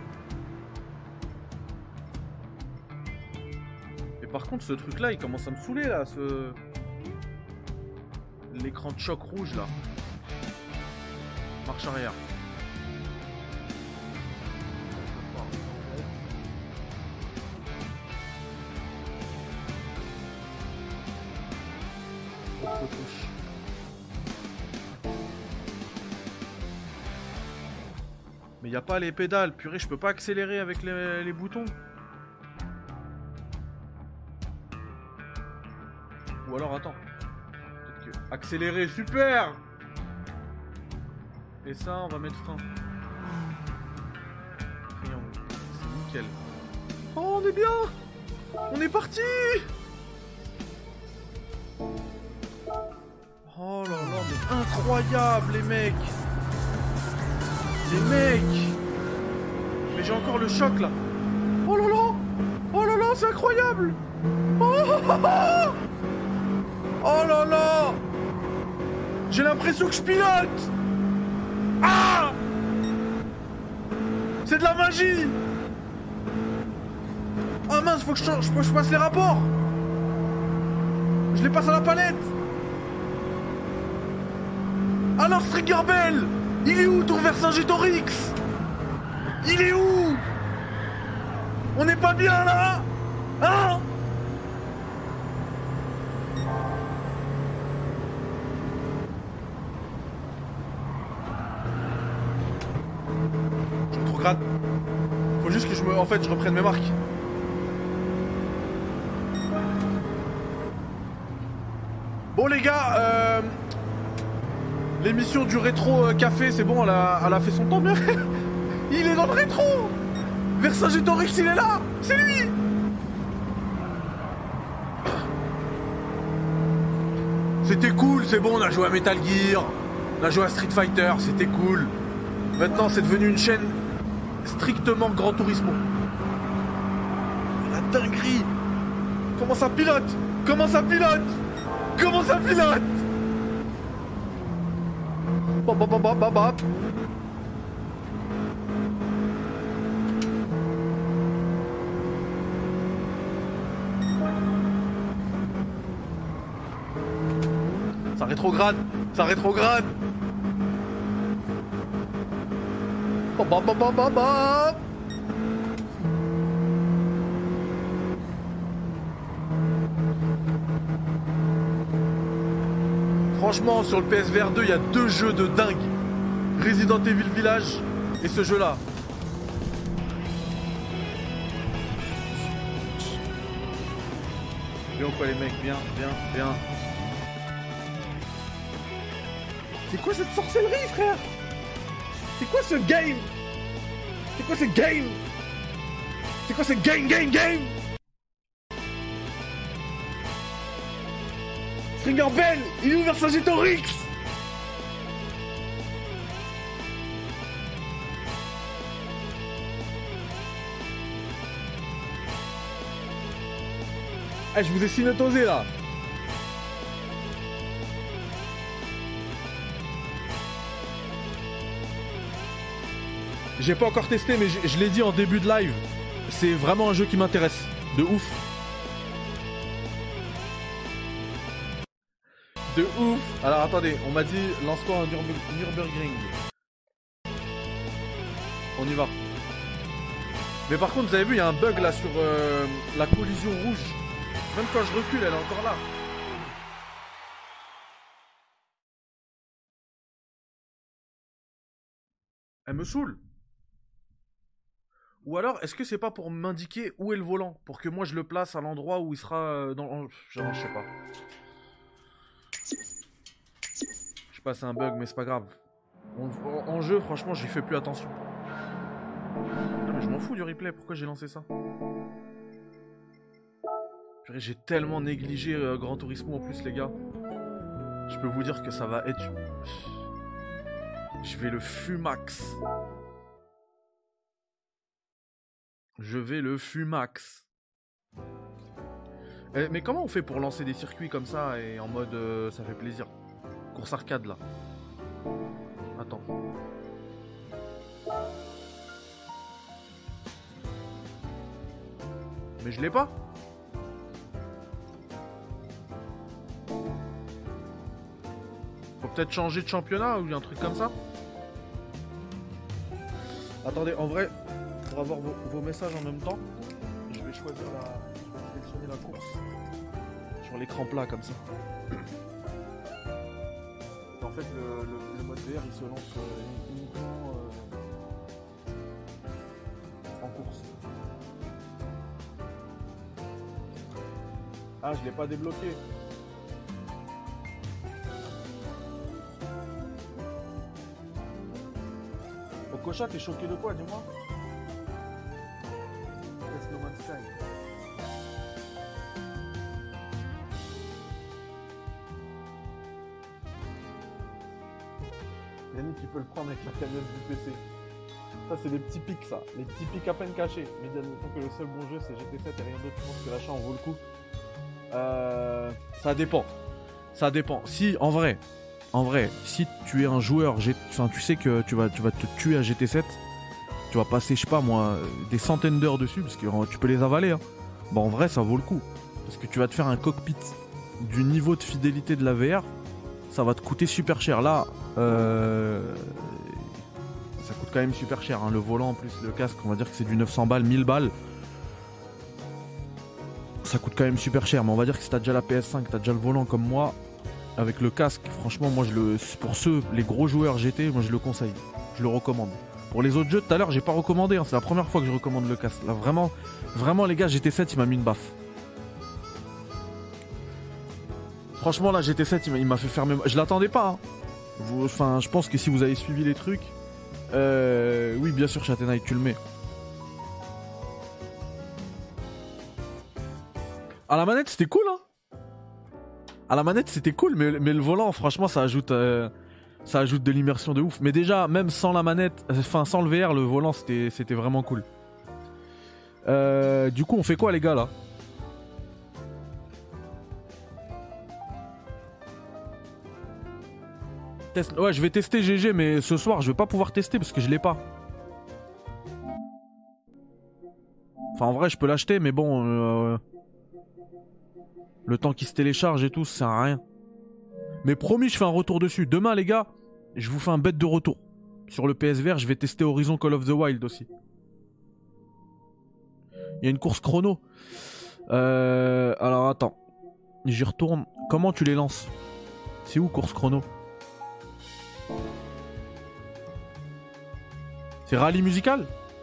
Et par contre, ce truc là, il commence à me saouler là. L'écran de choc rouge là. Marche arrière. Touche. Mais y a pas les pédales, purée, je peux pas accélérer avec les boutons. Ou alors attends. Peut-être que... Accélérer, super. Et ça, on va mettre frein. Triangle, c'est nickel. Oh, on est bien. On est parti. Oh là là, mais incroyable les mecs. Les mecs. Mais j'ai encore le choc là. Oh là là. Oh là là, c'est incroyable. Oh, oh, oh. Oh là là. J'ai l'impression que je pilote. Ah. C'est de la magie. Ah mince, faut que je passe les rapports. Je les passe à la palette. Alors Stringer Bell, il est où ton Vercingétorix? Il est où? On n'est pas bien là? Hein? Je rétrograde. Faut juste que je reprenne mes marques. Bon les gars, l'émission du rétro café, c'est bon, elle a fait son temps bien. Il est dans le rétro. Vercingétorix, il est là. C'est lui. C'était cool, c'est bon, on a joué à Metal Gear, on a joué à Street Fighter, c'était cool. Maintenant, c'est devenu une chaîne strictement Gran Turismo. La dinguerie. Comment ça pilote? Comment ça pilote? Comment ça pilote? Bop, bop, bop, bop, bop. Ça rétrograde. Ça rétrograde. Bop, bop, bop, bop, bop, bop. Franchement, sur le PSVR 2, il y a 2 jeux de dingue. Resident Evil Village et ce jeu-là. Bien quoi les mecs, bien, bien, bien. C'est quoi cette sorcellerie, frère? C'est quoi ce game? C'est quoi ce game? C'est quoi ce game? Stringer Bell, il est où Vercingétorix? Ah, je vous ai synotosé là. J'ai pas encore testé, mais je l'ai dit en début de live. C'est vraiment un jeu qui m'intéresse. De ouf. De ouf. Alors attendez, on m'a dit lance-toi un Nürburgring. On y va. Mais par contre, vous avez vu, il y a un bug là sur la collision rouge. Même quand je recule, elle est encore là. Elle me saoule. Ou alors, est-ce que c'est pas pour m'indiquer où est le volant? Pour que moi je le place à l'endroit où il sera dans... Genre, je sais pas. Je sais pas, c'est un bug, mais c'est pas grave. En jeu, franchement, j'y fais plus attention. Non, mais je m'en fous du replay, pourquoi j'ai lancé ça? Purée, j'ai tellement négligé Gran Turismo en plus, les gars. Je peux vous dire que ça va être... Je vais le fumax. Je vais le fumax. Mais comment on fait pour lancer des circuits comme ça et en mode ça fait plaisir? Course arcade là. Attends. Mais je l'ai pas. Faut peut-être changer de championnat ou un truc comme ça. Attendez, en vrai, pour avoir vos messages en même temps, je vais choisir je vais sélectionner la course sur l'écran plat comme ça. En fait, le mode VR il se lance uniquement en course. Ah, je l'ai pas débloqué. Okocha, t'es choqué de quoi, dis-moi? No Man's Sky. Yannick, il peut le prendre avec la canette du PC. Ça, c'est des petits pics, ça. Les petits pics à peine cachés. Mais admettons que le seul bon jeu, c'est GT7 et rien d'autre. Je pense que l'achat en vaut le coup. Ça dépend. Ça dépend. Si, en vrai, si tu es un joueur, enfin, tu sais que tu vas te tuer à GT7, tu vas passer, je sais pas moi, des centaines d'heures dessus, parce que tu peux les avaler. Hein. Bah, en vrai, ça vaut le coup. Parce que tu vas te faire un cockpit du niveau de fidélité de la VR, ça va te coûter super cher. Là, ça coûte quand même super cher. Hein. Le volant, en plus, le casque, on va dire que c'est du 900 balles, 1000 balles. Ça coûte quand même super cher. Mais on va dire que si t'as déjà la PS5, t'as déjà le volant comme moi, avec le casque, franchement, moi, pour les gros joueurs GT, moi, je le conseille. Je le recommande. Pour les autres jeux, tout à l'heure, j'ai pas recommandé. Hein. C'est la première fois que je recommande le casque. Là, vraiment, les gars, GT7, il m'a mis une baffe. Franchement, là, GT7, il m'a fait fermer. Je l'attendais pas. Hein. Enfin, je pense que si vous avez suivi les trucs, oui, bien sûr, Châtenois, tu le mets. À la manette, c'était cool, hein. À la manette, c'était cool, mais le volant, franchement, ça ajoute de l'immersion de ouf. Mais déjà, même sans la manette, enfin, sans le VR, le volant, c'était vraiment cool. Du coup, on fait quoi, les gars, là? Ouais, je vais tester GG, mais ce soir, je vais pas pouvoir tester parce que je l'ai pas. Enfin, en vrai, je peux l'acheter, mais bon... Le temps qu'il se télécharge et tout, ça sert à rien. Mais promis, je fais un retour dessus. Demain, les gars, je vous fais un bête de retour. Sur le PSVR, je vais tester Horizon Call of the Wild aussi. Il y a une course chrono. Alors, attends. J'y retourne. Comment tu les lances? C'est où, course chrono? C'est rallye musical?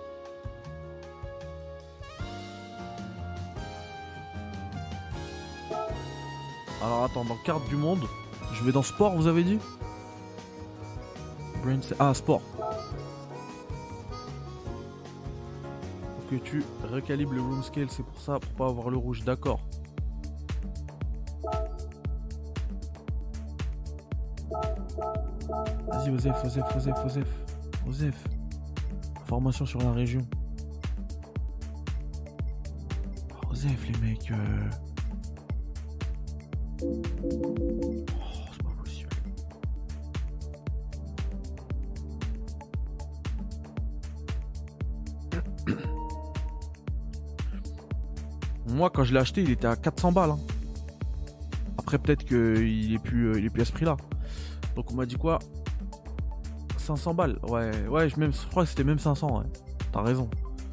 Alors attends, dans carte du monde, je vais dans sport, vous avez dit? Ah, sport. Faut que tu recalibres le room scale, c'est pour ça, pour pas avoir le rouge, d'accord. Vas-y, Osef. Information sur la région. Osef, les mecs. Oh, c'est pas possible. Moi, quand je l'ai acheté, il était à 400 balles. Hein. Après, peut-être qu'il est plus à ce prix-là. Donc, on m'a dit quoi? 500 balles. Ouais, je crois que c'était même 500. Ouais. T'as raison.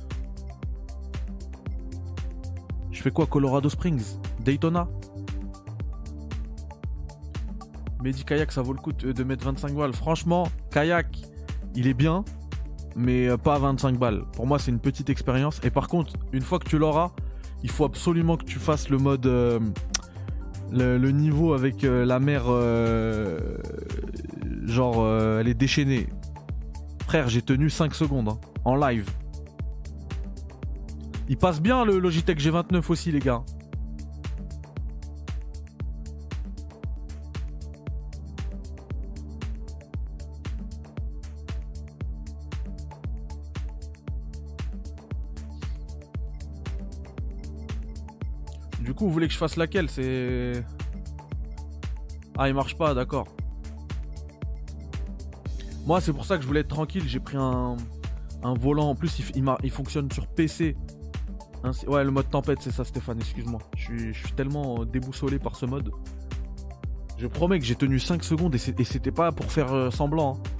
Je fais quoi? Colorado Springs? Daytona? Mehdi Kayak, ça vaut le coup de mettre 25 balles. Franchement, Kayak, il est bien, mais pas à 25 balles. Pour moi, c'est une petite expérience. Et par contre, une fois que tu l'auras, il faut absolument que tu fasses le mode... le niveau avec la mer... elle est déchaînée. Frère, j'ai tenu 5 secondes hein, en live. Il passe bien le Logitech G29 aussi, les gars. Du coup, vous voulez que je fasse laquelle? C'est... Ah, il marche pas, d'accord. Moi, c'est pour ça que je voulais être tranquille. J'ai pris un volant. En plus, il fonctionne sur PC. Hein, ouais, le mode tempête, c'est ça, Stéphane, excuse-moi. Je suis tellement déboussolé par ce mode. Je promets que j'ai tenu 5 secondes et c'était pas pour faire semblant. Hein.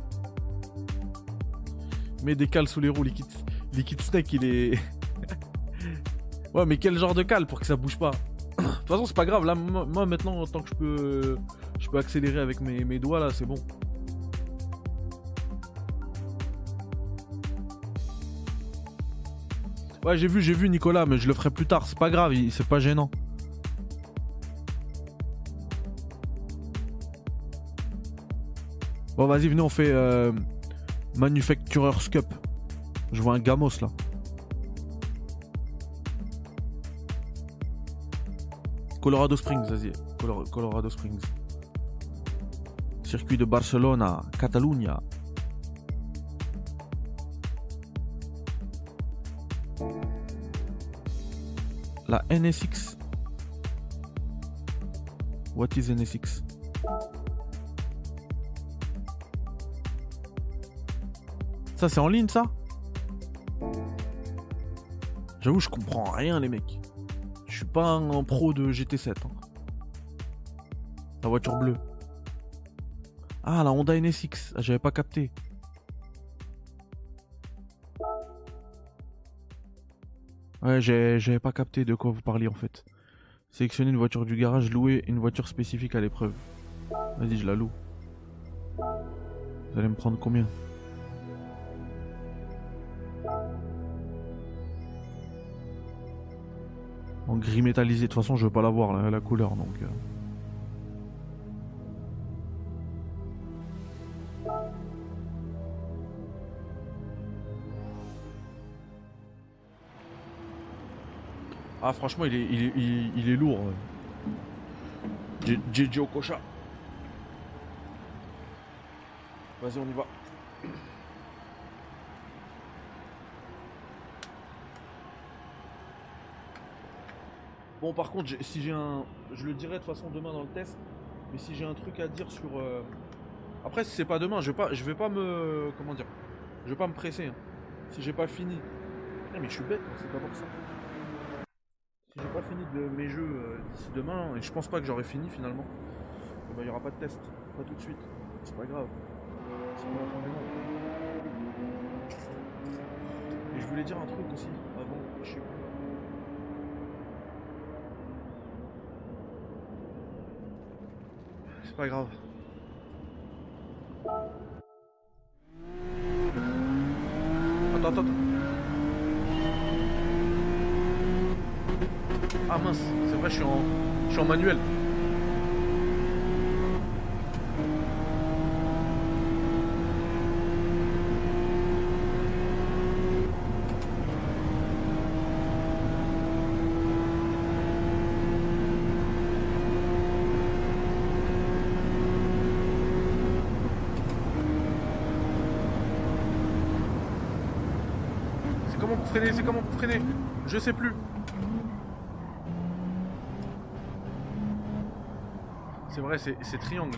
Mets des cales sous les roues, Liquid Snake, il est... Ouais, mais quel genre de cale pour que ça bouge pas? De toute façon, c'est pas grave. Là, moi, maintenant, tant que je peux accélérer avec mes doigts, là, c'est bon. Ouais, j'ai vu Nicolas, mais je le ferai plus tard. C'est pas grave, c'est pas gênant. Bon, vas-y, venez, on fait Manufacturer's Cup. Je vois un Gamos, là. Colorado Springs, vas-y. Colorado Springs. Circuit de Barcelona, Catalunya. La NSX. What is NSX? Ça c'est en ligne ça? J'avoue je comprends rien les mecs. Je suis pas un pro de GT7. Hein. La voiture bleue. Ah la Honda NSX. Ah, j'avais pas capté. Ouais j'avais pas capté de quoi vous parliez en fait. Sélectionnez une voiture du garage, louer une voiture spécifique à l'épreuve. Vas-y je la loue. Vous allez me prendre combien? En gris métallisé, de toute façon je veux pas la voir la couleur donc. Ah franchement il est lourd. JJ Okocha. Vas-y on y va. Bon par contre si j'ai un... Je le dirai de toute façon demain dans le test. Mais si j'ai un truc à dire sur... Après si c'est pas demain, je vais pas me... Comment dire? Je vais pas me presser. Hein. Si j'ai pas fini... Ah, mais je suis bête, c'est pas pour ça. Si j'ai pas fini de mes jeux d'ici demain, et je pense pas que j'aurai fini finalement, et bah, y aura pas de test. Pas tout de suite. C'est pas grave. C'est pas la fin du monde. Et je voulais dire un truc aussi avant, je sais plus. C'est pas grave. Attends. Ah mince, c'est vrai, je suis en manuel. C'est comment vous freinez? Je sais plus. C'est vrai, c'est triangle.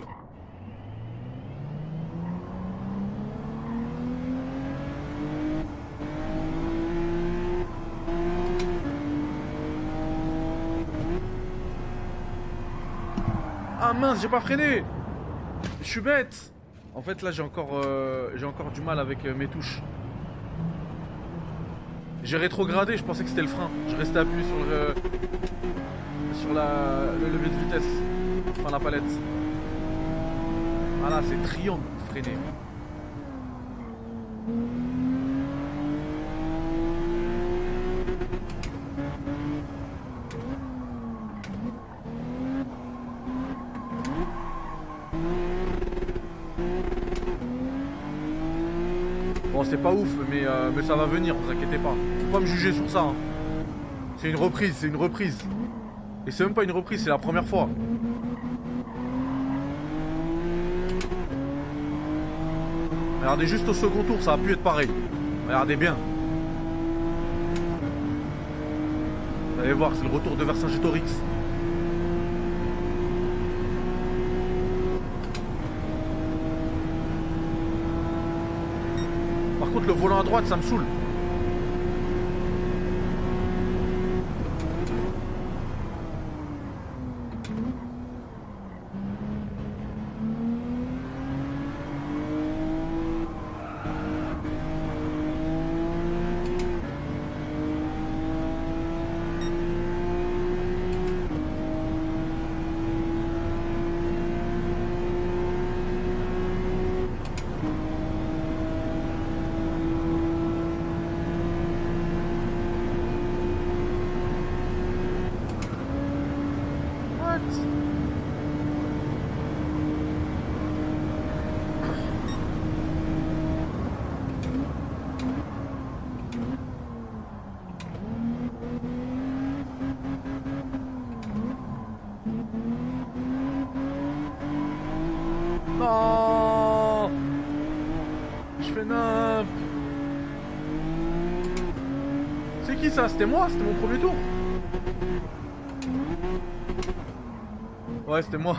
Ah mince, j'ai pas freiné. Je suis bête. En fait là j'ai encore du mal avec mes touches. J'ai rétrogradé, je pensais que c'était le frein. Je restais appuyé sur le levier de vitesse. Enfin la palette. Ah là c'est triangle freiné. Bon c'est pas ouf mais ça va venir, vous inquiétez pas. Faut pas me juger sur ça. Hein. C'est une reprise. Et c'est même pas une reprise, c'est la première fois. Regardez juste au second tour, ça a pu être pareil. Regardez bien. Vous allez voir, c'est le retour de Vercingétorix. Par contre, le volant à droite, ça me saoule. Non, je fais nimp. C'est qui ça? C'était moi? C'était mon premier tour? Ouais, c'était moi.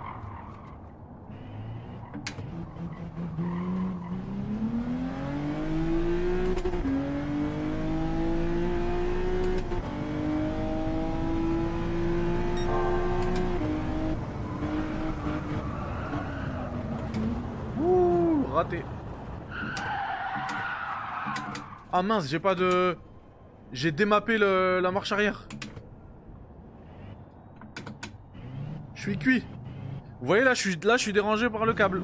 Ouh, raté. Ah mince, j'ai pas de... J'ai démappé la marche arrière. Je suis cuit. Vous voyez là, je suis dérangé par le câble.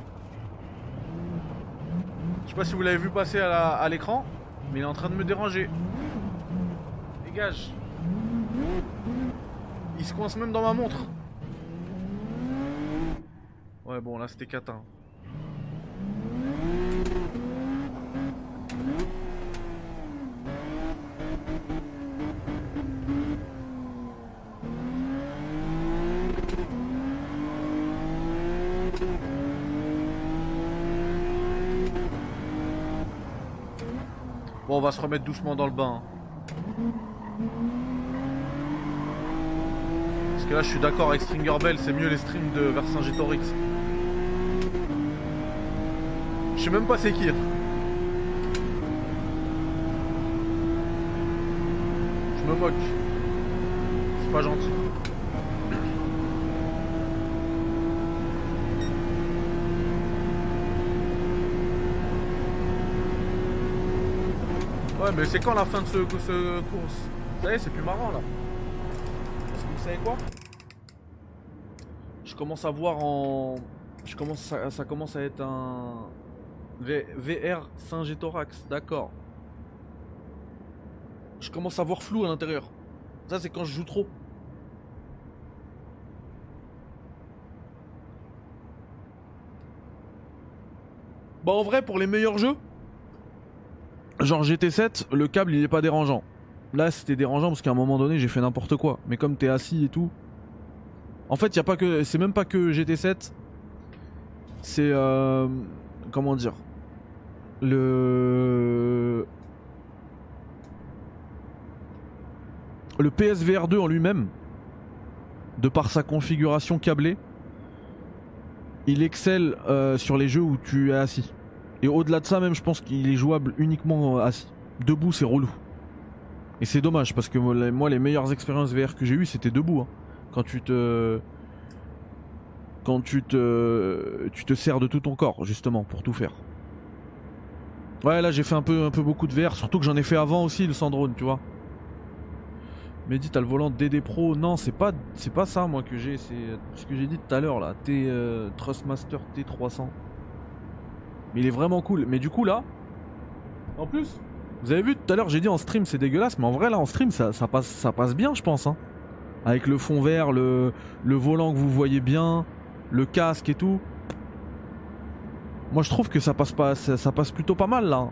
Je sais pas si vous l'avez vu passer à l'écran, mais il est en train de me déranger. Dégage. Il se coince même dans ma montre. Ouais bon là c'était catin. Bon, on va se remettre doucement dans le bain. Parce que là, je suis d'accord avec Stringer Bell, c'est mieux les streams de Vercingétorix. Je sais même pas c'est qui. Je me moque. C'est pas gentil. Ouais, mais c'est quand la fin de ce course? Ça y est, c'est plus marrant là. Parce que vous savez quoi? Je commence à voir en... Ça commence à être un... VR Vercingétorix, d'accord. Je commence à voir flou à l'intérieur. Ça, c'est quand je joue trop. Bah en vrai, pour les meilleurs jeux, genre GT7, le câble il est pas dérangeant. Là c'était dérangeant parce qu'à un moment donné j'ai fait n'importe quoi. Mais comme t'es assis et tout. En fait y a pas que. C'est même pas que GT7. C'est comment dire. Le PSVR 2 en lui-même, de par sa configuration câblée, il excelle sur les jeux où tu es assis. Et au-delà de ça même je pense qu'il est jouable uniquement assis. Debout c'est relou. Et c'est dommage parce que moi les meilleures expériences VR que j'ai eues c'était debout. Hein. Quand tu te sers de tout ton corps justement pour tout faire. Ouais là j'ai fait un peu beaucoup de VR, surtout que j'en ai fait avant aussi le sans drone tu vois. Mais dis t'as le volant DD Pro, non c'est pas ça moi que j'ai, c'est ce que j'ai dit tout à l'heure là, Thrustmaster T300. Mais il est vraiment cool. Mais du coup là, en plus, vous avez vu tout à l'heure j'ai dit en stream c'est dégueulasse, mais en vrai là en stream ça passe bien je pense. Hein. Avec le fond vert, le volant que vous voyez bien, le casque et tout. Moi je trouve que ça passe plutôt pas mal là.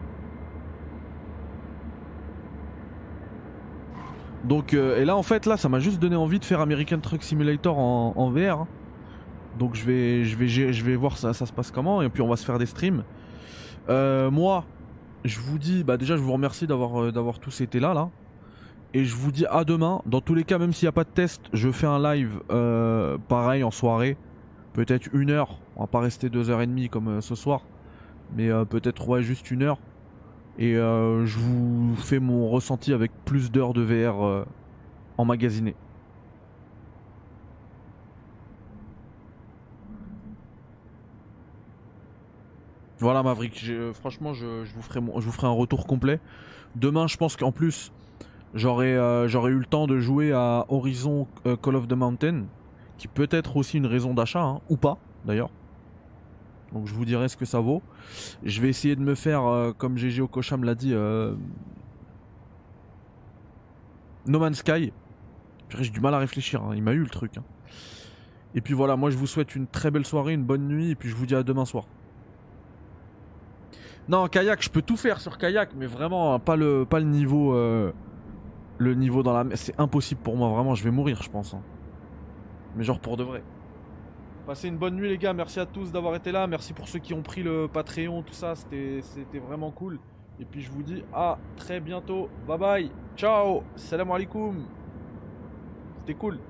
Donc et là en fait là ça m'a juste donné envie de faire American Truck Simulator en VR. Hein. Donc je vais voir ça se passe comment et puis on va se faire des streams. Moi, je vous dis, bah déjà je vous remercie d'avoir tous été là. Et je vous dis à demain. Dans tous les cas, même s'il n'y a pas de test, je fais un live pareil en soirée. Peut-être 1 heure. On va pas rester 2h30 comme ce soir. Mais peut-être ouais juste 1 heure. Et je vous fais mon ressenti avec plus d'heures de VR emmagasinées. Voilà Maverick, franchement je vous ferai un retour complet. Demain je pense qu'en plus j'aurai eu le temps de jouer à Horizon Call of the Mountain, qui peut être aussi une raison d'achat, hein, ou pas d'ailleurs. Donc je vous dirai ce que ça vaut. Je vais essayer de me faire, comme GG Okocha me l'a dit, No Man's Sky. J'ai du mal à réfléchir, hein, il m'a eu le truc. Hein. Et puis voilà, moi je vous souhaite une très belle soirée, une bonne nuit, et puis je vous dis à demain soir. Non, kayak, je peux tout faire sur kayak, mais vraiment pas le niveau dans la mer. C'est impossible pour moi, vraiment, je vais mourir, je pense. Hein. Mais genre pour de vrai. Passez une bonne nuit les gars, merci à tous d'avoir été là, merci pour ceux qui ont pris le Patreon, tout ça, c'était vraiment cool. Et puis je vous dis à très bientôt, bye bye, ciao, salam alaikum. C'était cool.